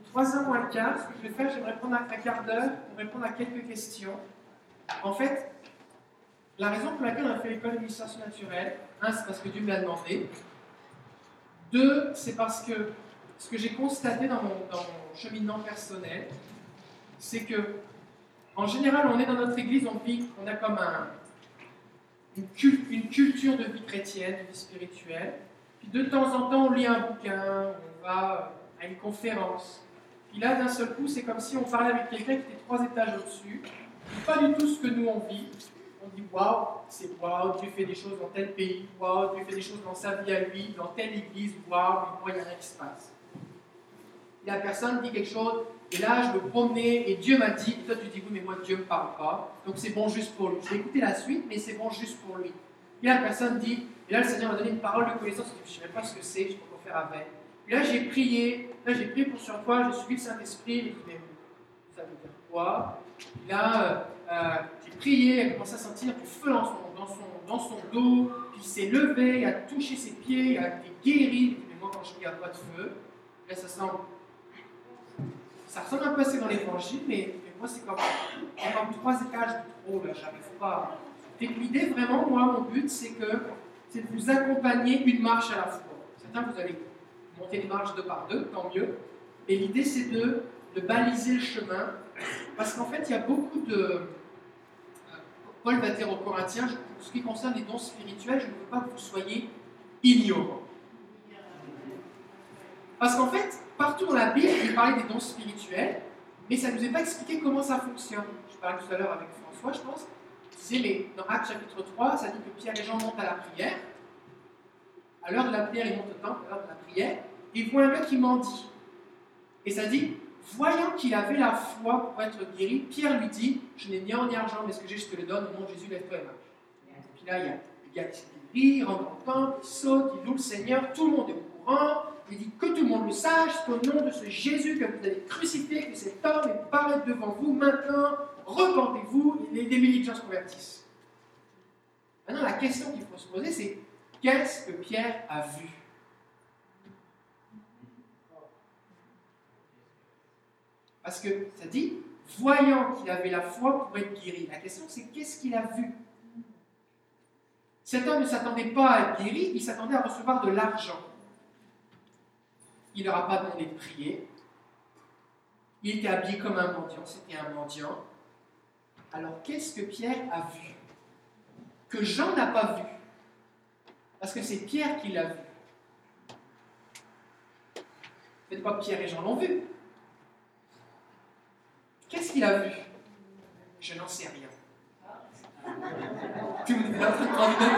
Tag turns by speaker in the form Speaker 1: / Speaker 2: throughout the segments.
Speaker 1: 3h moins le quart, ce que je vais faire, j'aimerais prendre un quart d'heure pour répondre à quelques questions. En fait, la raison pour laquelle on a fait l'école d'administration naturelle, c'est parce que Dieu me l'a demandé. 2, c'est parce que ce que j'ai constaté dans mon cheminement personnel, c'est que, en général, on est dans notre église, on a comme une culture de vie chrétienne, de vie spirituelle. Puis de temps en temps, on lit un bouquin, on va à une conférence. Puis là, d'un seul coup, c'est comme si on parlait avec quelqu'un qui était 3 étages au-dessus. Pas du tout ce que nous on vit. On dit waouh, c'est waouh, Dieu fait des choses dans tel pays, waouh, Dieu fait des choses dans sa vie à lui, dans telle église, waouh, mais moi, il n'y a rien qui se passe. Et la personne dit quelque chose, et là, je me promenais, et Dieu m'a dit, et toi tu dis oui, mais moi, Dieu ne me parle pas, donc c'est bon juste pour lui. Je vais écouter la suite, mais c'est bon juste pour lui. Et là, la personne dit, et là, le Seigneur m'a donné une parole de connaissance, je ne sais même pas ce que c'est, je ne sais pas quoi faire avec. Et là, j'ai prié pour sur toi, j'ai suivi le Saint-Esprit, il me dit, mais ça veut dire quoi? Et là, j'ai prié, il a commencé à sentir du feu dans son dos, puis il s'est levé, il a touché ses pieds, il a été guéri. Mais moi, quand je prie, il n'y a pas de feu. Là, ça ressemble un peu à ce dans l'évangile, mais moi, c'est comme 3 étages de trop, là, j'arrive pas. Et l'idée, vraiment, moi, mon but, c'est de vous accompagner une marche à la fois. Certains, vous allez monter les marches 2 par 2, tant mieux. Et l'idée, c'est de baliser le chemin, parce qu'en fait, il y a beaucoup de... Paul va dire aux Corinthiens, pour ce qui concerne les dons spirituels, je ne veux pas que vous soyez ignorants. Parce qu'en fait, partout dans la Bible, il parlait des dons spirituels, mais ça ne nous est pas expliqué comment ça fonctionne. Je parlais tout à l'heure avec François, je pense. Il disait, mais dans Actes chapitre 3, ça dit que Pierre et Jean montent à la prière. À l'heure de la prière, ils montent au temple, à l'heure de la prière, et ils voient un gars qui mendie. Et ça dit, voyant qu'il avait la foi pour être guéri, Pierre lui dit, je n'ai ni or ni argent, mais ce que j'ai, je te le donne, au nom de Jésus, lève-toi et marche. Puis là, il y a le gars qui se guérit, il rentre dans le temple, il saute, il loue le Seigneur, tout le monde est au courant. Il dit que tout le monde le sache, qu'au nom de ce Jésus que vous avez crucifié, que cet homme est paraître devant vous maintenant, repentez-vous, et des milliers de gens se convertissent. Maintenant, la question qu'il faut se poser, c'est qu'est-ce que Pierre a vu? Parce que ça dit, voyant qu'il avait la foi pour être guéri. La question, c'est qu'est-ce qu'il a vu? Cet homme ne s'attendait pas à être guéri, il s'attendait à recevoir de l'argent. Il n'aura pas demandé de prier. Il était habillé comme un mendiant, c'était un mendiant. Alors qu'est-ce que Pierre a vu? Que Jean n'a pas vu. Parce que c'est Pierre qui l'a vu. Peut-être pas Pierre et Jean l'ont vu. Qu'est-ce qu'il a vu? Je n'en sais rien. Tout le monde est en train de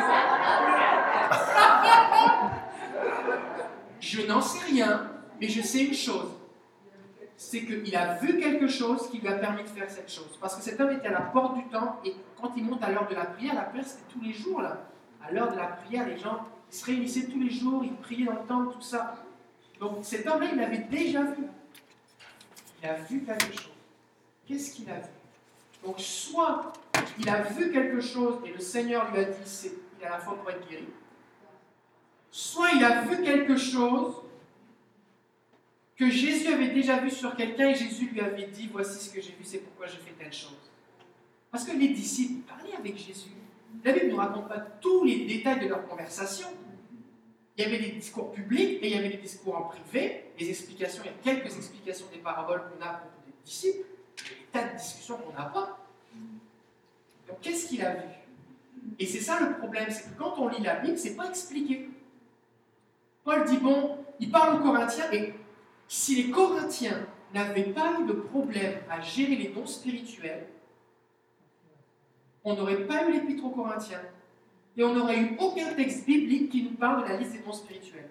Speaker 1: prendre. Je n'en sais rien, mais je sais une chose. C'est qu'il a vu quelque chose qui lui a permis de faire cette chose. Parce que cet homme était à la porte du temple, et quand il monte à l'heure de la prière c'était tous les jours là. À l'heure de la prière, les gens se réunissaient tous les jours, ils priaient dans le temple, tout ça. Donc cet homme-là, il l'avait déjà vu. Il a vu quelque chose. Qu'est-ce qu'il a vu? Donc soit il a vu quelque chose et le Seigneur lui a dit il a la foi pour être guéri. Soit il a vu quelque chose que Jésus avait déjà vu sur quelqu'un et Jésus lui avait dit voici ce que j'ai vu, c'est pourquoi j'ai fait telle chose. Parce que les disciples parlaient avec Jésus. La Bible ne nous raconte pas tous les détails de leur conversation. Il y avait des discours publics et il y avait des discours en privé, des explications, il y a quelques explications des paraboles qu'on a à propos des disciples, il y a des tas de discussions qu'on n'a pas. Donc qu'est-ce qu'il a vu? Et c'est ça le problème, c'est que quand on lit la Bible, c'est pas expliqué. Paul dit il parle aux Corinthiens, et si les Corinthiens n'avaient pas eu de problème à gérer les dons spirituels, on n'aurait pas eu l'épître aux Corinthiens. Et on n'aurait eu aucun texte biblique qui nous parle de la liste des dons spirituels.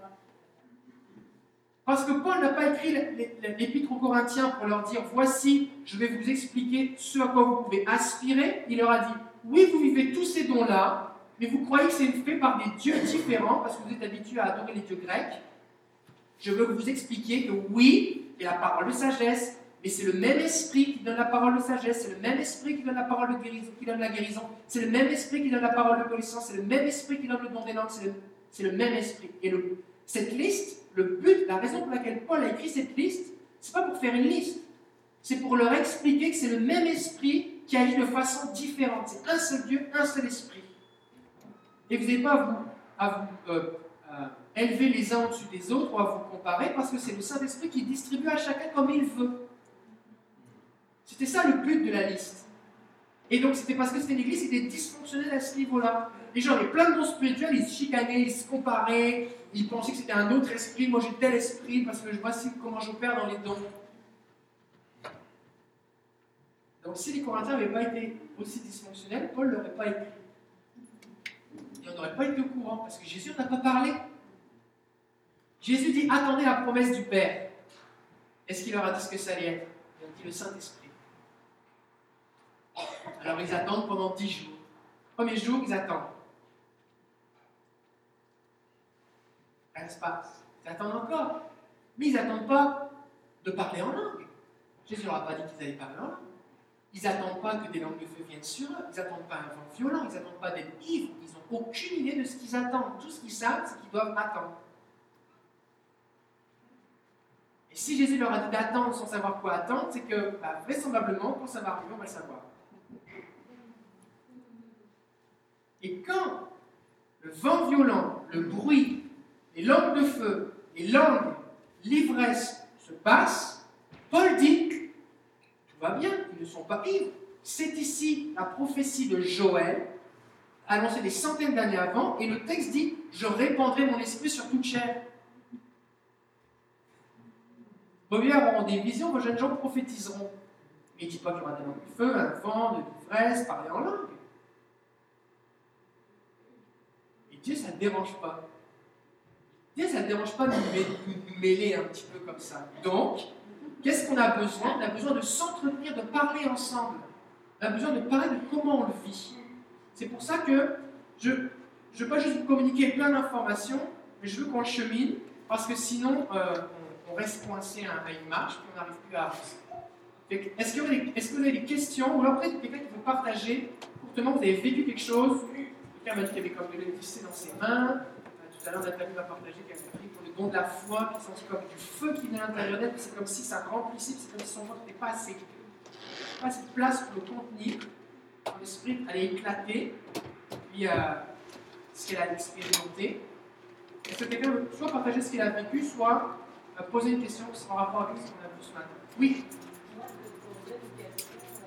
Speaker 1: Parce que Paul n'a pas écrit l'épître aux Corinthiens pour leur dire voici, je vais vous expliquer ce à quoi vous pouvez aspirer. Il leur a dit oui, vous vivez tous ces dons-là, mais vous croyez que c'est fait par des dieux différents parce que vous êtes habitués à adorer les dieux grecs. Je veux vous expliquer que oui, il y a la parole de sagesse, mais c'est le même esprit qui donne la parole de sagesse, c'est le même esprit qui donne la parole de guérison, qui donne la guérison, c'est le même esprit qui donne la parole de connaissance, c'est le même esprit qui donne le don des langues, c'est le même esprit. Et cette liste, le but, la raison pour laquelle Paul a écrit cette liste, C'est pas pour faire une liste. C'est pour leur expliquer que c'est le même esprit qui agit de façon différente. C'est un seul Dieu, un seul esprit. Et vous n'avez pas à vous élever les uns au-dessus des autres ou à vous comparer, parce que c'est le Saint-Esprit qui distribue à chacun comme il veut. C'était ça le but de la liste. Et donc c'était parce que c'était une église qui était dysfonctionnelle à ce niveau-là. Les gens avaient plein de dons spirituels, ils se chicanaient, ils se comparaient, ils pensaient que c'était un autre esprit, moi j'ai tel esprit parce que voici comment j'opère dans les dons. Donc si les Corinthiens n'avaient pas été aussi dysfonctionnels, Paul ne l'aurait pas écrit. Et on n'aurait pas été au courant, parce que Jésus n'en a pas parlé. Jésus dit, attendez la promesse du Père. Est-ce qu'il leur a dit ce que ça allait être? Il a dit le Saint-Esprit. Alors ils attendent pendant 10 jours. Premier jour, ils attendent. Rien se passe. Ils attendent encore. Mais ils n'attendent pas de parler en langue. Jésus ne leur a pas dit qu'ils allaient parler en langue. Ils n'attendent pas que des langues de feu viennent sur eux. Ils n'attendent pas un vent violent. Ils n'attendent pas d'être ivres. Ils n'ont aucune idée de ce qu'ils attendent. Tout ce qu'ils savent, c'est qu'ils doivent attendre. Et si Jésus leur a dit d'attendre sans savoir quoi attendre, c'est que, vraisemblablement, quand ça va arriver, on va le savoir. Et quand le vent violent, le bruit, les langues de feu, les langues, l'ivresse se passent, Paul dit, tout va bien, ils ne sont pas ivres. C'est ici la prophétie de Joël, annoncée des centaines d'années avant, et le texte dit, je répandrai mon esprit sur toute chair. Vos vieux auront des visions, vos jeunes gens prophétiseront. Mais il ne dit pas qu'il y aura des langues de feu, un vent, de l'ivresse, parler en langue. Et Dieu, ça ne le dérange pas. Dieu, ça ne le dérange pas de nous mêler un petit peu comme ça. Donc, qu'est-ce qu'on a besoin? On a besoin de s'entretenir, de parler ensemble. On a besoin de parler de comment on le vit. C'est pour ça que je ne veux pas juste vous communiquer plein d'informations, mais je veux qu'on chemine, parce que sinon, on reste coincé à une marche, puis on n'arrive plus à avancer. Est-ce que vous avez des questions? Ou alors peut-être quelqu'un qui veut partager, courtement, vous avez vécu quelque chose? Quelqu'un m'a dit qu'il y avait comme de l'électricité dans ses mains. Tout à l'heure, Nathalie m'a partagé qu'elle avait pris pour le don de la foi, qui sentit comme du feu qui venait à l'intérieur d'elle, c'est comme si ça remplissait, c'est comme si son corps n'était pas assez de place pour le contenir. Son esprit allait éclater, puis ce qu'elle a expérimenté. Est-ce que quelqu'un veut soit partager ce qu'il a vécu, soit poser une question en rapport avec ce qu'on a vu ce matin? Oui.
Speaker 2: Moi, je te poserais une question.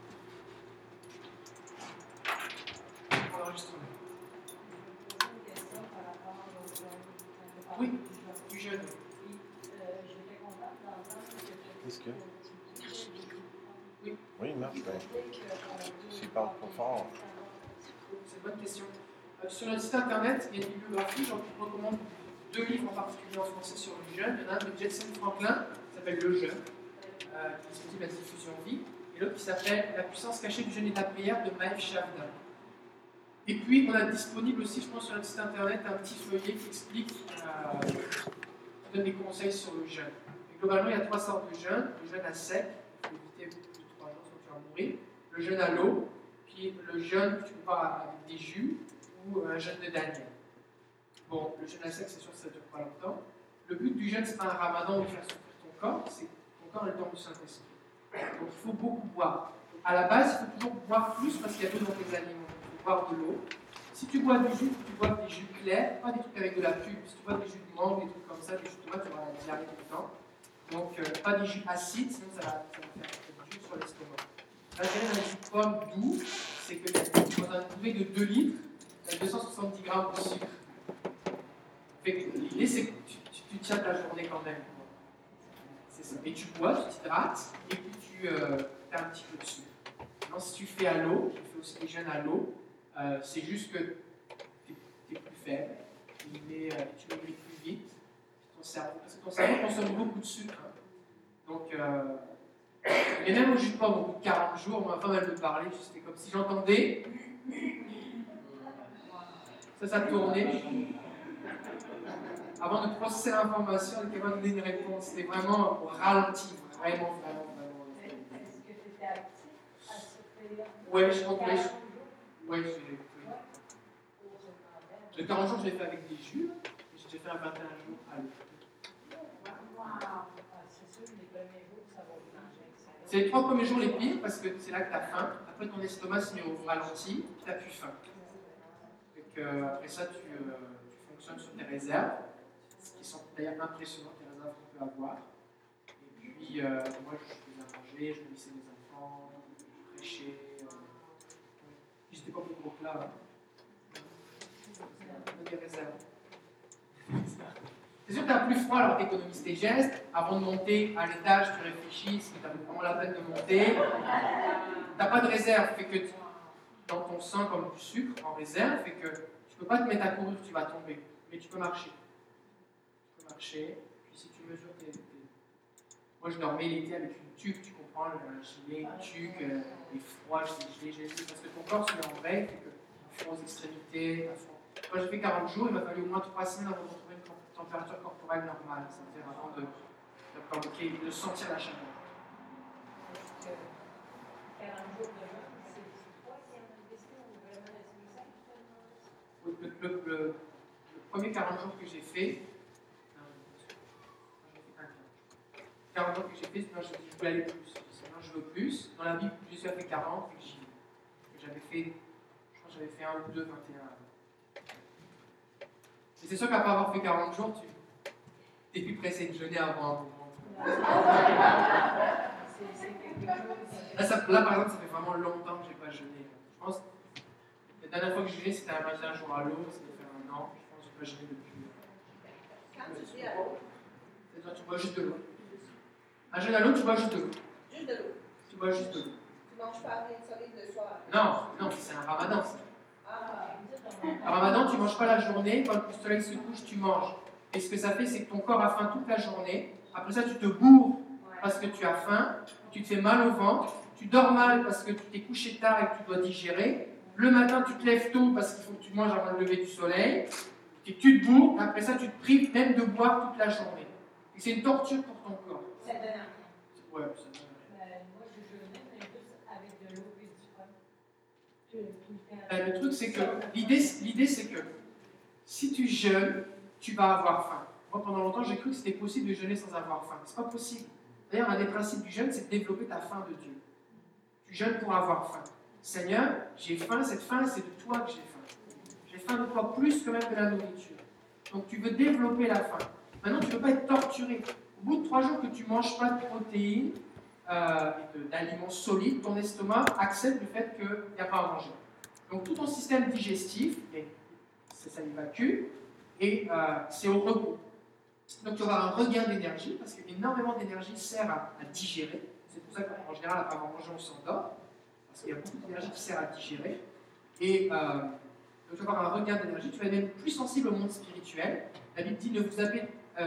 Speaker 1: Enregistrement.
Speaker 2: Je te poserais une question par rapport au jeûne.
Speaker 1: Oui, du jeûne.
Speaker 2: Oui, j'étais contente d'entendre que tu
Speaker 3: Qu'est-ce que?
Speaker 1: Oui.
Speaker 3: Oui, il marche bien. S'il parle trop fort.
Speaker 1: C'est une bonne question. Sur notre site internet, il y a une bibliographie. Je vous recommande 2 livres en particulier en français sur le jeûne. Il y en a un de Jason Franklin qui s'appelle Le Jeûne, qui est disponible à Diffusion Vie, et l'autre qui s'appelle La puissance cachée du jeûne et de la prière de Maëv Shavda. Et puis, on a disponible aussi, je pense, sur notre site internet, un petit feuillet qui explique, qui donne des conseils sur le jeûne. Et globalement, il y a 3 sortes de jeûne. Le jeûne à sec, il faut éviter plus de 3 jours, sinon tu vas mourir. Le jeûne à l'eau, puis le jeûne que tu peux faire avec des jus, ou un jeûne de Daniel. Bon, le jeûne à sec, c'est sûr que ça ne dure pas longtemps. Le but du jeûne, ce n'est pas un ramadan où tu vas souffrir ton corps, c'est que ton corps est le temple du Saint-Esprit. Donc il faut beaucoup boire. À la base, il faut toujours boire plus parce qu'il y a d'eau dans tes aliments. Il faut boire de l'eau. Si tu bois du jus, tu bois des jus clairs, pas des trucs avec de la pulpe. Si tu bois des jus de mangue, des trucs comme ça, des jus de tomate, tu auras la diarrhée tout le temps. Donc pas des jus acides, sinon ça va faire du jus sur l'estomac. L'intérêt d'un jus de pomme doux, c'est que dans un bouteille de 2 litres, tu as 270 grammes de sucre. L'idée, c'est que tu tiens ta journée quand même. C'est ça. Et tu bois, tu t'hydrates, et puis tu as un petit peu de sucre. Maintenant, si tu fais à l'eau, tu fais aussi des jeûnes à l'eau, c'est juste que tu es plus faible, tu maigris plus vite, ton cerveau, parce que ton cerveau consomme beaucoup de sucre. Hein. Donc, et même au jus de pomme, au bout de 40 jours, ma femme, elle me parlait, c'était comme si j'entendais, ça tournait. Avant de processer l'information, on était capable de donner une réponse. C'était vraiment ralenti, vraiment.
Speaker 2: Est-ce que tu étais actif à cette période?
Speaker 1: Oui, je crois que oui. Le 40 jours, je l'ai fait avec des jus, et j'ai fait un 21 jours à l'eau.
Speaker 2: Wow! C'est sûr, les premiers
Speaker 1: C'est les 3 premiers jours les pires parce que c'est là que tu as faim. Après, ton estomac se met au ralenti, tu n'as plus faim. Donc, après ça, tu fonctionnes sur tes réserves, ce qui sont d'ailleurs impressionnantes, les réserves qu'on peut avoir. Et puis, moi, je faisais à manger, je nourrissais mes enfants, je prêchais. J'étais pas beaucoup là. Des réserves. C'est sûr que tu as plus froid alors tu économises tes gestes. Avant de monter à l'étage, tu réfléchis si tu as vraiment la peine de monter. Tu n'as pas de réserve, fait que dans ton sang comme du sucre en réserve, fait que tu ne peux pas te mettre à courir, tu vas tomber. Mais tu peux marcher. Tu peux marcher. Puis si tu mesures Moi je dormais l'été avec une tuque, tu comprends, un gilet, une tuque, les froids, j'ai parce que ton corps se met en veille, fait que froid aux extrémités, à fond. Moi j'ai fait 40 jours, il m'a fallu au moins 3 semaines avant de retrouver une température corporelle normale, c'est-à-dire avant de sentir la chaleur.
Speaker 2: 40 jours de jeûne, c'est toi qui en as décidé ou vraiment la civilisation?
Speaker 1: Le premier 40 jours que j'ai fait, 40 jours que j'ai fait, sinon je voulais aller plus. Sinon je veux plus. Dans la Bible, Jésus a fait 40, et j'avais fait, je crois que j'avais fait 1 ou 2, 21. Et c'est sûr qu'après avoir fait 40 jours, tu n'es plus pressé de jeûner avant un moment. Là, par exemple, ça fait vraiment longtemps que je n'ai pas jeûné. Je pense que la dernière fois que j'ai jeûné, c'était un matin, un jour à l'eau, ça fait 1 an. Je pense que je n'ai pas jeûné depuis.
Speaker 2: Quand tu dis à l'eau,
Speaker 1: c'est-à-dire tu bois juste de l'eau. Un jeûne à l'eau, tu bois juste de l'eau.
Speaker 2: Juste de l'eau.
Speaker 1: Tu bois juste de l'eau.
Speaker 2: Tu ne manges pas rien de solide le soir.
Speaker 1: Non, c'est un ramadan. Ça.
Speaker 2: Ah,
Speaker 1: Un ramadan, tu ne manges pas la journée. Quand le soleil se couche, tu manges. Et ce que ça fait, c'est que ton corps a faim toute la journée. Après ça, tu te bourres parce que tu as faim. Tu te fais mal au ventre. Tu dors mal parce que tu t'es couché tard et que tu dois digérer. Le matin, tu te lèves tôt parce qu'il faut que tu manges avant le lever du soleil. Et tu te bourres. Après ça, tu te prives même de boire toute la journée. Et c'est une torture pour ton corps.
Speaker 2: ça donne rien.
Speaker 1: Ouais, ça donne rien.
Speaker 2: Moi, je jeûnais, mais juste avec de l'eau et du pain.
Speaker 1: Le truc, c'est que l'idée, c'est que si tu jeûnes, tu vas avoir faim. Moi, pendant longtemps, j'ai cru que c'était possible de jeûner sans avoir faim. C'est pas possible. D'ailleurs, un des principes du jeûne, c'est de développer ta faim de Dieu. Tu jeûnes pour avoir faim. Seigneur, j'ai faim, cette faim, c'est de toi que j'ai faim. J'ai faim de toi plus que même de la nourriture. Donc, tu veux développer la faim. Maintenant, tu ne veux pas être torturé. Au bout de 3 jours que tu ne manges pas de protéines et d'aliments solides, ton estomac accepte le fait qu'il n'y a pas à manger. Donc tout ton système digestif, ça évacue et c'est au repos. Donc tu auras un regain d'énergie parce qu'énormément d'énergie sert à digérer. C'est pour ça qu'en général, après avoir mangé, on s'endort parce qu'il y a beaucoup d'énergie qui sert à digérer. Et donc tu vas avoir un regain d'énergie. Tu vas être même plus sensible au monde spirituel. La Bible dit ne vous avez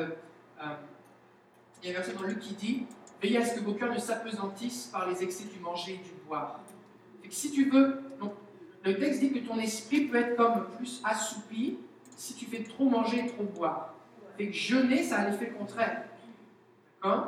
Speaker 1: il y a un verset dans Luc qui dit « Veillez à ce que vos cœurs ne s'apesantissent par les excès du manger et du boire. » Et que si tu veux, donc, le texte dit que ton esprit peut être comme plus assoupi si tu fais trop manger et trop boire. Et que jeûner, ça a l'effet contraire. D'accord ?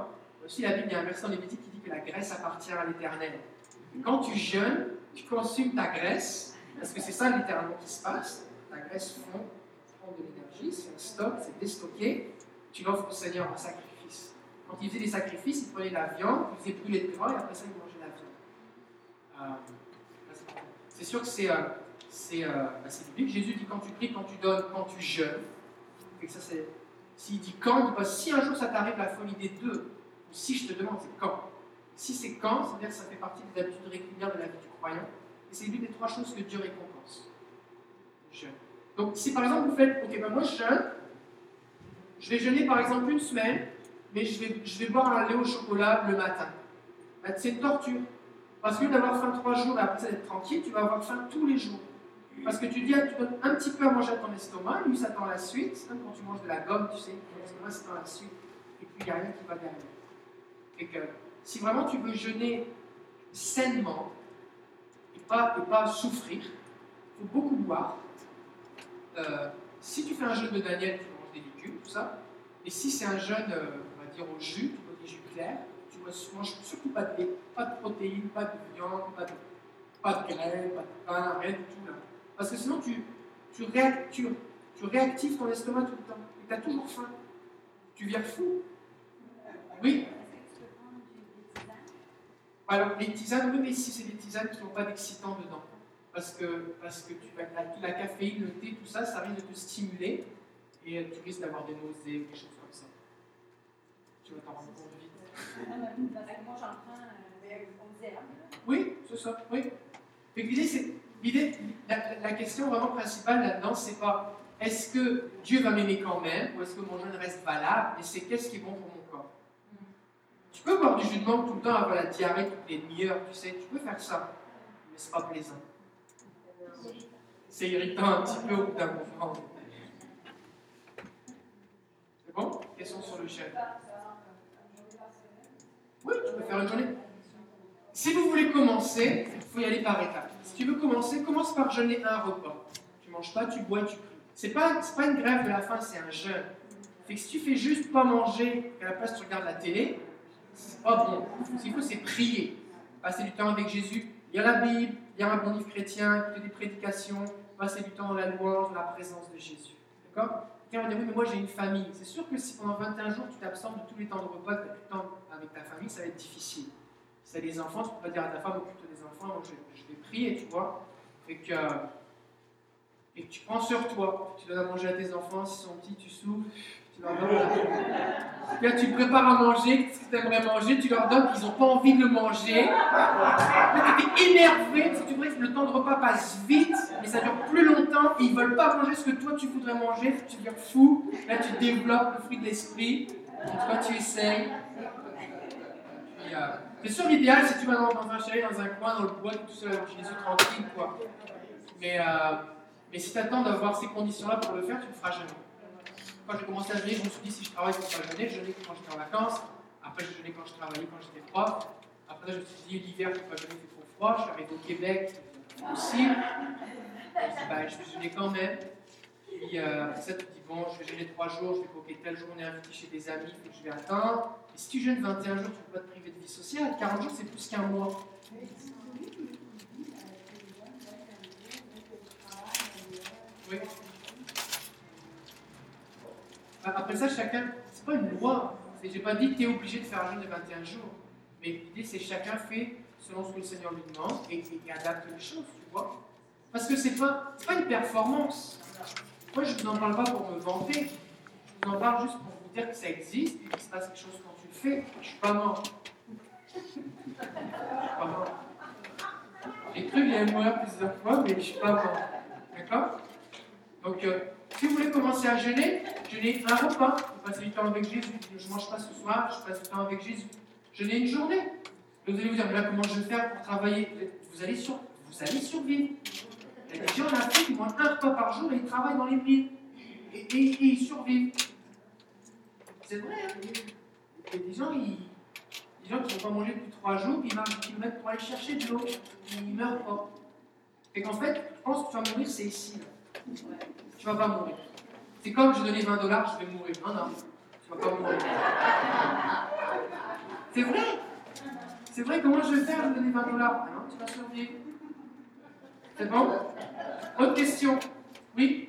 Speaker 1: Aussi, la Bible, il y a un verset dans Lévitique qui dit que la graisse appartient à l'Éternel. Quand tu jeûnes, tu consumes ta graisse, parce que c'est ça littéralement qui se passe. Ta graisse fond de l'énergie, c'est un stock, c'est déstocké. Tu l'offres au Seigneur en sacrifice. Quand il faisait des sacrifices, il prenait la viande, il faisait brûler le gras et après ça, il mangeait la viande. C'est sûr que c'est biblique. Jésus dit quand tu pries, quand tu donnes, quand tu jeûnes. Et que ça, s'il dit quand, il dit pas si un jour ça t'arrive la folle idée de, ou si je te demande, c'est quand. Si c'est quand, c'est-à-dire que ça fait partie des habitudes régulières de la vie du croyant. Et c'est l'une des 3 choses que Dieu récompense. Jeûne. Donc si par exemple vous faites, ok, ben moi je jeûne, je vais jeûner par exemple 1 semaine, mais je vais boire un lait au chocolat le matin. Ben, c'est une torture. Parce que d'avoir faim 3 jours et après ça d'être tranquille, tu vas avoir faim tous les jours. Parce que tu donnes un petit peu à manger à ton estomac, lui ça tend la suite. C'est comme quand tu manges de la gomme, tu sais, ton estomac ça tend la suite. Et puis il n'y a rien qui va derrière. Et que si vraiment tu veux jeûner sainement et pas souffrir, il faut beaucoup boire. Si tu fais un jeûne de Daniel, tu manges des légumes, tout ça. Et si c'est un jeûne, on va dire au jus, tu bois des jus clairs, tu ne manges surtout pas de lait, pas de protéines, pas de viande, pas de graines, pas de pain, rien du tout là. Parce que sinon tu réactives ton estomac tout le temps. Et tu as toujours faim. Tu viens fou. Oui. Alors, les tisanes, oui, mais si c'est des tisanes qui n'ont pas d'excitant dedans. Parce que la caféine, le thé, tout ça, ça risque de te stimuler et tu risques d'avoir des nausées ou des choses comme ça. Tu vas t'en rendre compte vite.
Speaker 2: Moi, j'en prends aux herbes.
Speaker 1: Oui, c'est ça, oui. Mais la question vraiment principale là-dedans, c'est pas est-ce que Dieu va m'aimer quand même ou est-ce que mon jeûne reste valable, mais c'est qu'est-ce qui est bon pour mon corps. Tu peux boire du jus de mangue tout le temps, avoir la diarrhée toutes les demi-heures, tu sais, tu peux faire ça, mais c'est pas plaisant. C'est irritant un petit peu au bout d'un moment. C'est bon? Question sur le jeûne. Oui, tu peux faire une journée. Si vous voulez commencer, il faut y aller par étapes. Si tu veux commencer, commence par jeûner un repas. Tu ne manges pas, tu bois et tu pries. C'est pas une grève de la faim, c'est un jeûne. Fait que si tu fais juste pas manger, qu'à la place tu regardes la télé, c'est pas bon. Ce qu'il faut, c'est prier. Passer du temps avec Jésus, lire la Bible, lire un bon livre chrétien, écouter des prédications, passer du temps dans la louange, dans la présence de Jésus. D'accord? Quelqu'un va dire, oui, mais moi j'ai une famille. C'est sûr que si pendant 21 jours tu t'absentes de tous les temps de repas, que tu n'as plus de temps avec ta famille, ça va être difficile. Si tu as des enfants, tu ne peux pas dire à ta femme, occupe-toi des enfants, moi je vais prier, tu vois. Et que tu prends sur toi, tu donnes à manger à tes enfants, s'ils sont petits, tu souffles, tu leur donnes. Là, tu prépares à manger, qu'est-ce que tu aimerais manger, tu leur donnes, ils n'ont pas envie de le manger. Là, tu es énervé, parce que tu vois que le temps de repas passe vite, mais ça dure plus longtemps, et ils ne veulent pas manger ce que toi tu voudrais manger, tu deviens fou. Là, tu développes le fruit de l'esprit, toi tu essayes. C'est sûr, l'idéal, c'est que tu vas dans un chalet, dans un coin, dans le bois, tout seul avec Jésus, tranquille, quoi. Mais si tu attends d'avoir ces conditions-là pour le faire, tu ne le feras jamais. Quand j'ai commencé à jeûner, je me suis dit, si je travaille, il ne faut pas jeûner. Je jeûnais quand j'étais en vacances. Après, je jeûnais quand je travaillais, quand j'étais prof. Après, je me suis dit, l'hiver, il ne faut pas jeûner, c'est trop froid. Je suis arrivé au Québec aussi. Je vais jeûner quand même. Puis après ça, tu te dis, bon, je vais jeûner 3 jours, je vais bloquer telle journée invité chez des amis, il faut que je vais attendre. Et si tu jeûnes 21 jours, tu ne peux pas te priver de vie sociale. 40 jours, c'est plus qu'un mois. Oui. Après ça, chacun, c'est pas une loi. J'ai pas dit que tu es obligé de faire un jeûne de 21 jours. Mais l'idée, c'est que chacun fait selon ce que le Seigneur lui demande et adapte les choses, tu vois. Parce que c'est pas une performance. Moi, je ne vous en parle pas pour me vanter. Je vous en parle juste pour vous dire que ça existe et qu'il se passe quelque chose quand tu le fais. Je ne suis pas mort. Je ne suis pas mort. J'ai cru qu'il allait mourir plusieurs fois, mais je ne suis pas mort. D'accord? Donc, si vous voulez commencer à jeûner un repas. Vous passez du temps avec Jésus. Je ne mange pas ce soir, je passe du temps avec Jésus. Jeûner une journée. Et vous allez vous dire, mais là, comment je vais faire pour travailler? Vous allez survivre. Il y a des gens en Afrique qui mangent un repas par jour et ils travaillent dans les mines. Et ils survivent. C'est vrai, hein? Il y a des gens qui n'ont pas mangé depuis 3 jours, ils mettent pour aller chercher de l'eau. Ils ne meurent pas. Et qu'en fait, je pense que tu vas mourir, c'est ici. Là. Tu ne vas pas mourir. C'est comme je donnais $20, je vais mourir. Non, tu ne vas pas mourir. C'est vrai. C'est vrai, comment je vais faire? Je vais donner $20. Non, tu vas survivre. C'est bon? Autre question? Oui?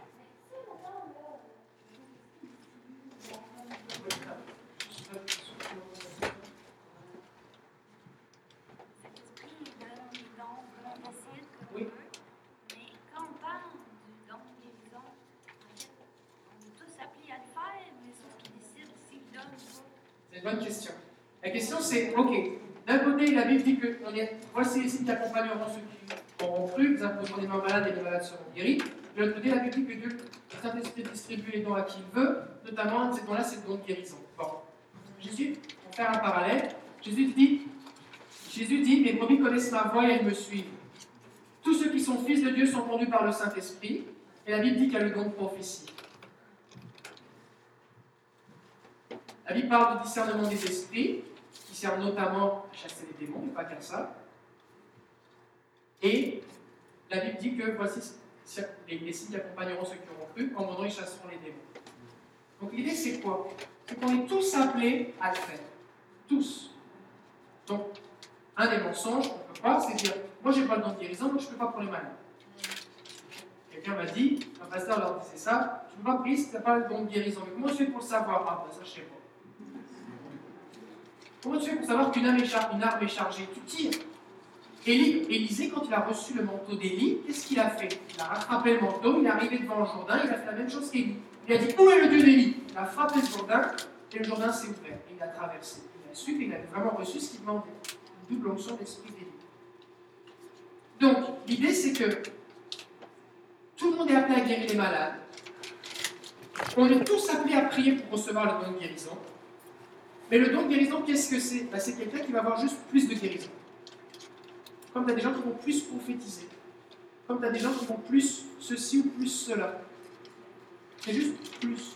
Speaker 1: Oui.
Speaker 4: Mais quand on parle du don de guérison, en fait, on est tous appelés à le faire, mais sauf qu'ils décident s'ils donnent ou pas.
Speaker 1: C'est une bonne question. La question c'est, ok, d'un côté la Bible dit que voici les signes qui accompagneront ceux qui auront cru, ils imposeront des mains malades et les malades seront guéris. De l'autre côté, la Bible dit que Dieu, le Saint-Esprit distribue les dons à qui il veut, notamment ces dons-là, c'est le don de guérison. Bon. Jésus, pour faire un parallèle, Jésus dit, mes brebis connaissent ma voix et elles me suivent. Tous ceux qui sont fils de Dieu sont conduits par le Saint-Esprit, et la Bible dit qu'il y a le don de prophétie. La Bible parle du discernement des esprits, qui sert notamment à chasser les démons, mais pas qu'à ça. Et la Bible dit que voici les signes qui accompagneront ceux qui auront cru, en mon nom ils chasseront les démons. Donc l'idée c'est quoi? C'est qu'on est tous appelés à le faire. Tous. Donc, un des mensonges qu'on ne peut pas, c'est dire moi j'ai pas le don de guérison, donc je ne peux pas pour les malades. Quelqu'un m'a dit, un pasteur leur disait ça, tu ne peux pas prier si tu n'as pas le don de guérison. Mais comment je fais pour le savoir? Ah, ben ça je sais pas. Comment tu fais pour savoir qu'une arme est chargée? Tu tires. Élisée, quand il a reçu le manteau d'Élie, qu'est-ce qu'il a fait? Il a rattrapé le manteau, il est arrivé devant le Jourdain, il a fait la même chose qu'Élie. Il a dit, où est le Dieu d'Élie? Il a frappé le Jourdain, et le Jourdain s'est ouvert. Et il a traversé. Il a su qu'il avait vraiment reçu ce qu'il demandait. Une double onction d'esprit d'Élie. Donc, l'idée, c'est que tout le monde est appelé à guérir les malades. On est tous appelés à prier pour recevoir le don de guérison. Mais le don de guérison, qu'est-ce que c'est? C'est quelqu'un qui va avoir juste plus de guérison. Comme tu as des gens qui vont plus prophétiser. Comme tu as des gens qui vont plus ceci ou plus cela. C'est juste plus.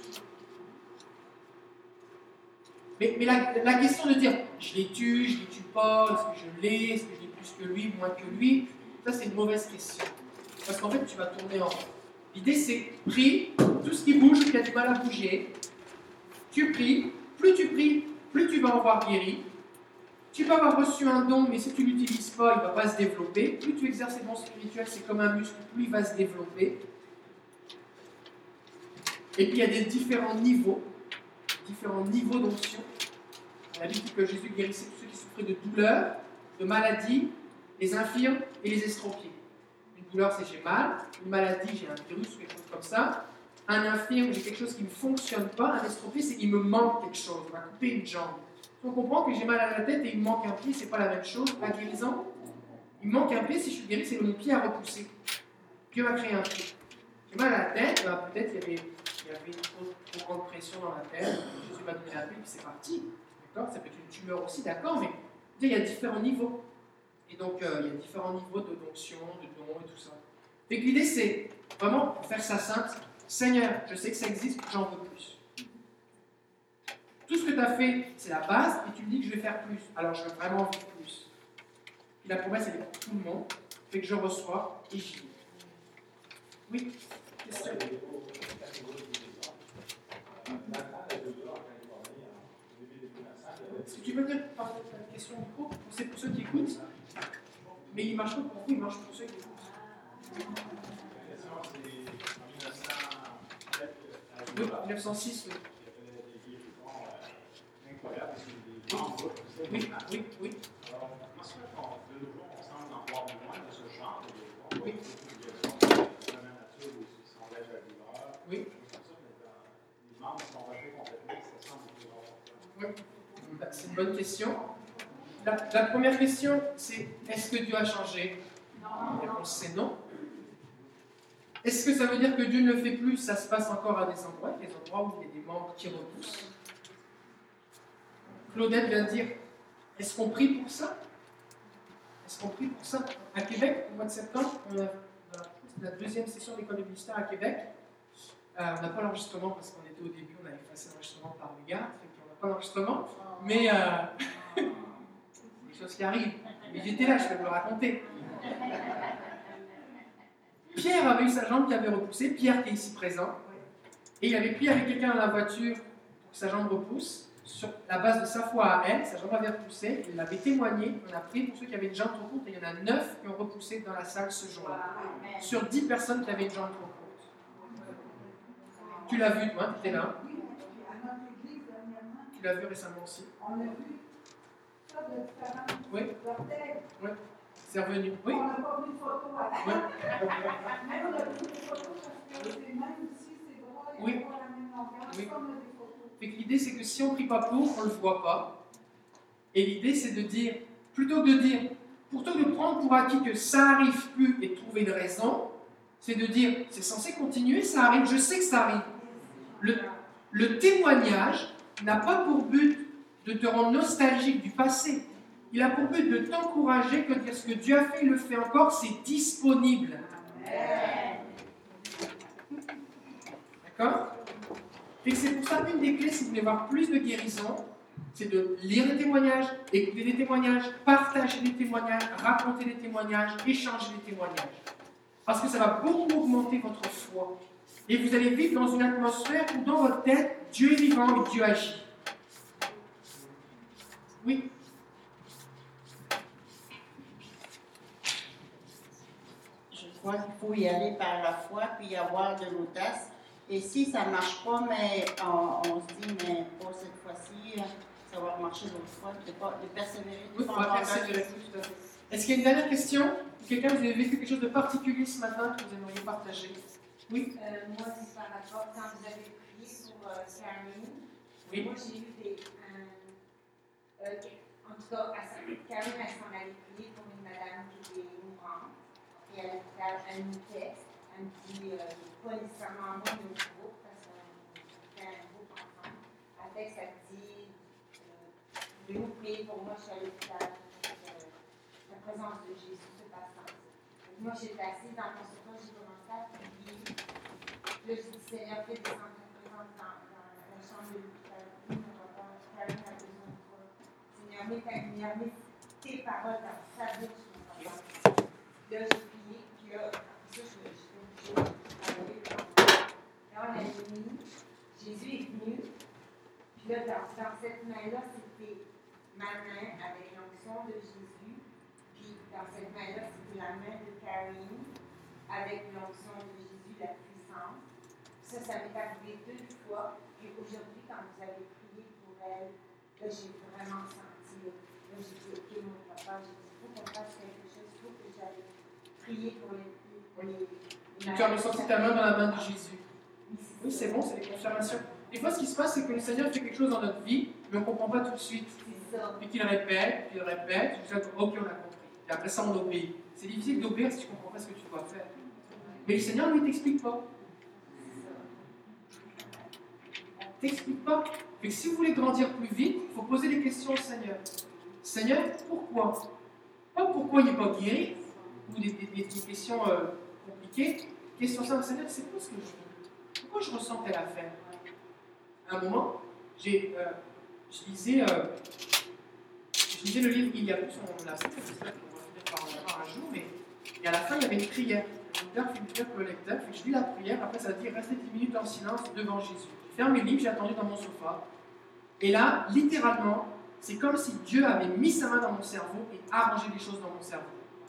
Speaker 1: Mais la question de dire je les tue pas, est-ce que je l'ai, est-ce que je l'ai plus que lui, moins que lui, ça c'est une mauvaise question. Parce qu'en fait tu vas tourner en rond. L'idée c'est prie, tout ce qui bouge, qui a du mal à bouger, tu pries, plus tu vas en voir guéri. Tu peux avoir reçu un don, mais si tu ne l'utilises pas, il ne va pas se développer. Plus tu exerces les dons spirituels, c'est comme un muscle, plus il va se développer. Et puis il y a des différents niveaux d'onction. On a dit que Jésus guérissait tous ceux qui souffraient de douleurs, de maladies, les infirmes et les estropiés. Une douleur, c'est j'ai mal. Une maladie, j'ai un virus ou quelque chose comme ça. Un infirme, j'ai quelque chose qui ne fonctionne pas. Un estropié, c'est qu'il me manque quelque chose. On va couper une jambe. On comprend que j'ai mal à la tête et il me manque un pied, c'est pas la même chose. La guérison, il me manque un pied, si je suis guéri, c'est que mon pied a repoussé. Dieu va créer un pied. J'ai mal à la tête, peut-être il y avait une trop grande pression dans la tête, Jésus m'a donné la paix, puis c'est parti. D'accord? Ça peut être une tumeur aussi, d'accord, mais il y a différents niveaux. Et donc, il y a différents niveaux de d'onction, de dons et tout ça. Donc l'idée, c'est vraiment, pour faire ça simple, Seigneur, je sais que ça existe, j'en veux plus. Tout ce que tu as fait, c'est la base, et tu me dis que je vais faire plus. Alors, je veux vraiment faire plus. Et la promesse, elle est pour tout le monde, fait que je reçois et j'y vais. Oui? Question? Est-ce que tu veux dire par la question du micro? C'est pour ceux qui écoutent, mais il ne marche pas pour vous, il marche pour ceux qui écoutent. Oui, 1906, oui. Oui.
Speaker 5: Alors, comment ça fait qu'on de nos jours, on semble en voir moins de ce genre de développement?
Speaker 1: Oui.
Speaker 5: Dans la nature, où ils s'enlèvent la douleur.
Speaker 1: Oui.
Speaker 5: Les membres sont rachés complètement, ça semble plus important.
Speaker 1: Oui. C'est une bonne question. La première question, c'est est-ce que Dieu a changé? La réponse, c'est non. Est-ce que ça veut dire que Dieu ne le fait plus? Ça se passe encore à des endroits où il y a des membres qui repoussent. Claudette vient de dire, est-ce qu'on prie pour ça? Est-ce qu'on prie pour ça? À Québec, au mois de septembre, on a la deuxième session d'école de ministère à Québec. On n'a pas l'enregistrement parce qu'on était au début, on a effacé l'enregistrement par le gars, on n'a pas l'enregistrement, mais des choses qui arrivent. Mais j'étais là, je peux vous le raconter. Pierre avait eu sa jambe qui avait repoussé, Pierre qui est ici présent, et il avait pris avec quelqu'un dans la voiture pour que sa jambe repousse. Sur la base de sa foi à elle, sa jambe avait repoussé, il l'avait témoigné, on a prié pour ceux qui avaient une jambe trop courte, et il y en a 9 qui ont repoussé dans la salle ce jour-là. Sur 10 personnes qui avaient une jambe trop courte. Tu l'as vu, toi, tu étais là.
Speaker 2: Oui, à notre église, dernièrement.
Speaker 1: Tu l'as vu récemment aussi.
Speaker 2: On a vu ça de différents orteils.
Speaker 1: Oui. C'est revenu. Oui.
Speaker 2: On n'a pas vu de photo à la
Speaker 1: Oui.
Speaker 2: Mais on a vu des photos parce que c'est même aussi, ses bras, ils n'ont pas la même longueur.
Speaker 1: Oui.
Speaker 2: Ça, on a des photos.
Speaker 1: Fait que l'idée, c'est que si on ne prie pas pour, on ne le voit pas. Et l'idée, c'est de dire, plutôt que de prendre pour acquis que ça n'arrive plus et de trouver une raison, c'est de dire, c'est censé continuer, ça arrive, je sais que ça arrive. Le témoignage n'a pas pour but de te rendre nostalgique du passé. Il a pour but de t'encourager que dire ce que Dieu a fait, il le fait encore, c'est disponible. D'accord? Et c'est pour ça qu'une des clés, si vous voulez voir plus de guérison, c'est de lire des témoignages, écouter des témoignages, partager des témoignages, raconter des témoignages, échanger des témoignages. Parce que ça va beaucoup augmenter votre foi. Et vous allez vivre dans une atmosphère où dans votre tête, Dieu est vivant et Dieu agit. Oui.
Speaker 6: Je crois qu'il faut y aller par la foi, puis avoir de l'audace. Et si ça ne marche pas, mais on se dit, mais pour cette fois-ci, savoir marcher dans le foi, de persévérer.
Speaker 1: Oui, on va persévérer, tout à fait. Est-ce qu'il y a une dernière question? Quelqu'un, vous avez vécu quelque chose de particulier ce matin que vous aimeriez partager? Oui?
Speaker 7: Moi, c'est par rapport, quand vous avez prié pour Karine,
Speaker 1: Oui.
Speaker 7: moi j'ai eu en tout cas, Karine, elle s'en allait prier pour une madame qui est mourante. Et à l'hôpital, elle nous texte, elle me dit, pas nécessairement moi, mais au groupe, parce qu'on fait un groupe ensemble. Elle texte, elle dit, pouvez-vous prier pour moi, je suis à l'hôpital, la présence de Jésus se passe dans ça. Moi, j'étais assise dans mon sofa, j'ai commencé à prier. Là, je dis, Seigneur, fais descendre ta présence dans la chambre de l'hôpital. Karine a besoin de toi. Seigneur, mets ta lumière, mets tes paroles dans sa bouche, mon papa. Là, j'ai prié, puis là, après ça, je suis obligée d'aller là, on a mis, Jésus est venu, puis là, dans cette main-là, c'était ma main avec l'onction de Jésus, puis dans cette main-là, c'était la main de Karine avec l'onction de Jésus, la puissance. Ça m'est arrivé 2 fois, puis aujourd'hui, quand vous avez prié pour elle, là, j'ai vraiment senti, là, j'ai dit, OK, mon papa, j'ai dit, il faut qu'on fasse quelque chose, il faut que j'aille prier pour les
Speaker 1: Tu as ressenti ta main dans la main de Jésus. Oui, c'est bon, c'est des confirmations. Des fois, ce qui se passe, c'est que le Seigneur fait quelque chose dans notre vie, mais on ne comprend pas tout de suite. Et qu'il répète, puis il répète, jusqu'à ce OK, on a compris. Et après ça, on obéit. C'est difficile d'obéir si tu ne comprends pas ce que tu dois faire. Mais le Seigneur, lui, ne t'explique pas. Il ne t'explique pas. Et si vous voulez grandir plus vite, il faut poser des questions au Seigneur. Seigneur, pourquoi? Pas pourquoi il n'est pas guéri, ou des questions compliquées. Question simple, Seigneur, c'est quoi ce que je veux? Pourquoi je ressens telle affaire? À un moment, je lisais le livre Il y a plus, on l'a fait, on va finir par en avoir un jour, mais et à la fin, il y avait une prière. L'auteur fait une prière pour le lecteur, et je lis la prière, après ça dit restez 10 minutes en silence devant Jésus. Je ferme les livres, j'ai attendu dans mon sofa, et là, littéralement, c'est comme si Dieu avait mis sa main dans mon cerveau et arrangé des choses dans mon cerveau.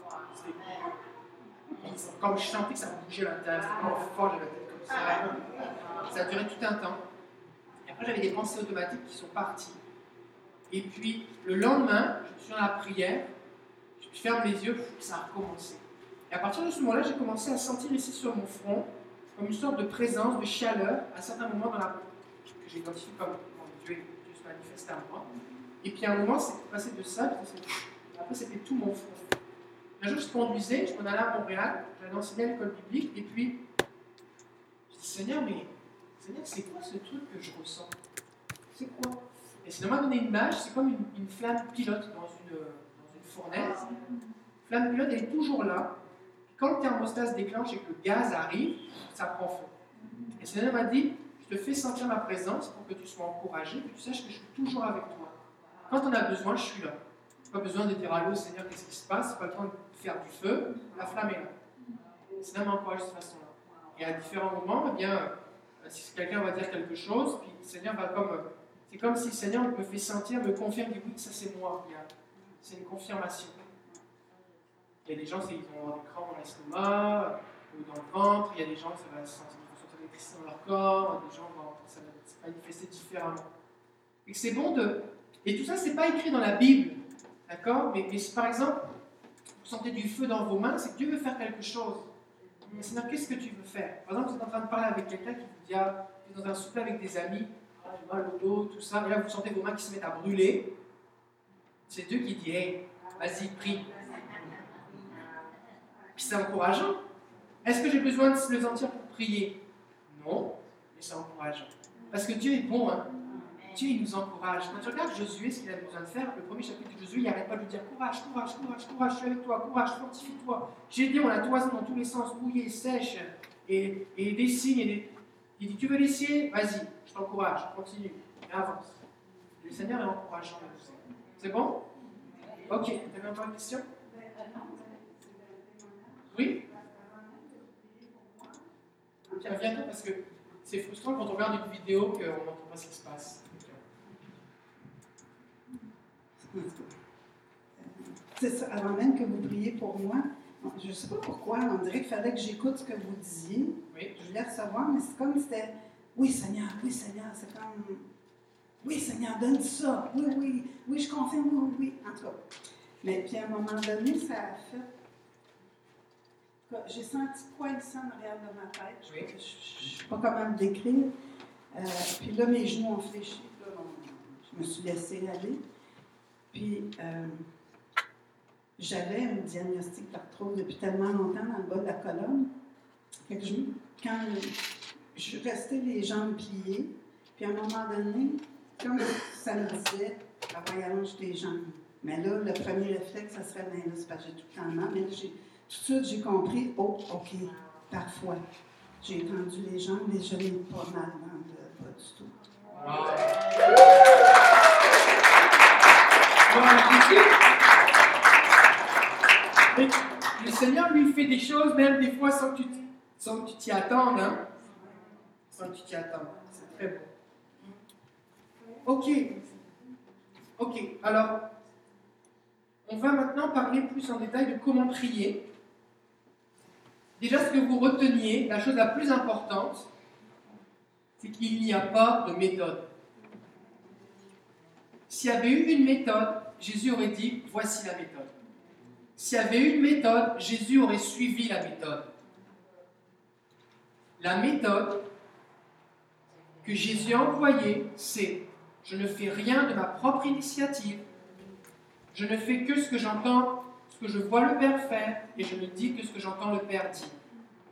Speaker 1: Comme je sentais que ça bougeait à l'intérieur, c'était vraiment fort, j'avais la tête comme ça. Ça a duré tout un temps. Et après, j'avais des pensées automatiques qui sont parties. Et puis, le lendemain, je suis dans la prière, je ferme les yeux, ça a recommencé. Et à partir de ce moment-là, j'ai commencé à sentir ici sur mon front, comme une sorte de présence, de chaleur, à certains moments dans la que j'ai identifié comme Dieu se manifeste à moi. Et puis à un moment, c'est passé de ça, après c'était tout mon front. Un jour, je conduisais, je m'en allais à Montréal, j'allais enseigner à l'école biblique, et puis je dis Seigneur, c'est quoi ce truc que je ressens? C'est quoi? Et Seigneur m'a donné une image, c'est comme une flamme pilote dans une fournaise. La flamme pilote, elle est toujours là. Quand le thermostat se déclenche et que le gaz arrive, ça prend feu. Et Seigneur m'a dit, je te fais sentir ma présence pour que tu sois encouragé, que tu saches que je suis toujours avec toi. Quand on a besoin, je suis là. Pas besoin de dire allô Seigneur, qu'est-ce qui se passe? Pas le temps de faire du feu, la flamme est là. Le Seigneur m'encourage de cette façon-là. Et à différents moments, eh bien, si quelqu'un va dire quelque chose, puis le Seigneur va c'est comme si le Seigneur me fait sentir, me confirme, dit oui, ça c'est moi. C'est une confirmation. Il y a des gens, ils vont avoir des crampes dans l'estomac, ou dans le ventre, il y a des gens, ça va sentir l'électricité dans leur corps, des gens vont se manifester différemment. Et que c'est bon de... Et tout ça, c'est pas écrit dans la Bible, d'accord? Mais si par exemple, vous sentez du feu dans vos mains, c'est que Dieu veut faire quelque chose. Mais Seigneur, qu'est-ce que tu veux faire? Par exemple, vous êtes en train de parler avec quelqu'un qui vous dit, ah, vous êtes dans un souper avec des amis, ah, j'ai mal au dos, tout ça, et là vous sentez vos mains qui se mettent à brûler. C'est Dieu qui dit, hey, vas-y, prie. Puis c'est encourageant. Est-ce que j'ai besoin de le sentir pour prier? Non, mais c'est encourageant. Parce que Dieu est bon, hein. Dieu, il nous encourage. Quand tu regardes Josué, ce qu'il avait besoin de faire, le premier chapitre de Josué, il n'arrête pas de lui dire courage, courage, courage, courage, je suis avec toi, courage, fortifie-toi. Gédéon, la toison dans tous les sens, mouillée, sèche, et des signes. Il dit tu veux les signes? Vas-y, je t'encourage, continue, et avance. Et le Seigneur est encourageant. C'est bon? Ok, tu avais encore une question? Oui? Tiens, viens parce que c'est frustrant quand on regarde une vidéo qu'on n'entend pas ce qui se passe.
Speaker 2: C'est ça, avant même que vous priez pour moi, je ne sais pas pourquoi, on dirait qu'il fallait que j'écoute ce que vous disiez.
Speaker 1: Oui.
Speaker 2: Je voulais recevoir, mais c'est comme si c'était oui Seigneur, c'est comme. Oui, Seigneur, donne ça. Oui, oui, oui, je confirme, oui, oui, oui. En tout cas. Mais puis à un moment donné, ça a fait. J'ai senti quoi ici en arrière de ma tête. Je ne sais pas comment le décrire. Puis là, mes genoux ont fléchi. Là, je me suis laissée aller. Puis j'avais un diagnostic d'arthrose depuis tellement longtemps dans le bas de la colonne. Fait que quand je restais les jambes pliées, puis à un moment donné, comme ça me disait, ah ouais, allonge tes jambes. Mais là, le premier réflexe, ça serait, ben là, c'est parce que j'ai tout le temps mal. Mais là, tout de suite, j'ai compris, oh, OK, parfois, j'ai étendu les jambes, mais je n'ai pas mal dans le bas du tout.
Speaker 1: Le Seigneur lui fait des choses, même des fois, sans que tu t'y attendes. Hein? Sans que tu t'y attendes. C'est très bon. Ok, alors, on va maintenant parler plus en détail de comment prier. Déjà, ce que vous reteniez, la chose la plus importante, c'est qu'il n'y a pas de méthode. S'il y avait eu une méthode, Jésus aurait dit, voici la méthode. S'il y avait eu une méthode, Jésus aurait suivi la méthode. La méthode que Jésus a employée, c'est « Je ne fais rien de ma propre initiative. Je ne fais que ce que j'entends, ce que je vois le Père faire, et je ne dis que ce que j'entends le Père dire. »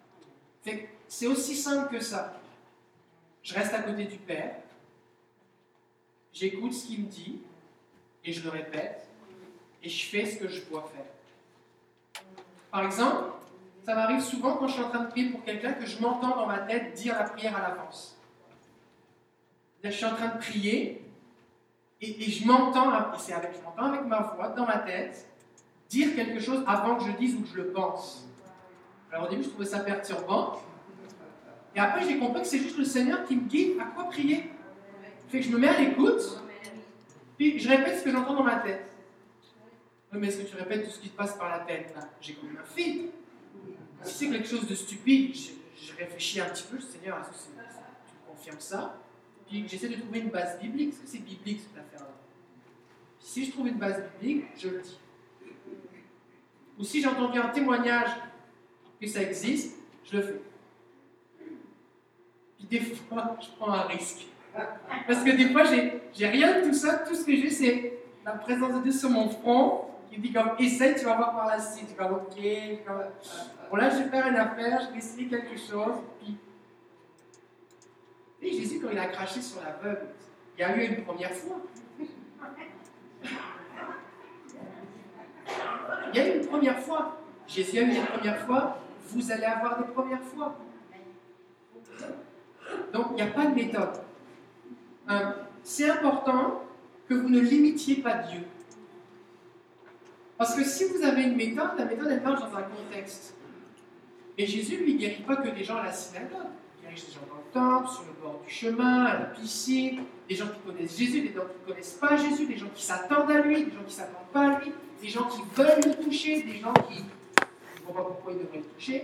Speaker 1: C'est aussi simple que ça. Je reste à côté du Père, j'écoute ce qu'il me dit, et je le répète, et je fais ce que je dois faire. Par exemple, ça m'arrive souvent quand je suis en train de prier pour quelqu'un que je m'entends dans ma tête dire la prière à l'avance. Je suis en train de prier et je m'entends, je m'entends avec ma voix dans ma tête dire quelque chose avant que je dise ou que je le pense. Alors au début, je trouvais ça perturbant. Et après, j'ai compris que c'est juste le Seigneur qui me guide à quoi prier. Fait que je me mets à l'écoute, puis je répète ce que j'entends dans ma tête. Oui, mais est-ce que tu répètes tout ce qui te passe par la tête? Là, j'ai quand même un filtre. Si c'est quelque chose de stupide, je réfléchis un petit peu, Seigneur, est-ce que tu me confirmes ça? Puis j'essaie de trouver une base biblique. Est-ce que c'est biblique cette affaire-là? Si je trouve une base biblique, je le dis. Ou si j'ai entendu un témoignage que ça existe, je le fais. Puis des fois, je prends un risque. Parce que des fois, j'ai rien de tout ça. Tout ce que j'ai, c'est la présence de Dieu sur mon front qui me dit comme, essaye, tu vas voir par la suite. Tu vas comme, ok. Bon, là, je vais faire une affaire, je vais essayer quelque chose. Puis, et Jésus, quand il a craché sur l'aveugle, il y a eu une première fois. Il y a eu une première fois. Jésus a eu une première fois. Vous allez avoir des premières fois. Donc, il n'y a pas de méthode. C'est important que vous ne limitiez pas Dieu. Parce que si vous avez une méthode, la méthode, elle marche dans un contexte. Et Jésus, lui, ne guérit pas que des gens à la synagogue. Il guérit des gens dans le temple, sur le bord du chemin, à la piscine, des gens qui connaissent Jésus, des gens qui ne connaissent pas Jésus, des gens qui s'attendent à lui, des gens qui ne s'attendent pas à lui, des gens qui veulent le toucher, des gens qui ne voient pas pourquoi ils devraient le toucher.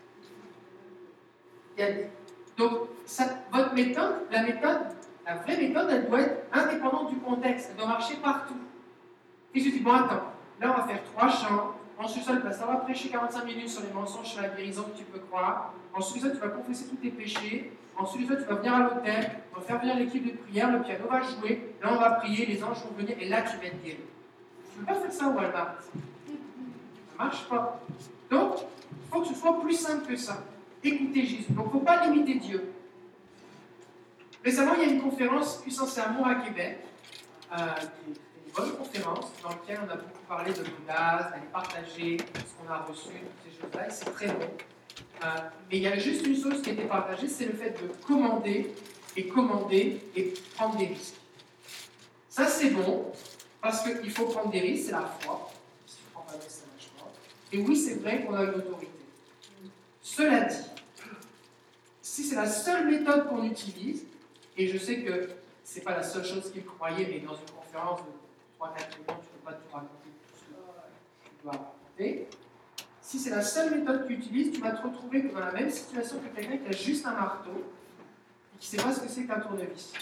Speaker 1: Donc, votre méthode, la vraie méthode, elle doit être indépendante du contexte, elle doit marcher partout. Et je dis, bon, attends, là on va faire 3 chants, ensuite ça va prêcher 45 minutes sur les mensonges, sur la guérison que tu peux croire, ensuite ça tu vas confesser tous tes péchés, ensuite ça tu vas venir à l'hôtel, on va faire venir l'équipe de prière, le piano va jouer, là on va prier, les anges vont venir, et là tu vas être guéri. Tu ne peux pas faire ça au Walmart. Ça ne marche pas. Donc, il faut que ce soit plus simple que ça. Écoutez Jésus. Donc, il ne faut pas limiter Dieu. Récemment, il y a une conférence Puissance et Amour à Québec, qui est une bonne conférence, dans laquelle on a beaucoup parlé de l'audace, d'aller partager ce qu'on a reçu, toutes ces choses-là, et c'est très bon. Mais il y a juste une chose qui a été partagée, c'est le fait de commander et prendre des risques. Ça, c'est bon, parce qu'il faut prendre des risques, c'est la foi. Si tu ne prends pas de risques, ça ne marche pas. Et oui, c'est vrai qu'on a une autorité. Cela dit, si c'est la seule méthode qu'on utilise, et je sais que ce n'est pas la seule chose qu'il croyait, mais dans une conférence de 3-4 minutes, tu ne peux pas tout raconter tout ce que tu dois raconter. Si c'est la seule méthode que tu utilises, tu vas te retrouver dans la même situation que quelqu'un qui a juste un marteau et qui ne sait pas ce que c'est qu'un tournevis.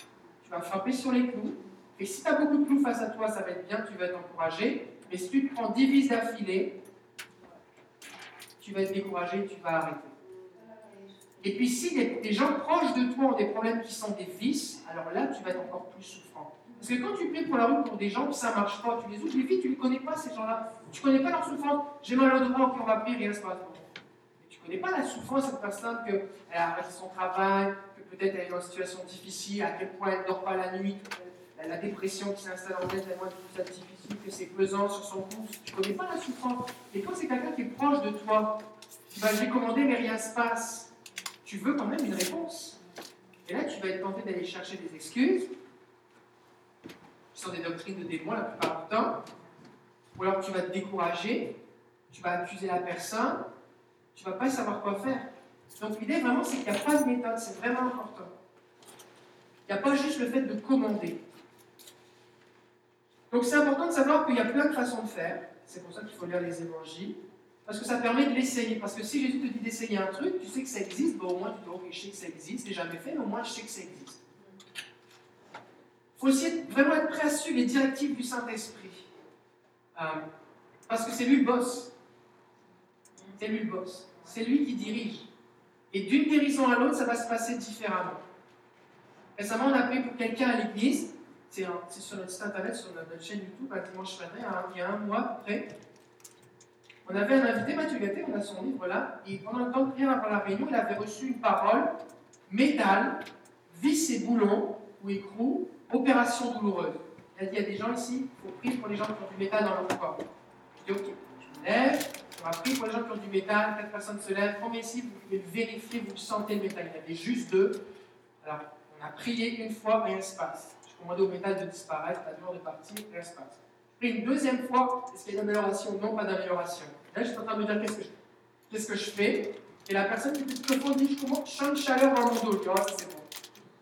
Speaker 1: tu vas frapper sur les clous. Et si tu as beaucoup de clous face à toi, ça va être bien, tu vas être encouragé. Mais si tu te prends 10 vis d'affilée, tu vas être découragé, tu vas arrêter. Et puis si des gens proches de toi ont des problèmes qui sont des vices, alors là, tu vas être encore plus souffrant. Parce que quand tu pries pour la rue pour des gens, ça ne marche pas, tu les oublies, tu ne les connais pas, ces gens-là. Tu ne connais pas leur souffrance. J'ai mal au doigt, on va prier, rien ne se passe. Mais tu ne connais pas la souffrance de cette personne, qu'elle a arrêté son travail, que peut-être elle est dans une situation difficile, à quel point elle ne dort pas la nuit, la dépression qui s'installe en elle, tellement elle trouve ça difficile, que c'est pesant sur son pouce. Tu ne connais pas la souffrance. Et quand c'est quelqu'un qui est proche de toi, tu vas lui commander, mais rien ne se passe. Tu veux quand même une réponse. Et là, tu vas être tenté d'aller chercher des excuses, qui sont des doctrines de démons la plupart du temps, ou alors tu vas te décourager, tu vas accuser la personne, tu ne vas pas savoir quoi faire. Donc l'idée vraiment, c'est qu'il n'y a pas de méthode, c'est vraiment important. Il n'y a pas juste le fait de commander. Donc c'est important de savoir qu'il y a plein de façons de faire, c'est pour ça qu'il faut lire les évangiles, parce que ça permet de l'essayer. Parce que si Jésus te dit d'essayer un truc, tu sais que ça existe, bon, au moins tu dis ok, je sais que ça existe, je l'ai jamais fait, mais au moins je sais que ça existe. Il faut aussi vraiment être prêt à suivre les directives du Saint-Esprit. Parce que c'est lui le boss. C'est lui le boss. C'est lui qui dirige. Et d'une guérison à l'autre, ça va se passer différemment. Récemment, on a prié pour quelqu'un à l'église. C'est sur notre site internet, sur notre chaîne YouTube, à Dimanche Matin, il y a un mois à peu près. On avait un invité, Mathieu Gatté, on a son livre là, et pendant le temps de prière avant la réunion, il avait reçu une parole métal, vis et boulons ou écrou, opération douloureuse. Il a dit, il y a des gens ici, il faut prier pour les gens qui ont du métal dans leur corps. Je dis, ok, je me lève, on va prier pour les gens qui ont du métal, 4 personnes se lèvent, combien ici, vous pouvez vérifier, vous sentez le métal. Il y avait juste 2. Alors, on a prié une fois, rien ne se passe. Je commandais au métal de disparaître, la douleur de partir, rien ne se passe. Puis une deuxième fois, est-ce qu'il y a une amélioration? Non, pas d'amélioration. Là, j'étais en train de me dire, qu'est-ce que je fais? Et la personne qui était profonde dit, je sens une chaleur dans mon dos. Je dis, oh, c'est bon.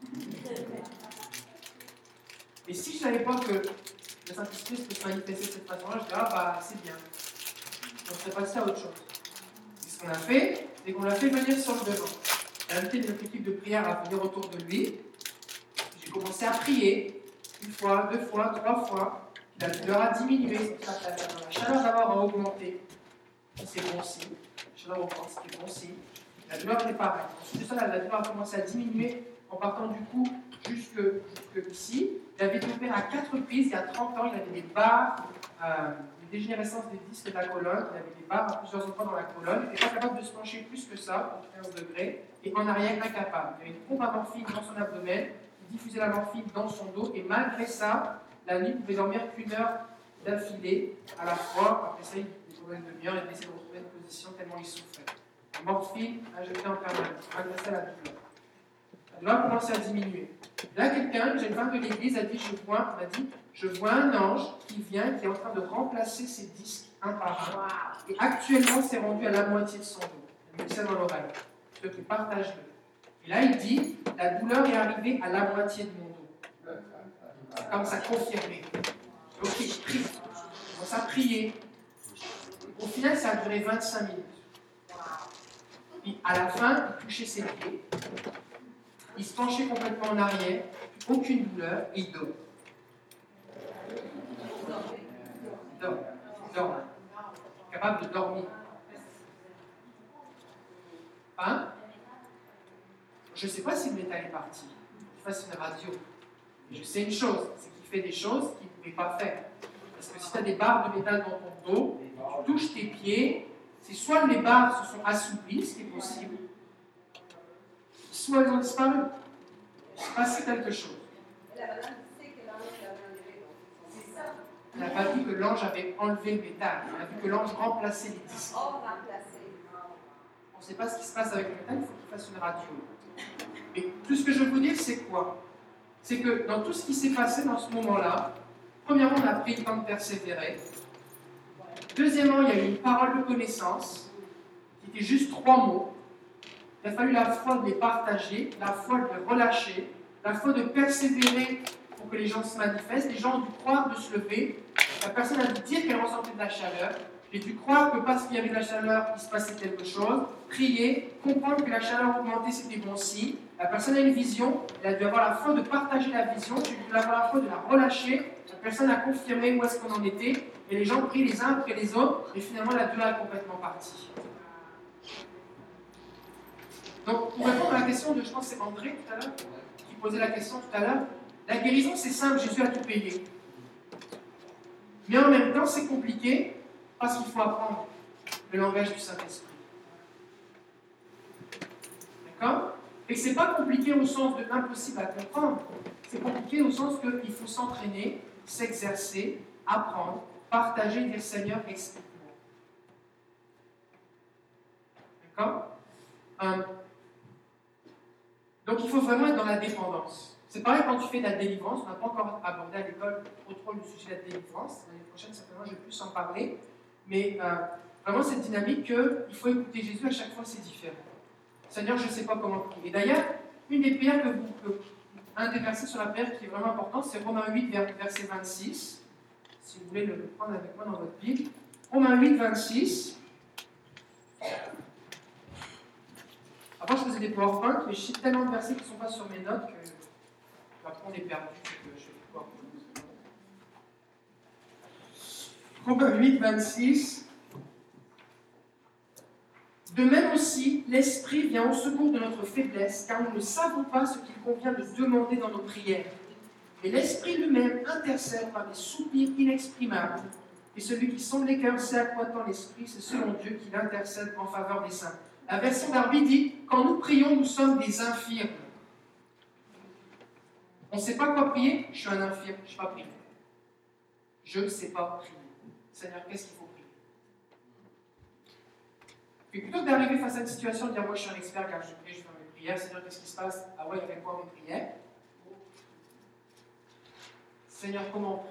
Speaker 1: Et si je ne savais pas que le Saint-Esprit peut se manifester de cette façon-là, je dis, ah bah c'est bien. On serait passé à autre chose. Et ce qu'on a fait, c'est qu'on l'a fait venir sur le devant. On a invité notre équipe de prière à venir autour de lui. J'ai commencé à prier, 1 fois, 2 fois, 3 fois. La douleur a diminué, la chaleur d'abord a augmenté. C'est bon signe. La chaleur augmente, c'est bon signe. La douleur était pareille. Ensuite de ça, la douleur a commencé à diminuer en partant du cou jusque ici. Il avait été opéré à 4 reprises, il y a 30 ans, il avait des barres, une dégénérescence des disques de la colonne, il avait des barres à plusieurs endroits dans la colonne, il n'était pas capable de se pencher plus que ça, pour 15 degrés, et en arrière incapable. Il y avait une pompe à morphine dans son abdomen, il diffusait la morphine dans son dos, et malgré ça, la nuit, il pouvait dormir qu'1 heure d'affilée à la fois. Après ça, il trouvait une demi-heure, il essayait de retrouver une position tellement il souffrait. La morphine injectée en permanence, malgré ça, la douleur. La douleur a commencé à diminuer. Là, quelqu'un, j'ai une femme de l'église, a dit, je vois un ange qui vient, qui est en train de remplacer ses disques un par un. Et actuellement, c'est rendu à la moitié de son dos. Il me dit ça dans l'oreille. Je te partage-le. Et là, il dit, la douleur est arrivée à la moitié de mon dos. C'est comme ça confirmé. Ok, je prie. On commence à prier. Au final, ça a duré 25 minutes. Puis à la fin, il touchait ses pieds. Il se penchait complètement en arrière, aucune douleur, et il dort. Il dort. Capable de dormir. Hein? Je ne sais pas si le métal est parti. Il fasse une radio. Je sais une chose, c'est qu'il fait des choses qu'il ne pouvait pas faire. Parce que si tu as des barres de métal dans ton dos, tu touches tes pieds, c'est soit les barres se sont assouplies, ce qui est possible, soit elles ont disparu. Il s'est passé quelque chose. Elle n'a pas dit que l'ange avait enlevé le métal, elle a vu que l'ange remplaçait les disques. On ne sait pas ce qui se passe avec le métal, il faut qu'il fasse une radio. Et tout ce que je veux vous dire, c'est quoi? C'est que dans tout ce qui s'est passé dans ce moment-là, premièrement, on a pris le temps de persévérer. Deuxièmement, il y a eu une parole de connaissance, qui était juste 3 mots. Il a fallu la foi de les partager, la foi de les relâcher, la foi de persévérer pour que les gens se manifestent. Les gens ont dû croire de se lever. La personne a dû dire qu'elle ressentait de la chaleur. J'ai dû croire que parce qu'il y avait de la chaleur, il se passait quelque chose. Prier, comprendre que la chaleur augmentée, c'était bon signe. La personne a une vision, elle a dû avoir la foi de partager la vision, j'ai dû avoir la foi de la relâcher. La personne a confirmé où est-ce qu'on en était, et les gens prient les uns après les autres, et finalement la douleur est complètement partie. Donc, pour répondre à la question de, je pense que c'est André tout à l'heure, qui posait la question tout à l'heure, la guérison c'est simple, Jésus a tout payé. Mais en même temps, c'est compliqué, parce qu'il faut apprendre le langage du Saint-Esprit. D'accord? Et c'est pas compliqué au sens de impossible à comprendre, c'est compliqué au sens qu'il faut s'entraîner, s'exercer, apprendre, partager, dire Seigneur, explique-moi. D'accord? Donc il faut vraiment être dans la dépendance. C'est pareil quand tu fais de la délivrance, on n'a pas encore abordé à l'école trop le sujet de la délivrance, l'année prochaine certainement je vais plus en parler, mais vraiment cette dynamique qu'il faut écouter Jésus à chaque fois c'est différent. Seigneur, je ne sais pas comment prier. Et d'ailleurs, une des prières un des versets sur la prière qui est vraiment important, c'est Romains 8, verset 26. Si vous voulez le prendre avec moi dans votre Bible. Romains 8, 26. Avant, je faisais des PowerPoint, mais je cite tellement de versets qui ne sont pas sur mes notes que on est perdu. Je vais pouvoir. Romains 8, 26. De même aussi, l'Esprit vient au secours de notre faiblesse, car nous ne savons pas ce qu'il convient de demander dans nos prières. Mais l'Esprit lui-même intercède par des soupirs inexprimables. Et celui qui sonde les cœurs sait à quoi tend l'Esprit, c'est selon Dieu qu'il intercède en faveur des saints. La version d'Arby dit « Quand nous prions, nous sommes des infirmes. » On ne sait pas quoi prier, je suis un infirme, je ne sais pas prier. Je ne sais pas prier. Seigneur, qu'est-ce qu'il faut prier? Et plutôt que d'arriver face à une situation et de dire « Moi, je suis un expert car je prie, je fais mes prières. Seigneur, qu'est-ce qui se passe? Ah ouais, il y avait quoi mes prières? Seigneur, comment on prie? »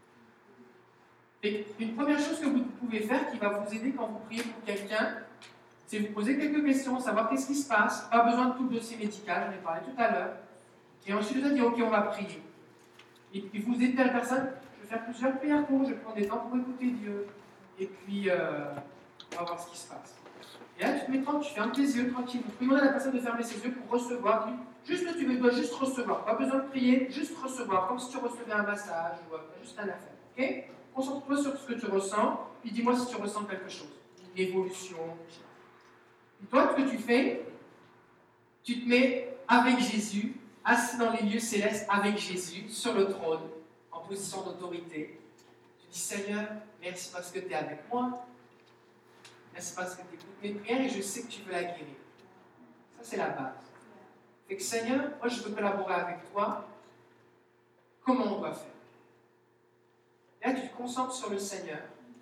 Speaker 1: Et une première chose que vous pouvez faire qui va vous aider quand vous priez pour quelqu'un, c'est vous poser quelques questions, savoir qu'est-ce qui se passe. Pas besoin de tout le dossier médical, j'en ai parlé tout à l'heure. Et ensuite, vous allez dire, ok, on va prier. Et puis vous aidez la personne, je vais faire plusieurs prières courtes, je vais prendre des temps pour écouter Dieu. Et puis, on va voir ce qui se passe. Et là, tu te mets tranquille, tu fermes tes yeux tranquille. Vous pouvez demander à la personne de fermer ses yeux pour recevoir. Juste, tu dois juste recevoir. Pas besoin de prier, juste recevoir. Comme si tu recevais un massage ou juste un affaire. Ok? Concentre-toi sur ce que tu ressens, puis dis-moi si tu ressens quelque chose. Une évolution. Et toi, ce que tu fais, tu te mets avec Jésus, assis dans les lieux célestes avec Jésus, sur le trône, en position d'autorité. Tu dis, Seigneur, merci parce que tu es avec moi. Merci parce que tu écoutes mes prières et je sais que tu veux la guérir. Ça, c'est la base. Fait que Seigneur, moi, je veux collaborer avec toi. Comment on doit faire? Et là, tu te concentres sur le Seigneur.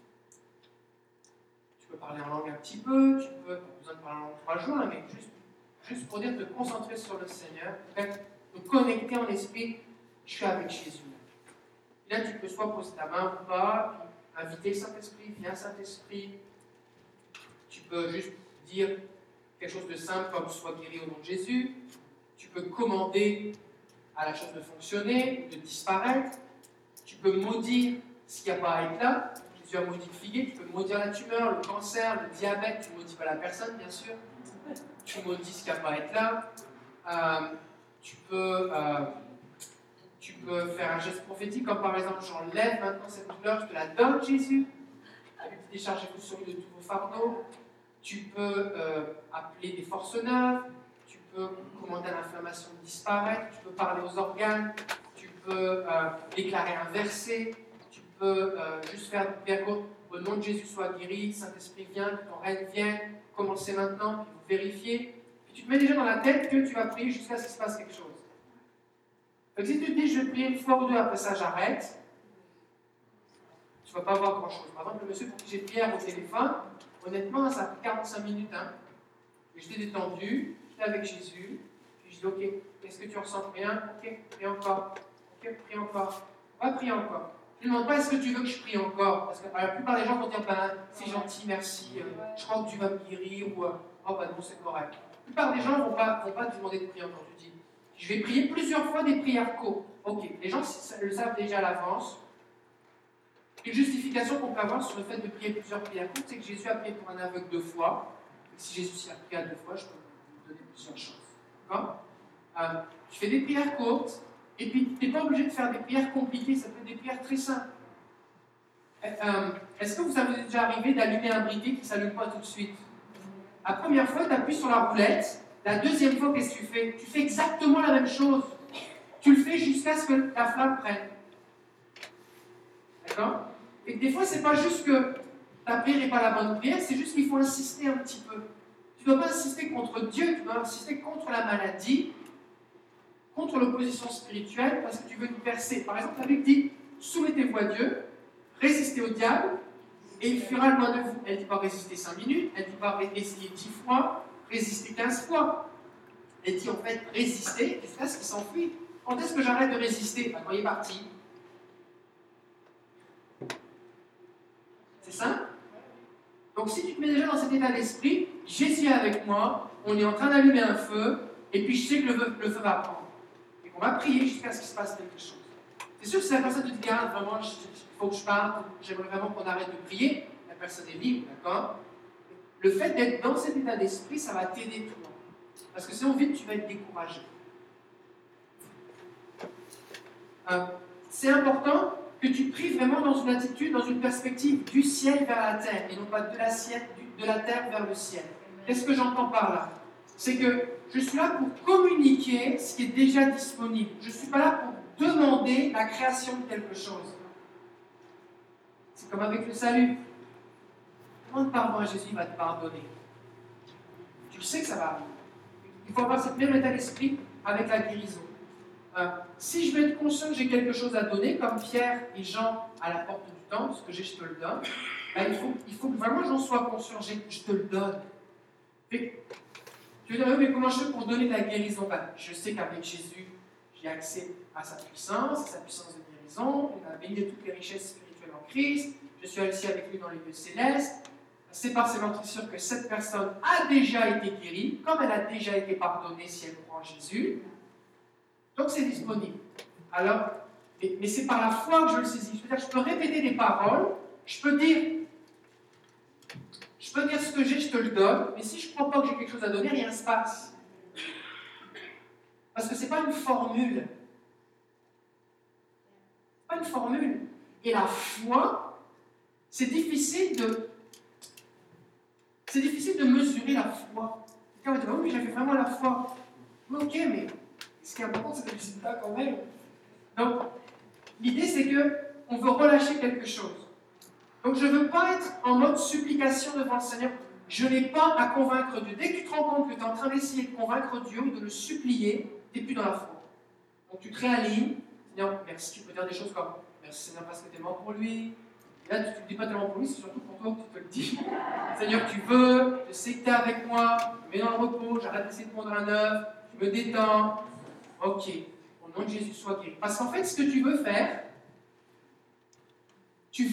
Speaker 1: Tu peux parler en langue un petit peu, tu peux, pas besoin de parler en langue 3 jours, là, mais juste pour dire te concentrer sur le Seigneur, te connecter en esprit, je suis avec Jésus. Et là, tu peux soit poser ta main ou pas, puis inviter le Saint-Esprit, viens Saint-Esprit. Tu peux juste dire quelque chose de simple comme sois guéri au nom de Jésus. Tu peux commander à la chose de fonctionner, de disparaître. Tu peux maudire ce qui n'a pas à être là. Jésus a maudit le figuier. Tu peux maudire la tumeur, le cancer, le diabète. Tu ne maudis pas la personne, bien sûr. Tu maudis ce qui n'a pas à être là. Tu peux faire un geste prophétique, comme par exemple, j'enlève maintenant cette douleur, je te la donne, Jésus. Avec des décharges sur lui de tous vos fardeaux. Tu peux appeler des forces neuves. Tu peux commander à l'inflammation de disparaître. Tu peux parler aux organes. Tu peux déclarer un verset. Tu peux juste faire au nom de Jésus, sois guéri, Saint-Esprit viens, que ton règne vienne. Commencez maintenant, puis vous vérifiez. Puis tu te mets déjà dans la tête que tu vas prier jusqu'à ce qu'il se passe quelque chose. Donc si tu te dis, je vais prier une fois ou deux, après ça j'arrête, tu ne vas pas voir grand-chose. Par exemple, le monsieur pour qui j'ai prié au téléphone, honnêtement, ça a pris 45 minutes. Et j'étais détendu, j'étais avec Jésus, puis je dis, ok, est-ce que tu ressens rien? Ok, prie encore. Ok, prie encore. On va prier encore. Je ne demande pas, est-ce que tu veux que je prie encore? Parce que la plupart des gens vont dire, ben, c'est gentil, merci, je crois que tu vas me guérir, ou oh, ben non, c'est correct. La plupart des gens ne vont pas te demander de prier encore. Tu dis, je vais prier plusieurs fois des prières courtes. Ok, les gens le savent déjà à l'avance. Une justification qu'on peut avoir sur le fait de prier plusieurs prières courtes, c'est que Jésus a prié pour un aveugle 2 fois. Et si Jésus s'y a prié à 2 fois, je peux vous donner plusieurs choses. D'accord? Tu fais des prières courtes, et puis tu n'es pas obligé de faire des prières compliquées, ça peut être des prières très simples. Est-ce que vous avez déjà arrivé d'allumer un briquet qui ne s'allume pas tout de suite? La première fois, tu appuies sur la roulette. La deuxième fois, qu'est-ce que tu fais? Tu fais exactement la même chose. Tu le fais jusqu'à ce que la flamme prenne. D'accord? Et des fois, c'est pas juste que ta prière n'est pas la bonne prière, c'est juste qu'il faut insister un petit peu. Tu ne dois pas insister contre Dieu, tu dois insister contre la maladie, contre l'opposition spirituelle, parce que tu veux nous percer. Par exemple, la Bible dit, soumettez-vous à Dieu, résistez au diable, et il fuira loin de vous. Elle ne dit pas résister 5 minutes, elle ne dit pas essayer 10 fois, résister 15 fois. Elle dit en fait résister jusqu'à ce qu'il s'enfuit. Quand est-ce que j'arrête de résister? Quand il est parti. C'est ça? Donc si tu te mets déjà dans cet état d'esprit, Jésus est avec moi, on est en train d'allumer un feu, et puis je sais que le feu va prendre. Et qu'on va prier jusqu'à ce qu'il se passe quelque chose. C'est sûr que si la personne te dit, regarde, vraiment, il faut que je parte, j'aimerais vraiment qu'on arrête de prier, la personne est libre, d'accord? Le fait d'être dans cet état d'esprit, ça va t'aider toi. Parce que sinon, vite, tu vas être découragé. C'est important que tu pries vraiment dans une attitude, dans une perspective du ciel vers la terre, et non pas de la terre vers le ciel. Qu'est-ce que j'entends par là? C'est que je suis là pour communiquer ce qui est déjà disponible. Je ne suis pas là pour demander la création de quelque chose. C'est comme avec le salut. Demande pardon à Jésus, il va te pardonner. Tu sais que ça va arriver. Il faut avoir cette même état d'esprit avec la guérison. Si je veux être conscient que j'ai quelque chose à donner, comme Pierre et Jean à la porte du temple, ce que j'ai, je te le donne, il faut que vraiment j'en sois conscient, je te le donne. Et, tu veux dire, oui, mais comment je fais pour donner de la guérison? Je sais qu'avec Jésus, j'ai accès à sa puissance de guérison, il m'a béni de toutes les richesses spirituelles en Christ, je suis assis avec lui dans les lieux célestes. C'est par ces mentrissures que cette personne a déjà été guérie, comme elle a déjà été pardonnée si elle croit en Jésus. Donc c'est disponible. Alors, mais c'est par la foi que je le saisis. Je peux répéter des paroles, je peux dire ce que j'ai, je te le donne, mais si je ne crois pas que j'ai quelque chose à donner, rien ne se passe. Parce que ce n'est pas une formule. Ce n'est pas une formule. Et la foi, c'est difficile de mesurer la foi. Quelqu'un va dire, oui, j'avais vraiment la foi. Ok, mais ce qui est important, c'est le résultat quand même. Donc, l'idée, c'est qu'on veut relâcher quelque chose. Donc, je ne veux pas être en mode supplication devant le Seigneur. Je n'ai pas à convaincre Dieu. Dès que tu te rends compte que tu es en train d'essayer de convaincre Dieu ou de le supplier, tu n'es plus dans la foi. Donc, tu te réalignes. Seigneur, merci. Tu peux dire des choses comme merci Seigneur parce que tu es mort pour lui. Et là, tu ne te le dis pas tellement pour lui, c'est surtout pour toi que tu te le dis. Seigneur, tu veux, je sais que tu es avec moi, tu me mets dans le repos, j'arrête d'essayer de prendre un œuf, tu me détends. Ok, au nom de Jésus, sois guéri. Parce qu'en fait, ce que tu veux faire, tu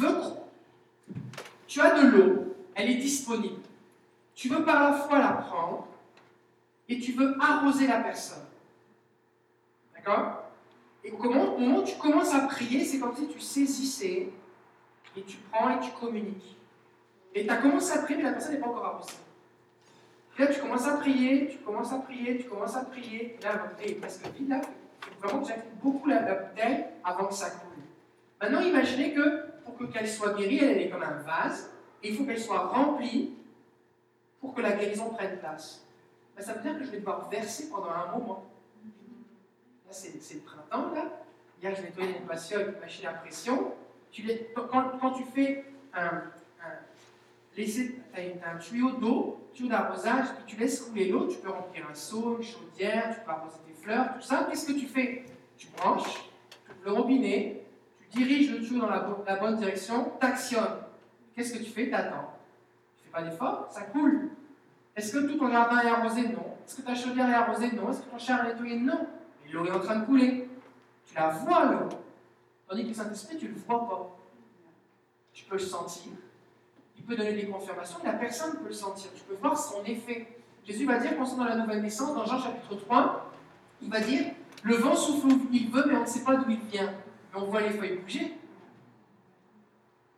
Speaker 1: as de l'eau, elle est disponible. Tu veux par la foi la prendre et tu veux arroser la personne. D'accord? Et au moment où tu commences à prier, c'est comme si tu saisissais et tu prends et tu communiques. Et tu as commencé à prier, mais la personne n'est pas encore arrosée. Et là, tu commences à prier, tu commences à prier. Et là, la bouteille est presque vide. Là, il faut vraiment que j'active beaucoup la bouteille avant que ça coule. Maintenant, imaginez que pour qu'elle soit guérie, elle est comme un vase, et il faut qu'elle soit remplie pour que la guérison prenne place. Ben, ça veut dire que je vais devoir verser pendant un moment. Là, c'est le printemps, là. Hier, je nettoyais mon patio avec une machine à pression. Quand tu fais un tuyau d'eau, tuyau d'arrosage, puis tu laisses couler l'eau, tu peux remplir un seau, une chaudière, tu peux arroser tes fleurs, tout ça. Qu'est-ce que tu fais? Tu branches le robinet, tu diriges le tuyau dans la bonne direction, tu actionnes. Qu'est-ce que tu fais? Tu attends. Tu ne fais pas d'effort, ça coule. Est-ce que tout ton jardin est arrosé? Non. Est-ce que ta chaudière est arrosée? Non. Est-ce que ton char est nettoyé? Non. Et l'eau est en train de couler. Tu la vois, l'eau. Tandis que le Saint-Esprit, tu ne le vois pas. Tu peux le sentir. Il peut donner des confirmations, mais la personne peut le sentir. Tu peux voir son effet. Jésus va dire, concernant la nouvelle naissance, dans Jean chapitre 3, il va dire, le vent souffle où il veut, mais on ne sait pas d'où il vient. Mais on voit les feuilles bouger.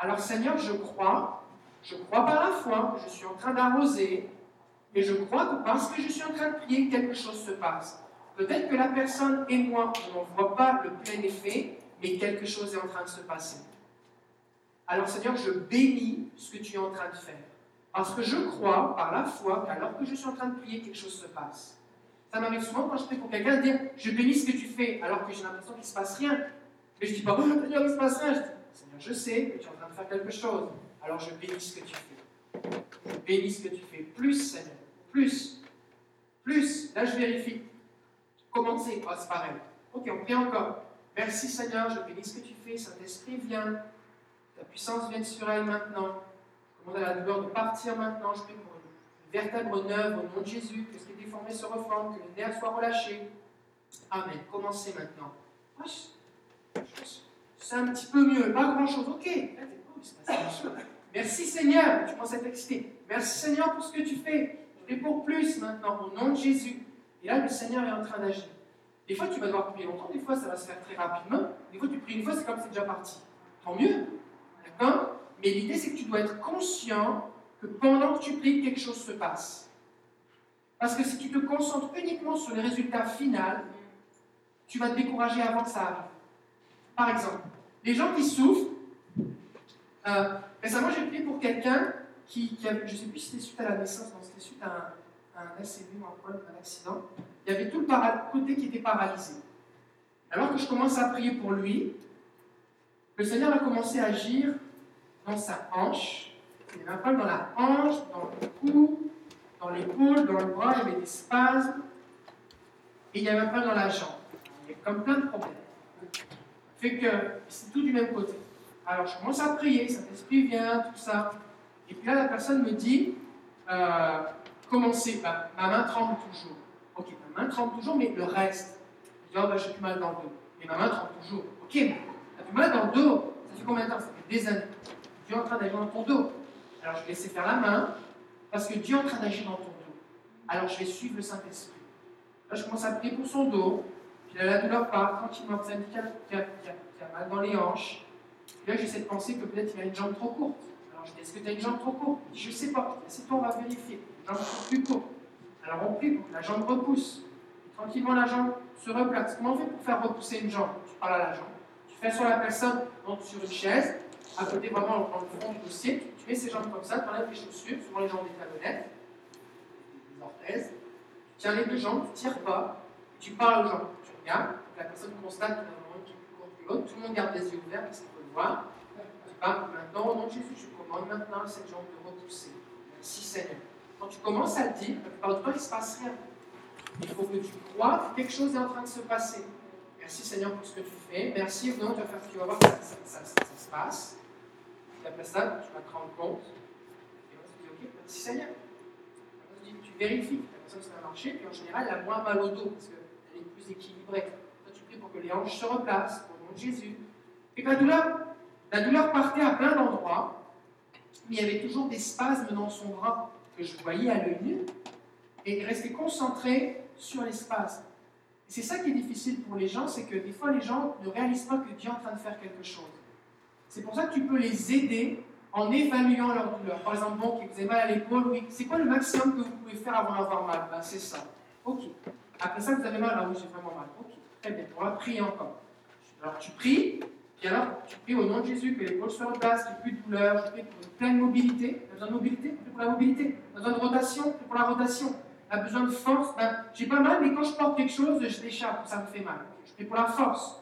Speaker 1: Alors Seigneur, je crois par la foi que je suis en train d'arroser, et je crois que parce que je suis en train de prier, quelque chose se passe. Peut-être que la personne et moi, on n'en voit pas le plein effet, mais quelque chose est en train de se passer. Alors Seigneur, je bénis ce que tu es en train de faire. Parce que je crois, par la foi, qu'alors que je suis en train de prier, quelque chose se passe. Ça m'arrive souvent quand je prie pour quelqu'un de dire « Je bénis ce que tu fais », alors que j'ai l'impression qu'il ne se passe rien. Mais je ne dis pas « Oh Seigneur, il ne se passe rien ». Je dis « Seigneur, je sais que tu es en train de faire quelque chose. Alors je bénis ce que tu fais. Je bénis ce que tu fais. Plus, Seigneur. Plus. Plus. Là, je vérifie. Commencez. Oh, c'est pareil. Ok, on prie encore. Merci, Seigneur. Je bénis ce que tu fais. Saint-Esprit, viens. Ta puissance vient sur elle maintenant. Je commande à la douleur de partir maintenant. Je prie pour une vertèbre neuve au nom de Jésus. Que ce qui est déformé se reforme. Que les nerfs soient relâchés. Amen. Commencez maintenant. Ah, c'est un petit peu mieux. Pas grand-chose. Ok. Là, t'es pas où il se passe quelque chose. Merci Seigneur, tu commences à être excité. Merci Seigneur pour ce que tu fais. Je prie pour plus maintenant, au nom de Jésus. Et là, le Seigneur est en train d'agir. Des fois, tu vas devoir prier longtemps, des fois, ça va se faire très rapidement. Des fois, tu pries une fois, c'est comme si c'est déjà parti. Tant mieux. D'accord? Mais l'idée, c'est que tu dois être conscient que pendant que tu pries, quelque chose se passe. Parce que si tu te concentres uniquement sur les résultats finaux, tu vas te décourager avant que ça arrive. Par exemple, les gens qui souffrent, récemment, j'ai prié pour quelqu'un qui avait, je ne sais plus si c'était suite à la naissance, non, c'était suite à un ACV ou un accident. Il y avait tout le côté qui était paralysé. Alors que je commence à prier pour lui, le Seigneur a commencé à agir dans sa hanche. Il y avait un problème dans la hanche, dans le cou, dans l'épaule, dans le bras, il y avait des spasmes. Et il y avait un problème dans la jambe. Il y a comme plein de problèmes. Fait que c'est tout du même côté. Alors je commence à prier, Saint-Esprit vient, tout ça. Et puis là, la personne me dit, comment c'est? Ma main tremble toujours. Ok, ma main tremble toujours, mais le reste. Je dis, j'ai plus mal dans le dos. Mais ma main tremble toujours. Ok, mais t'as plus mal dans le dos. Ça fait combien de temps? Ça fait des années. Dieu est en train d'agir dans ton dos. Alors je vais laisser faire la main, parce que Dieu est en train d'agir dans ton dos. Alors je vais suivre le Saint-Esprit. Là, je commence à prier pour son dos. Puis là, la douleur part tranquillement. Ça me dit qu'il y a mal dans les hanches. Et là, j'essaie de penser que peut-être il a une jambe trop courte. Alors je dis, est-ce que tu as une jambe trop courte? Il dit, je ne sais pas. C'est toi, on va vérifier. Une jambe plus courte. Alors on prie pour que la jambe repousse. Et tranquillement, la jambe se replace. Comment on fait pour faire repousser une jambe? Tu parles à la jambe. Tu fais sur la personne, donc sur une chaise, à côté vraiment dans le fond du dossier. Tu mets ses jambes comme ça, tu enlèves les chaussures, souvent les jambes des talonnettes, des orthèses. Tu tiens les deux jambes, tu ne tires pas. Et tu parles aux jambes. Tu regardes, la personne constate qu'il y en a une qui est plus courte que l'autre. Tout le monde garde les yeux ouverts parce qu'il faut le voir. Tu parles maintenant, au nom de Jésus, je commande maintenant à cette jambe de repousser. Merci Seigneur. Quand tu commences à le dire, la plupart du temps, il ne se passe rien. Il faut que tu crois que quelque chose est en train de se passer. Merci Seigneur pour ce que tu fais. Merci, non, tu vas voir que ça se passe. Puis après ça, tu vas te rendre compte. Et là, tu dis, ok, merci Seigneur. Tu vérifies que la personne se met à marcher, puis en général, elle a moins mal au dos parce qu'elle est plus équilibrée. Toi, tu pries pour que les hanches se replacent, au nom de Jésus. Et que la douleur partait à plein d'endroits, mais il y avait toujours des spasmes dans son bras que je voyais à l'œil nu, et il restait concentré sur les spasmes. Et c'est ça qui est difficile pour les gens, c'est que des fois les gens ne réalisent pas que Dieu est en train de faire quelque chose. C'est pour ça que tu peux les aider en évaluant leur douleur. Par exemple, bon, vous avez mal à l'épaule, oui. C'est quoi le maximum que vous pouvez faire avant d'avoir mal? Ben, c'est ça. Ok. Après ça, vous avez mal? Ah oui, j'ai vraiment mal. Ok. Très bien. On va prier encore. Alors tu pries, puis alors tu pries au nom de Jésus que l'épaule se replace, qu'il n'y ait plus de douleur. Je prie pour une pleine mobilité. Tu as besoin de mobilité? Je prie pour la mobilité. Tu as besoin de rotation? Je prie pour la rotation. Tu as besoin de force? Ben, j'ai pas mal, mais quand je porte quelque chose, je l'échappe, ça me fait mal. Je prie pour la force.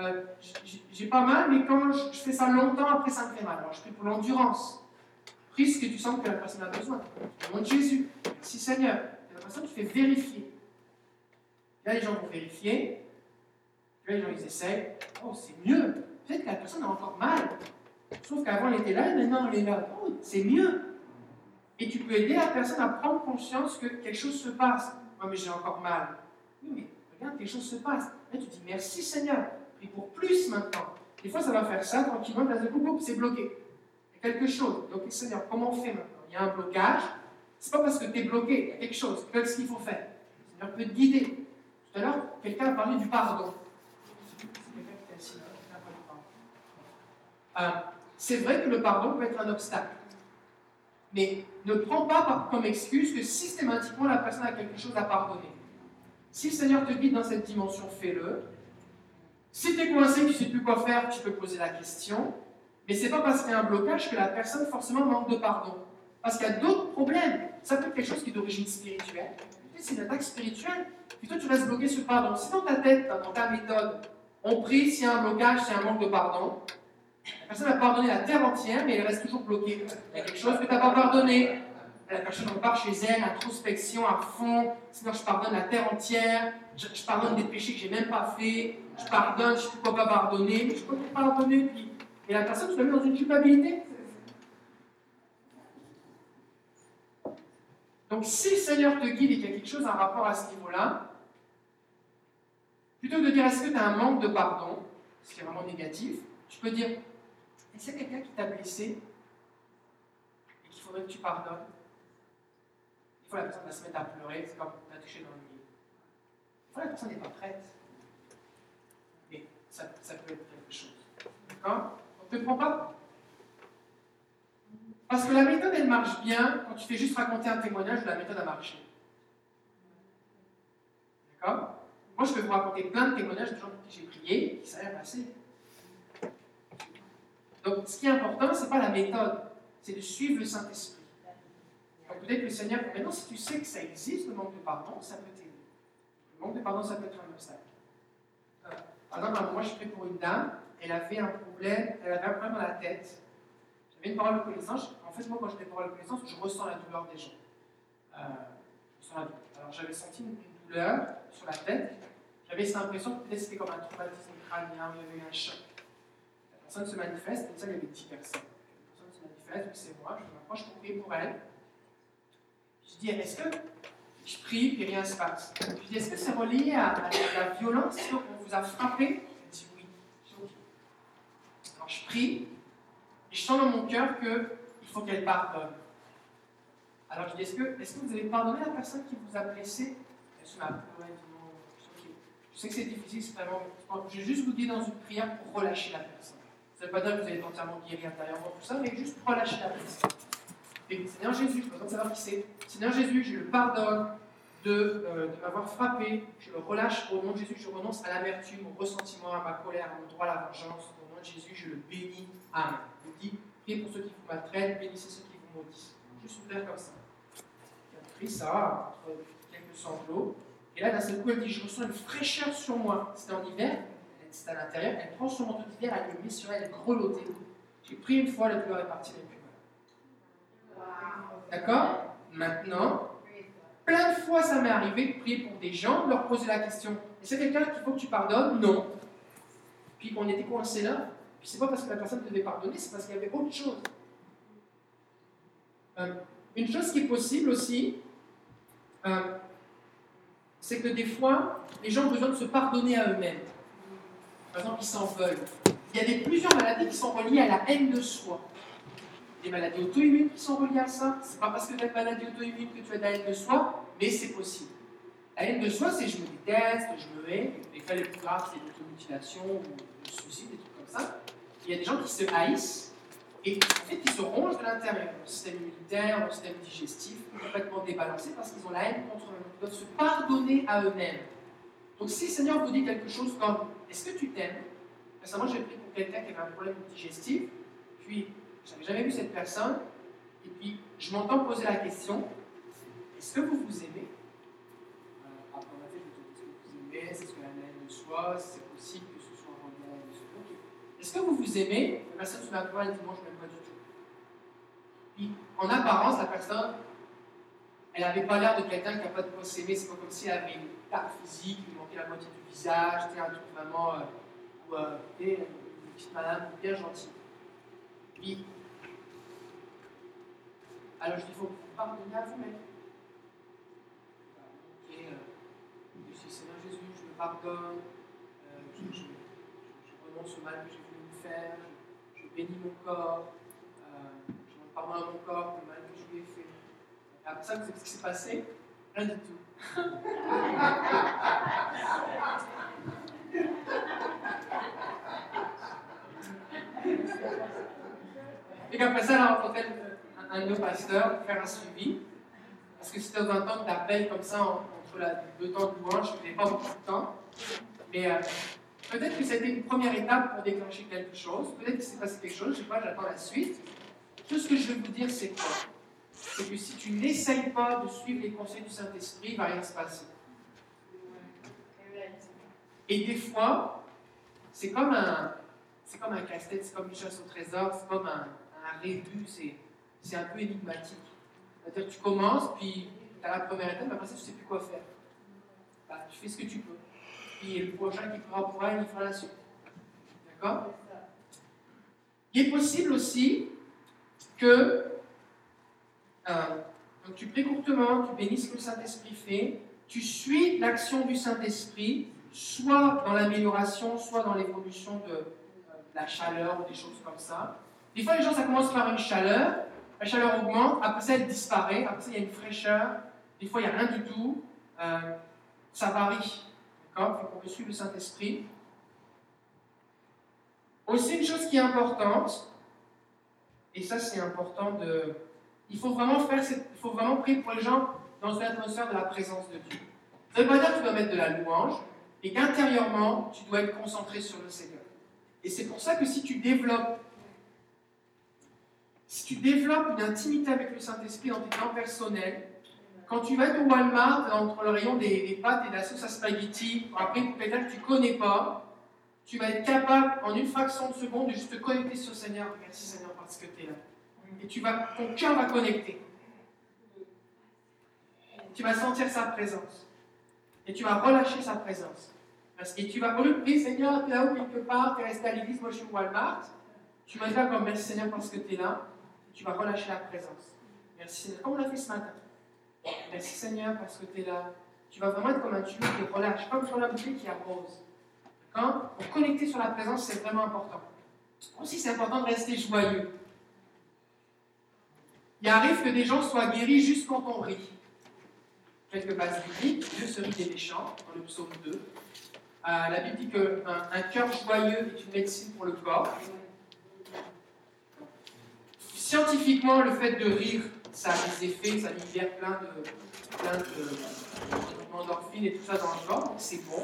Speaker 1: J'ai pas mal, mais quand je fais ça longtemps, après ça me fait mal. Alors je prie pour l'endurance. Prie ce que tu sens que la personne a besoin. Au nom de Jésus. Merci Seigneur. Et la personne, tu fais vérifier. Là, les gens vont vérifier. Là, les gens, ils essayent. Oh, c'est mieux. Peut-être que la personne a encore mal. Sauf qu'avant, elle était là, et maintenant, elle est là. Oh, c'est mieux. Et tu peux aider la personne à prendre conscience que quelque chose se passe. Moi, mais j'ai encore mal. Oui, mais regarde, quelque chose se passe. Là, tu dis merci Seigneur. Prie pour plus maintenant. Des fois, ça va faire ça tranquillement, là, c'est bloqué. Il y a quelque chose. Donc, Seigneur, comment on fait maintenant? Il y a un blocage. C'est pas parce que tu es bloqué, il y a quelque chose. Qu'est-ce qu'il faut faire? Le Seigneur peut te guider. Tout à l'heure, quelqu'un a parlé du pardon. C'est quelqu'un qui est assis là, c'est vrai que le pardon peut être un obstacle. Mais ne prends pas comme excuse que systématiquement la personne a quelque chose à pardonner. Si le Seigneur te guide dans cette dimension, fais-le. Si tu es coincé, tu ne sais plus quoi faire, tu peux poser la question. Mais ce n'est pas parce qu'il y a un blocage que la personne forcément manque de pardon. Parce qu'il y a d'autres problèmes. Ça peut être quelque chose qui est d'origine spirituelle. C'est une attaque spirituelle. Puis toi, tu restes bloqué sur le pardon. Si dans ta tête, dans ta méthode, on prie s'il y a un blocage, s'il y a un manque de pardon, la personne a pardonné la terre entière, mais elle reste toujours bloquée. Il y a quelque chose que tu n'as pas pardonné. La personne repart chez elle, introspection à fond. Sinon, je pardonne la terre entière. Je pardonne des péchés que je n'ai même pas fait. Je pardonne, je ne sais pas pardonner. Mais je peux pas pardonner. Et la personne, tu la mets dans une culpabilité. Donc, si le Seigneur te guide et qu'il y a quelque chose en rapport à ce niveau-là, plutôt que de dire est-ce que tu as un manque de pardon, ce qui est vraiment négatif, tu peux dire est-ce qu'il y a quelqu'un qui t'a blessé et qu'il faudrait que tu pardonnes? Des fois, la personne va se mettre à pleurer, c'est comme tu as touché dans le lit. Des fois, la personne n'est pas prête. Mais ça peut être quelque chose. D'accord? Donc, ne te prends pas. Parce que la méthode, elle marche bien quand tu fais juste raconter un témoignage où la méthode a marché. D'accord? Moi, je peux vous raconter plein de témoignages de gens pour qui j'ai prié, qui ça a passé. Donc, ce qui est important, ce n'est pas la méthode, c'est de suivre le Saint-Esprit. Donc, peut-être que le Seigneur, maintenant, si tu sais que ça existe, le manque de pardon, ça peut t'aider. Le manque de pardon, ça peut être un obstacle. Par exemple, à un moment, je prie pour une dame, elle avait un problème dans la tête. J'avais une parole de connaissance. En fait, moi, quand j'ai des paroles de connaissance, je ressens la douleur des gens. Alors, j'avais senti une douleur sur la tête. J'avais cette impression que peut-être c'était comme un traumatisme crânien, il y avait eu un choc. La personne se manifeste, comme ça, il y avait 10 personnes. La personne se manifeste, c'est moi, je m'approche pour prier pour elle. Je dis, est-ce que je prie, puis rien ne se passe? Je dis, est-ce que c'est relié à la violence qu'on vous a frappé? Elle dit oui. Je dis, ok. Alors, je prie. Et je sens dans mon cœur qu'il faut qu'elle pardonne. Alors je dis, est-ce que vous avez pardonné la personne qui vous a blessé? Elle se met à pleurer, elle dit non, okay. Je sais que c'est difficile, c'est vraiment. Je vais juste vous dire dans une prière pour relâcher la personne. Ça ne veut pas dire que vous allez entièrement guérir intérieurement tout ça, mais juste relâcher la personne. Et Seigneur Jésus, je peux pas savoir qui c'est. Seigneur Jésus, je le pardonne de m'avoir frappé, je le relâche au nom de Jésus, je renonce à l'amertume, au ressentiment, à ma colère, à mon droit à la vengeance. Au nom de Jésus, je le bénis. Amen. Je dis, priez pour ceux qui vous maltraitent, bénissez ceux qui vous maudissent. Juste une prière comme ça. Elle a pris ça, entre quelques sanglots, et là, d'un seul coup, elle dit, je ressens une fraîcheur sur moi. C'était en hiver, c'était à l'intérieur, elle prend son manteau d'hiver, elle le met sur elle, elle est grelottée. J'ai prié une fois, la douleur est partie, elle n'est plus mal. D'accord? Maintenant, plein de fois, ça m'est arrivé de prier pour des gens, de leur poser la question, est-ce qu'il y a quelqu'un qu'il faut que tu pardonnes? Non. Puis on était coincés là. Puis c'est pas parce que la personne devait pardonner, c'est parce qu'il y avait autre chose. Une chose qui est possible aussi, c'est que des fois, les gens ont besoin de se pardonner à eux-mêmes. Par exemple, ils s'en veulent. Il y a plusieurs maladies qui sont reliées à la haine de soi. Des maladies auto-immunes qui sont reliées à ça. C'est pas parce que tu as une maladie auto-immune que tu as de la haine de soi, mais c'est possible. La haine de soi, c'est je me déteste, je me hais. Les cas les plus graves, c'est l'automutilation ou le suicide, des trucs comme ça. Il y a des gens qui se haïssent et en fait qui se rongent de l'intérieur. Le système immunitaire, le système digestif, complètement débalancé parce qu'ils ont la haine contre eux-mêmes. Ils doivent se pardonner à eux-mêmes. Donc si le Seigneur vous dit quelque chose comme « Est-ce que tu t'aimes ?» Récemment, j'ai pris pour quelqu'un qui avait un problème digestif, puis je n'avais jamais vu cette personne, et puis je m'entends poser la question « Est-ce que vous vous aimez ?» Après, on a fait est-ce que vous aimez, c'est ce que la haine de soi, c'est possible que ce soit en lien de soi. Okay. Est-ce que vous vous aimez? La personne se met à pleurer, elle dit moi je ne m'aime pas du tout. Puis en apparence, la personne, elle n'avait pas l'air de quelqu'un qui n'a pas de quoi s'aimer, c'est pas comme si elle avait une tarte physique, il lui manquait la moitié du visage, c'était un truc vraiment, une petite madame bien gentille. Puis, alors je dis, il faut pardonner à vous-même. Je dis, Seigneur Jésus, je me pardonne, je renonce au mal que j'ai voulu me faire, je bénis mon corps, je demande pardon à mon corps pour le mal que je lui ai fait. Et après ça, vous savez ce qui s'est passé? Rien du tout. Et qu'après ça, elle a rencontré un de nos pasteurs pour faire un suivi. Parce que c'était dans un temps d'appel comme ça, entre deux temps de louange, je n'avais pas beaucoup de temps. Mais peut-être que c'était une première étape pour déclencher quelque chose. Peut-être qu'il s'est passé quelque chose, je ne sais pas, j'attends la suite. Tout ce que je veux vous dire, c'est quoi? C'est que si tu n'essayes pas de suivre les conseils du Saint-Esprit, il ne va rien se passer. Et des fois, c'est comme un casse-tête, c'est comme une chasse au trésor, c'est comme un rébut, c'est un peu énigmatique. C'est-à-dire que tu commences, puis tu as la première étape, mais après ça, tu ne sais plus quoi faire. Bah, tu fais ce que tu peux. Puis le prochain qui fera pour elle, il fera la suite. D'accord? Il est possible aussi que donc tu pries courtement, tu bénis ce que le Saint-Esprit fait, tu suis l'action du Saint-Esprit, soit dans l'amélioration, soit dans l'évolution de la chaleur ou des choses comme ça. Des fois, les gens, ça commence par une chaleur, la chaleur augmente, après ça, elle disparaît, après ça, il y a une fraîcheur, des fois, il n'y a rien du tout, ça varie. D'accord? Donc, on peut suivre le Saint-Esprit. Aussi, une chose qui est importante, et ça, c'est important de... Il faut vraiment prier pour les gens dans une atmosphère de la présence de Dieu. Ça ne veut pas dire que tu dois mettre de la louange, et qu'intérieurement, tu dois être concentré sur le Seigneur. Et c'est pour ça que si tu développes une intimité avec le Saint-Esprit dans tes temps personnels, quand tu vas être au Walmart, entre le rayon des pâtes et de la sauce à spaghetti, après pour quelqu'un que tu ne connais pas, tu vas être capable, en une fraction de seconde, de juste te connecter sur le Seigneur. Merci Seigneur parce que tu es là. Et ton cœur va connecter. Tu vas sentir sa présence. Et tu vas relâcher sa présence. Et tu vas, au lieu de prier, Seigneur, tu es là-haut quelque part, tu es resté à l'église, moi je suis au Walmart. Tu vas dire comme merci Seigneur parce que tu es là. Et tu vas relâcher la présence. Merci Seigneur, comme on l'a fait ce matin. Merci Seigneur parce que tu es là. Tu vas vraiment être comme un tuyau qui relâche, comme sur la bouteille qui arrose. D'accord? Pour connecter sur la présence, c'est vraiment important. Aussi, c'est important de rester joyeux. Il arrive que des gens soient guéris juste quand on rit. Quelques bases bibliques. Dieu se rit des méchants, dans le psaume 2. La Bible dit qu'un cœur joyeux est une médecine pour le corps. Scientifiquement, le fait de rire, ça a des effets, ça libère plein d'endorphines et tout ça dans le corps, donc c'est bon.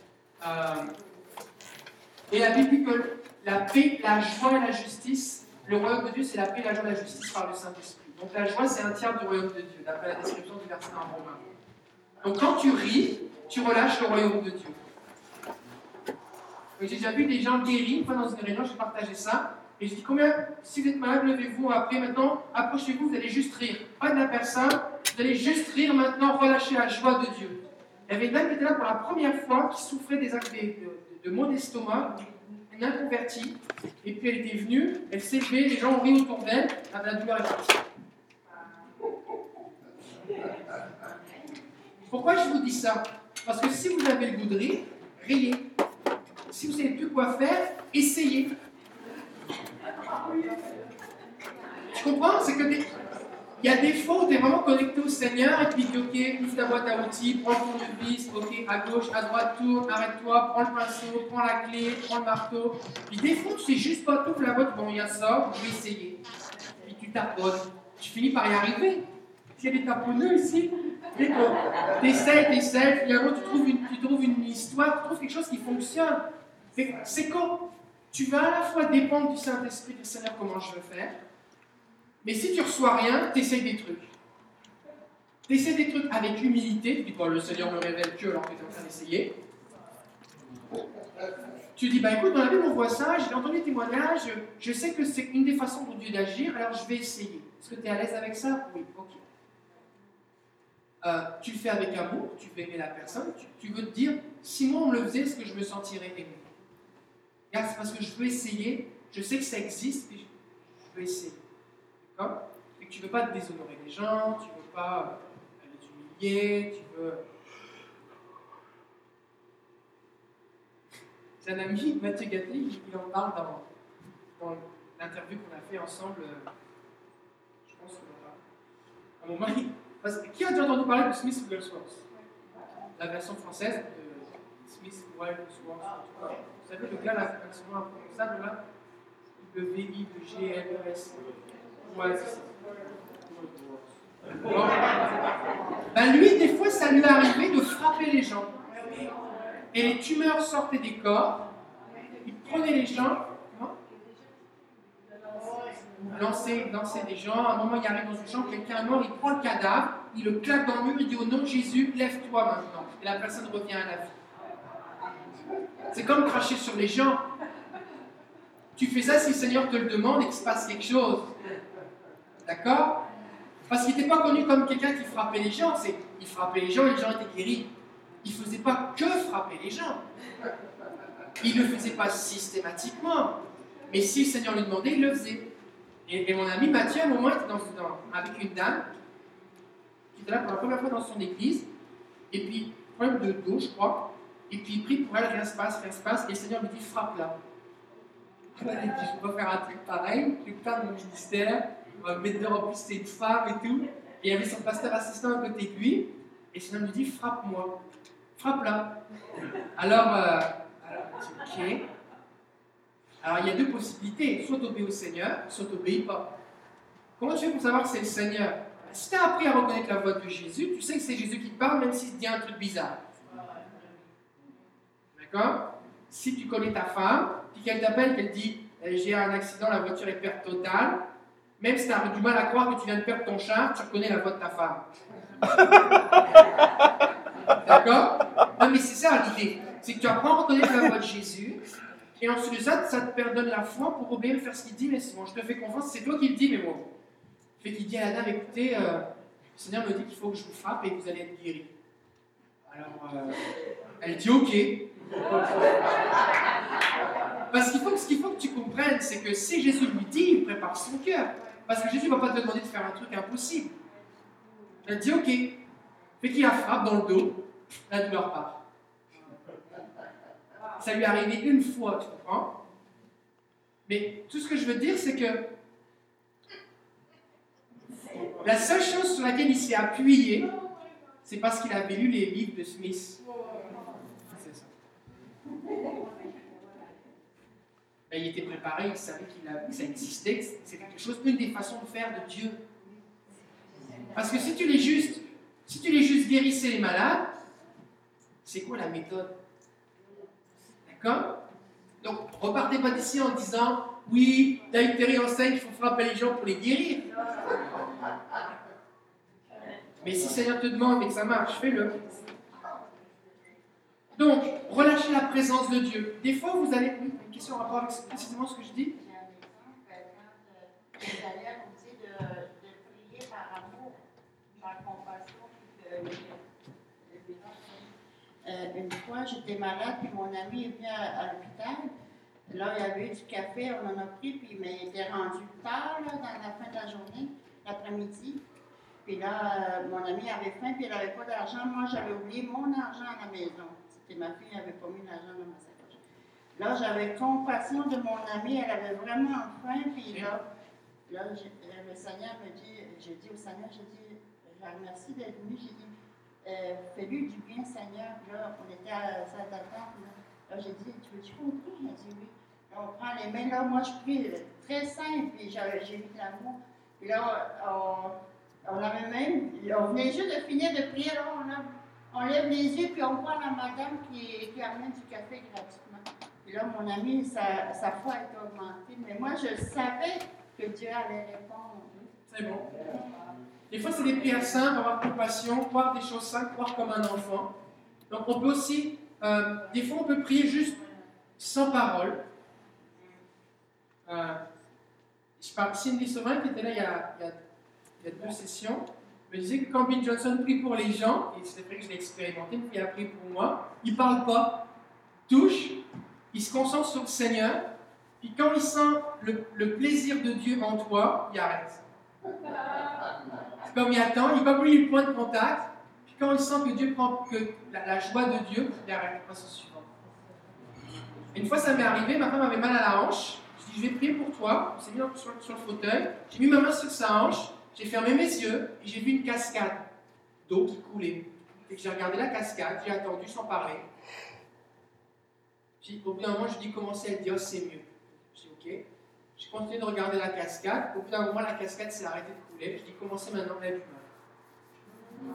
Speaker 1: Et la Bible dit que la paix, la joie et la justice, le royaume de Dieu, c'est la paix, la joie et la justice par le Saint-Esprit. Donc la joie, c'est un tiers du royaume de Dieu, d'après la description du verset en Romain. Donc quand tu ris, tu relâches le royaume de Dieu. Donc, j'ai déjà vu des gens guéris, une fois dans une réunion, j'ai partagé ça, et je dis combien, si vous êtes malade, levez-vous, après maintenant, approchez-vous, vous allez juste rire. Pas de la personne, vous allez juste rire maintenant, relâcher la joie de Dieu. Il y avait une dame qui était là pour la première fois, qui souffrait des actes de maux d'estomac, une inconvertie, et puis elle était venue, elle s'est levée, les gens ont ri autour d'elle, la douleur est partie. Pourquoi je vous dis ça? Parce que si vous avez le goût de rire, riez. Si vous ne savez plus quoi faire, essayez. Tu comprends? C'est que il y a des fois où tu es vraiment connecté au Seigneur et puis tu dis ok, ouvre ta boîte à outils, prends le tournevis, ok, à gauche, à droite, tourne, arrête-toi, prends le pinceau, prends la clé, prends le marteau. Puis des fois, tu sais juste pas, tu ouvres la boîte, bon, il y a ça, je vais essayer. Puis tu tapotes. Tu finis par y arriver. S'il y a des taponneux ici, tu essaies, finalement tu trouves une histoire, tu trouves quelque chose qui fonctionne. C'est quand tu vas à la fois dépendre du Saint-Esprit, du Seigneur, comment je veux faire, mais si tu reçois rien, tu essaies des trucs. Tu essaies des trucs avec humilité, tu dis, bon, le Seigneur me révèle que, alors que tu es en train d'essayer. Tu dis, bah écoute, dans la Bible on voit ça, j'ai entendu des témoignages, je sais que c'est une des façons pour Dieu d'agir, alors je vais essayer. Est-ce que tu es à l'aise avec ça? Oui, ok. Tu le fais avec amour, tu veux aimer la personne, tu veux te dire, si moi on me le faisait, est-ce que je me sentirais aimé? Regarde, c'est parce que je veux essayer, je sais que ça existe, et je veux essayer. D'accord? Et que tu ne veux pas te déshonorer les gens, tu ne veux pas les humilier, tu veux... C'est un ami, Mathieu Gatti, il en parle dans l'interview qu'on a fait ensemble, je pense à un moment, qui a déjà entendu parler de Smith Wigglesworth? La version française de Smith Wigglesworth. Vous savez, le gars, là, son nom imprononçable, là, W-I-G-L-E-S. Ouais, c'est ça. Bon. Ben lui, des fois, ça lui est arrivé de frapper les gens. Et les tumeurs sortaient des corps. Il prenait les gens, lançait des gens. À un moment, il arrive dans une chambre, quelqu'un est mort, il prend le cadavre, il le claque dans le mur, il dit au nom de Jésus, lève-toi maintenant. Et la personne revient à la vie. C'est comme cracher sur les gens. Tu fais ça si le Seigneur te le demande et qu'il se passe quelque chose. D'accord? Parce qu'il n'était pas connu comme quelqu'un qui frappait les gens. Il frappait les gens et les gens étaient guéris. Il ne faisait pas que frapper les gens. Il ne le faisait pas systématiquement. Mais si le Seigneur lui demandait, il le faisait. Et mon ami Mathieu, à un moment, était avec une dame qui était là pour la première fois dans son église. Et puis, problème de dos, je crois. Et puis, il prie pour elle, rien se passe. Et le Seigneur lui dit, frappe-la. Elle a dit, je vais faire un truc pareil. Je vais faire mon ministère. On va mettre dehors, en plus, c'est une femme et tout. Et il y avait son pasteur assistant à côté de lui. Et le Seigneur lui dit, frappe-moi. Frappe-la. Alors, ok. Alors, il y a deux possibilités. Soit t'obéis au Seigneur, soit t'obéis pas. Comment tu fais pour savoir que c'est le Seigneur? Si tu as appris à reconnaître la voix de Jésus, tu sais que c'est Jésus qui te parle, même s'il te dit un truc bizarre. D'accord? Si tu connais ta femme, puis qu'elle t'appelle, qu'elle dit j'ai un accident, la voiture est perte totale, même si tu as du mal à croire que tu viens de perdre ton char, tu reconnais la voix de ta femme. D'accord? Non, mais c'est ça l'idée. C'est que tu apprends à reconnaître la voix de Jésus, et ensuite de ça, ça te donne la foi pour obéir et faire ce qu'il dit. Mais c'est bon, je te fais confiance, c'est toi qui le dis, mais bon. Fait qu'il dit à la dame, écoutez, le Seigneur me dit qu'il faut que je vous frappe et que vous allez être guéri. Alors, elle dit ok. Parce ce qu'il faut que tu comprennes, c'est que si Jésus lui dit, il prépare son cœur. Parce que Jésus ne va pas te demander de faire un truc impossible. Elle dit ok. Fait qu'il la frappe dans le dos, la douleur part. Ça lui est arrivé une fois, tu comprends? Mais tout ce que je veux dire, c'est que la seule chose sur laquelle il s'est appuyé, c'est parce qu'il avait lu les livres de Smith. C'est ça. Ben, il était préparé, il savait que ça existait, que c'est quelque chose, une des façons de faire de Dieu. Parce que si tu les juste guérissais les malades, c'est quoi la méthode? D'accord? Donc, repartez pas d'ici en disant oui, David Terry enseigne qu'il faut frapper les gens pour les guérir. Mais si le Seigneur te demande et que ça marche, fais-le. Donc, relâchez la présence de Dieu. Des fois, vous allez... Oui, une question en rapport avec précisément ce que je dis?
Speaker 6: J'ai un exemple, quand les alliés ont dit de prier par amour, par compassion, une fois, j'étais malade, puis mon ami est venu à l'hôpital. Là, il y avait eu du café, on en a pris, puis il était rendu tard, là, dans la fin de la journée, l'après-midi. Puis là, mon ami avait faim, puis elle n'avait pas d'argent. Moi, j'avais oublié mon argent à la maison. C'était ma fille, elle n'avait pas mis l'argent dans ma sacoche. Là, j'avais compassion de mon amie, elle avait vraiment faim, puis là le Seigneur me dit, j'ai dit au Seigneur, je la remercie d'être venu, j'ai dit, fais-lui du bien, Seigneur. Puis là, on était à la salle d'attente, là, j'ai dit, tu veux-tu qu'on prie? Elle a dit oui. Là, on prend les mains, là, moi, je prie très simple, puis j'ai mis de l'amour. Puis là, on avait même, on venait juste de finir de prier, là, on lève les yeux, puis on voit la madame qui amène du café gratuitement. Puis là, mon ami, sa foi était augmentée, mais moi, je savais que Dieu allait répondre.
Speaker 1: C'est bon. Des fois, c'est des prières simples, avoir compassion, croire des choses simples, croire comme un enfant. Donc, on peut aussi, des fois, on peut prier juste sans parole. Cindy Sauvin, qui était là il y a 2 sessions, me disait que quand Bill Johnson prie pour les gens, et c'est vrai que je l'ai expérimenté, puis il a prié pour moi, il ne parle pas, touche, il se concentre sur le Seigneur, puis quand il sent le plaisir de Dieu en toi, il arrête. C'est comme il attend, il comme lui le point de contact, puis quand il sent que Dieu prend la joie de Dieu, il arrête, passe au suivant. Une fois ça m'est arrivé, ma femme avait mal à la hanche, je dis je vais prier pour toi, on s'est mis sur le fauteuil, j'ai mis ma main sur sa hanche, j'ai fermé mes yeux et j'ai vu une cascade d'eau qui coulait. Et j'ai regardé la cascade, j'ai attendu sans parler. Puis au bout d'un moment, je dis comment c'est, elle dit oh, c'est mieux. Je dis ok. J'ai continué de regarder la cascade. Au bout d'un moment, la cascade s'est arrêtée de couler. Puis j'ai commencé maintenant à être humain.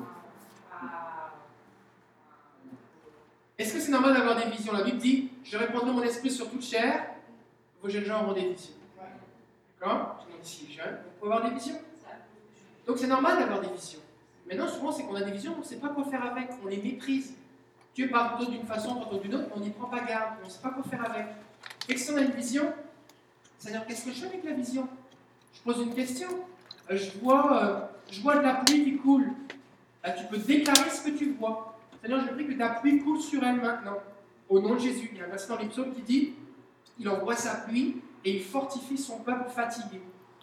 Speaker 1: Est-ce que c'est normal d'avoir des visions? La Bible dit, je répandrai mon esprit sur toute chair, vos jeunes gens auront des visions. D'accord? Tout le monde ici est jeune, vous pouvez avoir des visions. Donc c'est normal d'avoir des visions. Maintenant, souvent, c'est qu'on a des visions, on ne sait pas quoi faire avec, on les méprise. Dieu parle plutôt d'une façon, plutôt d'une autre, on n'y prend pas garde, on ne sait pas quoi faire avec. Et si on a une vision, c'est-à-dire, qu'est-ce que je fais avec la vision? Je pose une question. Je vois de la pluie qui coule. Là, tu peux déclarer ce que tu vois. Seigneur, je prie que ta pluie coule sur elle maintenant. Au nom de Jésus. Il y a un verset dans les psaumes qui dit, il envoie sa pluie et il fortifie son peuple fatigué.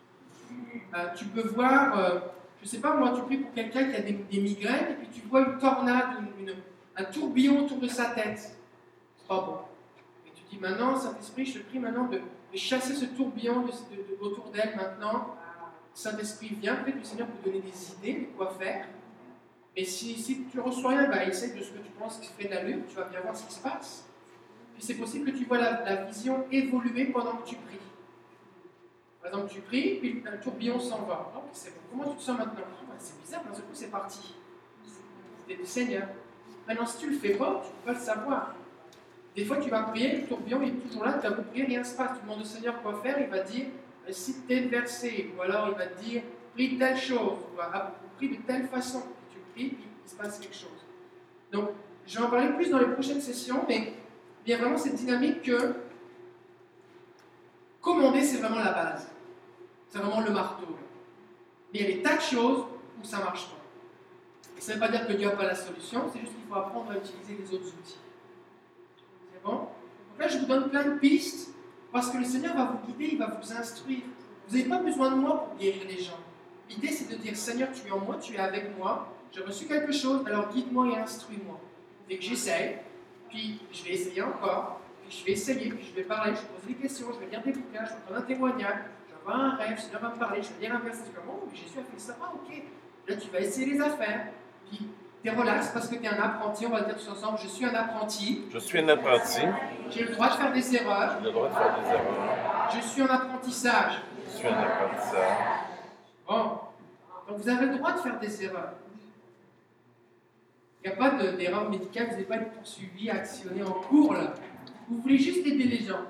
Speaker 1: Tu peux voir, je ne sais pas moi, tu pries pour quelqu'un qui a des migraines et puis tu vois une tornade, un tourbillon autour de sa tête. C'est pas bon. Et tu dis maintenant, Saint-Esprit, je te prie maintenant de chasser ce tourbillon autour d'elle maintenant. Saint-Esprit, viens, peut-être que le Seigneur peut donner des idées de quoi faire. Et si tu ne reçois rien, essaye de ce que tu penses qui fait de la lutte, tu vas bien voir ce qui se passe. Puis c'est possible que tu vois la vision évoluer pendant que tu pries. Par exemple, tu pries, puis un tourbillon s'en va. Oh, c'est bon. Comment tu te sens maintenant? C'est bizarre, d'un seul coup c'est parti. C'était du Seigneur. Maintenant, si tu ne le fais pas, tu ne peux pas le savoir. Des fois, tu vas prier, le tourbillon il est toujours là, tu as beau prier, rien ne se passe. Tu demandes au Seigneur quoi faire, il va dire cite tel verset, ou alors il va te dire prie telle chose, ou prie de telle façon. Et tu pries, puis il se passe quelque chose. Donc, je vais en parler plus dans les prochaines sessions, mais il y a vraiment cette dynamique que commander, c'est vraiment la base. C'est vraiment le marteau. Mais il y a des tas de choses où ça ne marche pas. Et ça ne veut pas dire que Dieu n'a pas la solution, c'est juste qu'il faut apprendre à utiliser les autres outils. C'est bon? Donc là, je vous donne plein de pistes, parce que le Seigneur va vous guider, il va vous instruire. Vous n'avez pas besoin de moi pour guérir les gens. L'idée, c'est de dire, Seigneur, tu es en moi, tu es avec moi, j'ai reçu quelque chose, alors guide-moi et instruis-moi. Dès que j'essaye, puis je vais essayer encore, puis je vais essayer, puis je vais parler, je vais poser des questions, je vais lire des bouquins, je vais prendre un témoignage, je vais avoir un rêve, le Seigneur va me parler, je vais lire un verset, je vais dire, oh, mais Jésus a fait ça, ah ok. Là, tu vas essayer les affaires, puis tu es relax parce que tu es un apprenti, on va le dire tous ensemble, je suis un apprenti.
Speaker 3: Je suis un apprenti.
Speaker 1: J'ai le droit de faire des erreurs.
Speaker 3: J'ai le droit de faire des erreurs.
Speaker 1: Je suis en apprentissage.
Speaker 3: Je suis un apprentissage.
Speaker 1: Bon. Donc vous avez le droit de faire des erreurs. Il n'y a pas d'erreur médicale, vous n'allez pas être poursuivi, actionné en cours là. Vous voulez juste aider les gens.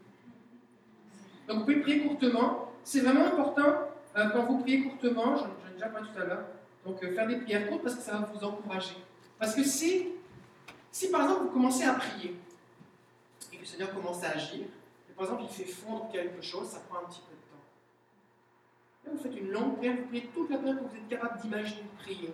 Speaker 1: Donc vous pouvez prier courtement. C'est vraiment important quand vous priez courtement, j'en ai déjà parlé tout à l'heure, donc faire des prières courtes parce que ça va vous encourager. Parce que si par exemple vous commencez à prier et que le Seigneur commence à agir, et par exemple il fait fondre quelque chose, ça prend un petit peu de temps. Là vous faites une longue prière, vous priez toute la prière que vous êtes capable d'imaginer de prier.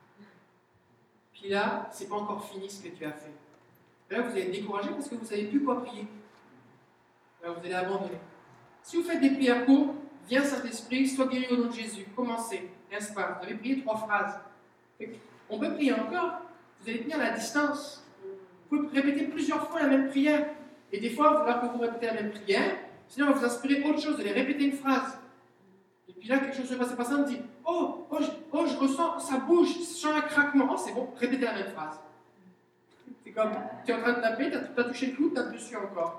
Speaker 1: Puis là, c'est pas encore fini ce que tu as fait. Et là vous allez être découragé parce que vous ne savez plus quoi prier. Là vous allez abandonner. Si vous faites des prières courtes, viens Saint-Esprit, sois guéri au nom de Jésus. Commencez. N'est-ce pas? Vous avez prié 3 phrases. On peut prier encore. Vous allez tenir la distance. Vous pouvez répéter plusieurs fois la même prière. Et des fois, alors que vous répétez la même prière, sinon, va vous inspirer autre chose. Vous allez répéter une phrase. Et puis là, quelque chose se passe. C'est pas ça, on dit je ressens, ça bouge, je sens un craquement. Oh, c'est bon, répétez la même phrase. C'est comme, tu es en train de taper, tu as touché le clou, tu tapes dessus encore.